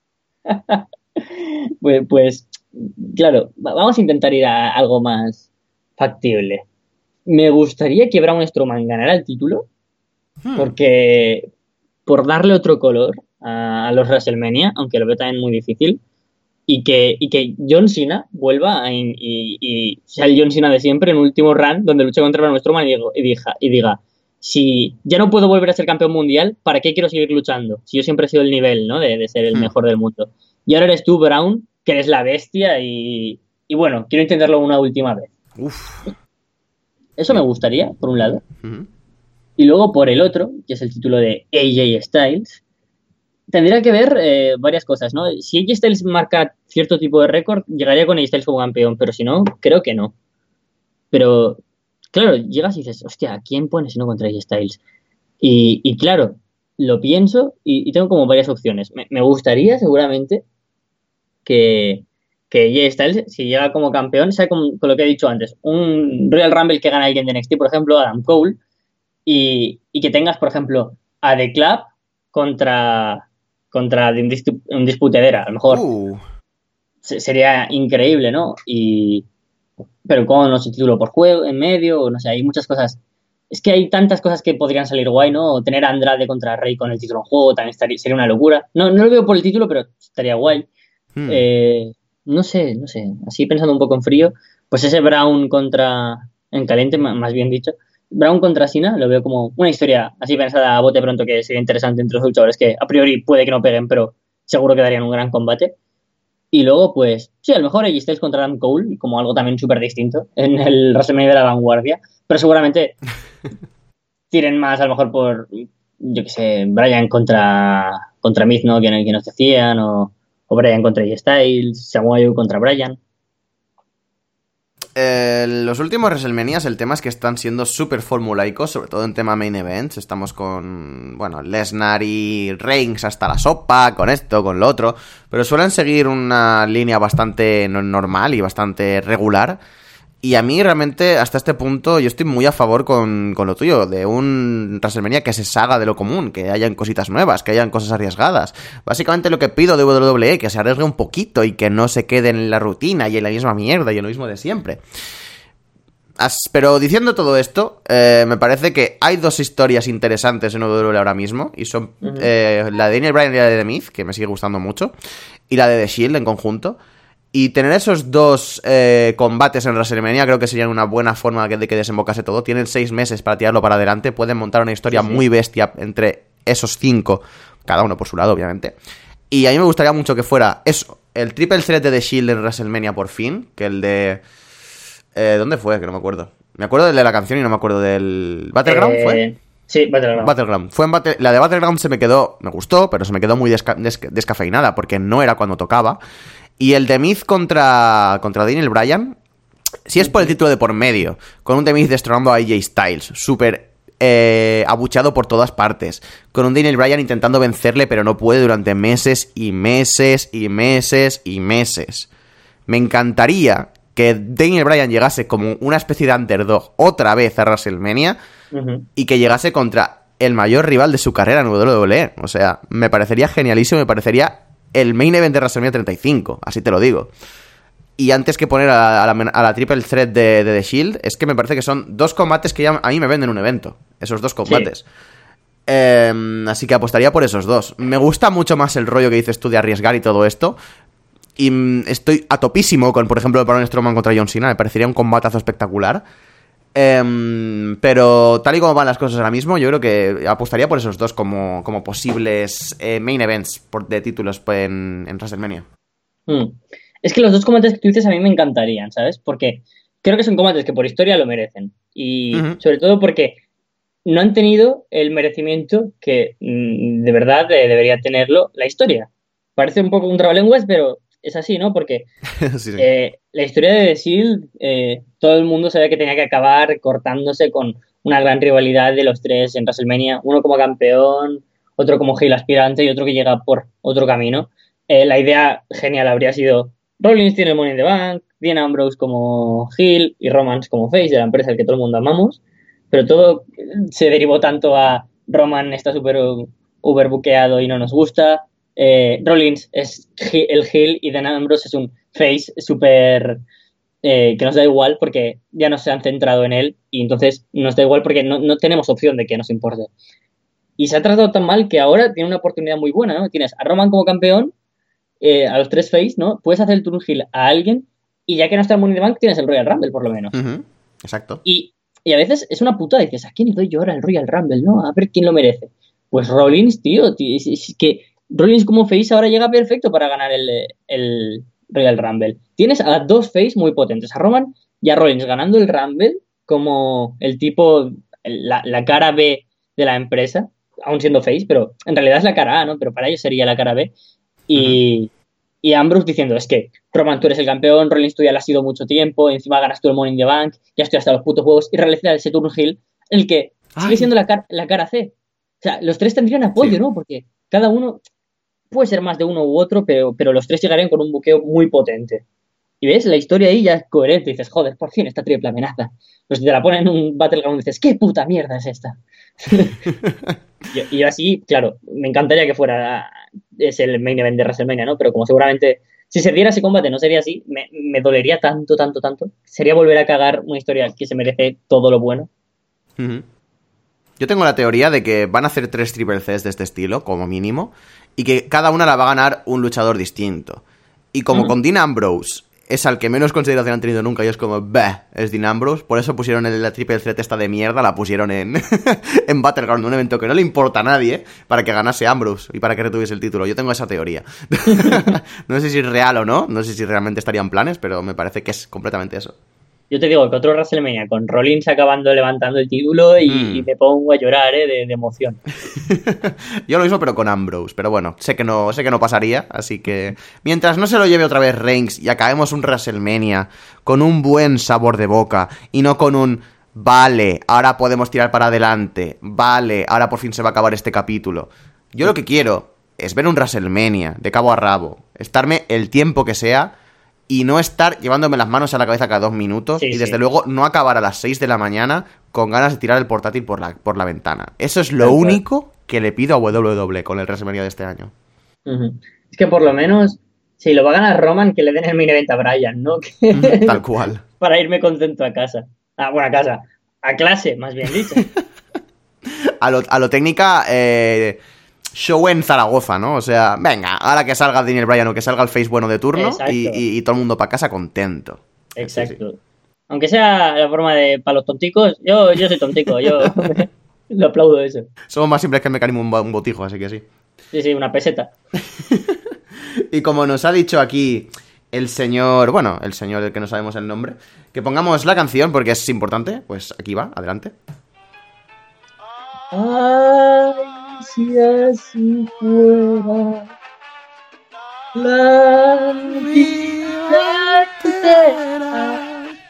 Pues, pues, claro, vamos a intentar ir a algo más factible. Me gustaría que Braun Strowman ganara el título, hmm. porque por darle otro color a, a los WrestleMania, aunque lo veo también muy difícil, y que, y que John Cena vuelva a, y, y sea el John Cena de siempre en un último run donde luche contra Braun Strowman y, y, diga, y diga, si ya no puedo volver a ser campeón mundial, ¿para qué quiero seguir luchando? Si yo siempre he sido el nivel, ¿no? De, de ser el hmm. mejor del mundo. Y ahora eres tú, Braun, que eres la bestia y, y bueno, quiero intentarlo una última vez. Uf. Eso me gustaría, por un lado. Uh-huh. Y luego, por el otro, que es el título de A J Styles, tendría que ver eh, varias cosas, ¿no? Si A J Styles marca cierto tipo de récord, llegaría con A J Styles como campeón, pero si no, creo que no. Pero, claro, llegas y dices, hostia, ¿a quién pones si no contra A J Styles? Y, y claro, lo pienso y, y tengo como varias opciones. Me, me gustaría, seguramente, que, que A J Styles, si llega como campeón, sea con, con lo que he dicho antes, un Royal Rumble que gana alguien de N X T, por ejemplo, Adam Cole, y, y que tengas, por ejemplo, a The Club contra, contra un, dispu- un disputadera. A lo mejor uh. se, sería increíble, ¿no? Y, pero con no sé, título por juego, en medio, no sé, hay muchas cosas. Es que hay tantas cosas que podrían salir guay, ¿no? O tener a Andrade contra Rey con el título en juego también estaría, sería una locura. No, no lo veo por el título, pero estaría guay. Hmm. Eh, no sé, no sé. Así pensando un poco en frío, pues ese Braun contra... En caliente, más bien dicho. Braun contra Cena lo veo como una historia así pensada a bote pronto que sería interesante entre los luchadores que a priori puede que no peguen, pero seguro que darían un gran combate. Y luego, pues, sí, a lo mejor A J Styles contra Adam Cole, como algo también súper distinto en el WrestleMania de la vanguardia, pero seguramente tiren más a lo mejor por, yo qué sé, Bryan contra, contra Miz, ¿no? Que, que nos decían, o, o Bryan contra A J Styles, Samoa Joe contra Bryan. Eh, los últimos WrestleManias, el tema es que están siendo súper formulaicos, sobre todo en tema main events. Estamos con, bueno, Lesnar y Reigns hasta la sopa, con esto, con lo otro, pero suelen seguir una línea bastante normal y bastante regular. Y a mí realmente, hasta este punto, yo estoy muy a favor con, con lo tuyo, de un WrestleMania que se salga de lo común, que hayan cositas nuevas, que hayan cosas arriesgadas. Básicamente lo que pido de W W E, que se arriesgue un poquito y que no se quede en la rutina y en la misma mierda y en lo mismo de siempre. As, pero diciendo todo esto, eh, me parece que hay dos historias interesantes en W W E ahora mismo, y son uh-huh. eh, la de Daniel Bryan y la de The Miz, que me sigue gustando mucho, y la de The Shield en conjunto. Y tener esos dos eh, combates en WrestleMania creo que serían una buena forma de que desembocase todo. Tienen seis meses para tirarlo para adelante. Pueden montar una historia sí, sí. muy bestia entre esos cinco, cada uno por su lado, obviamente. Y a mí me gustaría mucho que fuera eso, el triple threat de The Shield en WrestleMania por fin, que el de... Eh, ¿Dónde fue? Que no me acuerdo. Me acuerdo del de la canción y no me acuerdo del... ¿Battleground eh... fue? Sí, Battleground. Battleground. Fue en Battle... La de Battleground se me quedó... Me gustó, pero se me quedó muy desca... des... descafeinada porque no era cuando tocaba. Y el The Miz contra, contra Daniel Bryan, si es por el título de por medio, con un The Miz destronando a A J Styles, súper eh, abucheado por todas partes, con un Daniel Bryan intentando vencerle, pero no puede durante meses y meses y meses y meses. Me encantaría que Daniel Bryan llegase como una especie de underdog otra vez a WrestleMania uh-huh. y que llegase contra el mayor rival de su carrera en W W E. O sea, me parecería genialísimo, me parecería... el main event de WrestleMania treinta y cinco, así te lo digo. Y antes que poner a, a, la, a la triple threat de, de The Shield, es que me parece que son dos combates que ya a mí me venden un evento. Esos dos combates. Sí. Eh, así que apostaría por esos dos. Me gusta mucho más el rollo que dices tú de arriesgar y todo esto. Y mm, estoy a topísimo con, por ejemplo, el Braun Strowman contra John Cena. Me parecería un combatazo espectacular. Um, pero tal y como van las cosas ahora mismo, yo creo que apostaría por esos dos como, como posibles eh, main events por, de títulos en, en WrestleMania. Mm. Es que los dos combates que tú dices a mí me encantarían, ¿sabes? Porque creo que son combates que por historia lo merecen. Y uh-huh. sobre todo porque no han tenido el merecimiento que mm, de verdad eh, debería tenerlo la historia. Parece un poco un trabalenguas, pero es así, ¿no? Porque sí, sí. Eh, la historia de The Shield, eh, todo el mundo sabía que tenía que acabar cortándose con una gran rivalidad de los tres en WrestleMania. Uno como campeón, otro como heel aspirante y otro que llega por otro camino. Eh, la idea genial habría sido Rollins tiene el Money in the Bank, Dean Ambrose como heel y Roman como face de la empresa al que todo el mundo amamos. Pero todo se derivó tanto a Roman está súper overbuqueado y no nos gusta. Eh, Rollins es el heel y Dan Ambrose es un face súper eh, que nos da igual porque ya no se han centrado en él y entonces nos da igual porque no, no tenemos opción de que nos importe. Y se ha tratado tan mal que ahora tiene una oportunidad muy buena, ¿no? Tienes a Roman como campeón, eh, a los tres face, ¿no? Puedes hacer el turn heel a alguien y ya que no está el Money in the Bank tienes el Royal Rumble por lo menos. Uh-huh. Exacto. Y, y a veces es una putada, dices, ¿a quién le doy yo ahora el Royal Rumble, no? A ver quién lo merece. Pues Rollins, tío, tío es, es que Rollins como face ahora llega perfecto para ganar el, el Royal Rumble. Tienes a dos face muy potentes, a Roman y a Rollins ganando el Rumble como el tipo, la, la cara B de la empresa, aún siendo face, pero en realidad es la cara A, ¿no? Pero para ellos sería la cara B. Y, uh-huh. y Ambrose diciendo, es que Roman, tú eres el campeón, Rollins tú ya lo has sido mucho tiempo, encima ganas tú el Money in the Bank, ya estoy hasta los putos juegos, y realizar ese turn heel, el que Ay. sigue siendo la, car- la cara C. O sea, los tres tendrían apoyo, sí. ¿no? Porque cada uno... puede ser más de uno u otro, pero, pero los tres llegarían con un buqueo muy potente. Y ves, la historia ahí ya es coherente. Y dices, joder, por fin esta triple amenaza. Pues si te la ponen en un Battleground y dices, ¿qué puta mierda es esta? y, y así, claro, me encantaría que fuera es el main event de WrestleMania, ¿no? Pero como seguramente, si se diera ese combate no sería así, me, me dolería tanto, tanto, tanto. Sería volver a cagar una historia que se merece todo lo bueno. Uh-huh. Yo tengo la teoría de que van a hacer tres triple Cs de este estilo, como mínimo, y que cada una la va a ganar un luchador distinto. Y como uh-huh. con Dean Ambrose es al que menos consideración han tenido nunca y es como, bah, es Dean Ambrose, por eso pusieron en la triple threat esta de mierda, la pusieron en, en Battleground, un evento que no le importa a nadie, para que ganase Ambrose y para que retuviese el título. Yo tengo esa teoría. No sé si es real o no, no sé si realmente estarían planes, pero me parece que es completamente eso. Yo te digo que otro WrestleMania con Rollins acabando levantando el título y, mm. y me pongo a llorar ¿eh? de, de emoción. Yo lo mismo, pero con Ambrose. Pero bueno, sé que no sé que no pasaría, así que mientras no se lo lleve otra vez Reigns y acabemos un WrestleMania con un buen sabor de boca y no con un vale, ahora podemos tirar para adelante, vale, ahora por fin se va a acabar este capítulo. Yo lo que quiero es ver un WrestleMania de cabo a rabo, estarme el tiempo que sea y no estar llevándome las manos a la cabeza cada dos minutos sí, y desde sí. luego no acabar a las seis de la mañana con ganas de tirar el portátil por la, por la ventana. Eso es lo Tal único cual. que le pido a W W E con el WrestleMania de este año. Uh-huh. Es que por lo menos, si lo va a ganar Roman, que le den el main event a Bryan, ¿no? Que... Tal cual. Para irme contento a casa. Ah, bueno, a casa. A clase, más bien dicho. a, lo, a lo técnica... Eh... show en Zaragoza, ¿no? O sea, venga, ahora que salga Daniel Bryan o que salga el face bueno de turno y, y, y todo el mundo para casa contento. Exacto. Sí, sí. Aunque sea la forma de para los tonticos, yo, yo soy tontico, yo lo aplaudo eso. Somos más simples que el mecanismo un, un botijo, así que sí. Sí, sí, una peseta. Y como nos ha dicho aquí el señor, bueno, el señor del que no sabemos el nombre, que pongamos la canción porque es importante, pues aquí va, adelante. Ay, si así fuera la vida entera.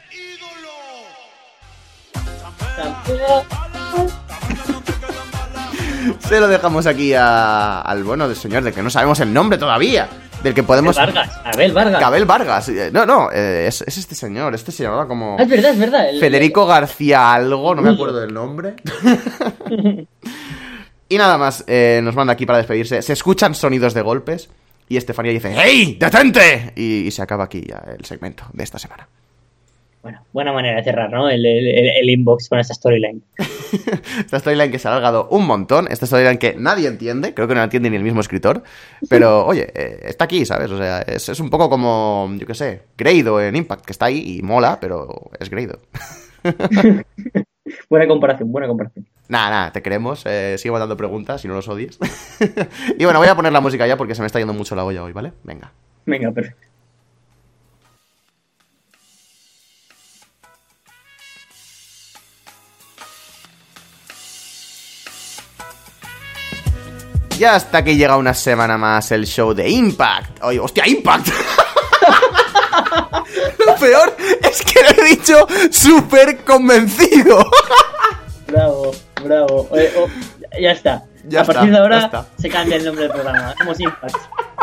Se lo dejamos aquí a, al bueno del señor del que no sabemos el nombre todavía, del que podemos... Abel Vargas, Abel Vargas. Abel Vargas, no, no, eh, es, es este señor, este se llamaba como... Ah, es verdad, es verdad. El, Federico el... García algo, no me acuerdo del nombre. Y nada más, eh, nos manda aquí para despedirse. Se escuchan sonidos de golpes y Estefanía dice ¡Hey, detente! Y, y se acaba aquí ya el segmento de esta semana. Bueno, buena manera de cerrar, ¿no? El, el, el inbox con esta storyline. Esta storyline que se ha alargado un montón. Esta storyline que nadie entiende. Creo que no la entiende ni el mismo escritor. Pero, oye, eh, está aquí, ¿sabes? O sea, es, es un poco como, yo qué sé, Grado en Impact, que está ahí y mola, pero es Grado. Buena comparación, buena comparación. Nada, nada, te queremos. Eh, sigue mandando preguntas, si no los odies. Y bueno, voy a poner la música ya porque se me está yendo mucho la olla hoy, ¿vale? Venga. Venga, perfecto. Y hasta aquí llega una semana más el show de Impact. Oye, ¡hostia, Impact! Lo peor es que lo he dicho súper convencido. Bravo, bravo. Oye, oh, ya está. Ya A partir está, de ahora se cambia el nombre del programa. Hacemos Impact.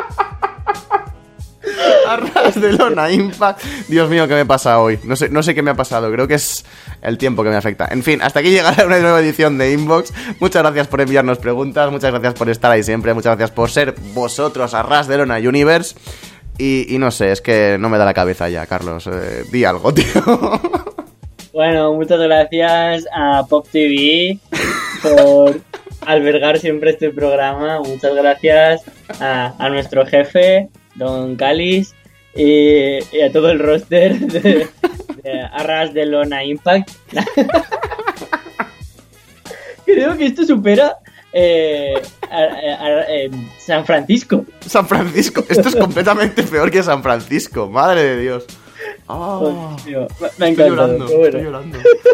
Arras de lona, Impact. Dios mío, ¿qué me pasa hoy? No sé, no sé qué me ha pasado. Creo que es el tiempo que me afecta. En fin, hasta aquí llegará una nueva edición de Inbox. Muchas gracias por enviarnos preguntas. Muchas gracias por estar ahí siempre. Muchas gracias por ser vosotros, Arras de lona Universe. Y, y no sé, es que no me da la cabeza ya, Carlos. Eh, di algo, tío. Bueno, muchas gracias a Pop T V por albergar siempre este programa. Muchas gracias a, a nuestro jefe, Don Calis, y, y a todo el roster de, de Arras de Lona Impact. Creo que esto supera eh, a, a, a, a San Francisco. San Francisco, esto es completamente peor que San Francisco, madre de Dios. Oh, oh, tío, me ha encantado. Estoy llorando, bueno. estoy llorando.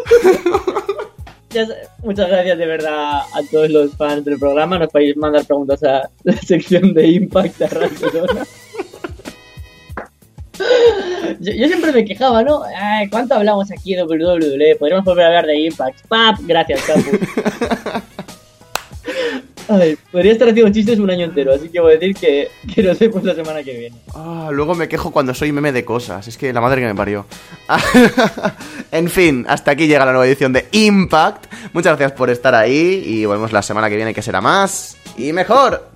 Ya, muchas gracias de verdad a todos los fans del programa. Nos podéis mandar preguntas a la sección de Impact a Barcelona. Yo, yo siempre me quejaba, ¿no? Ay, ¿cuánto hablamos aquí de W W E? Podríamos volver a hablar de Impact. ¡Pap! Gracias, Capu. Ay, podría estar haciendo chistes un año entero, así que voy a decir que, que nos vemos la semana que viene. Ah, luego me quejo cuando soy meme de cosas. Es que la madre que me parió. En fin, hasta aquí llega la nueva edición de Impact. Muchas gracias por estar ahí y volvemos la semana que viene, que será más y mejor.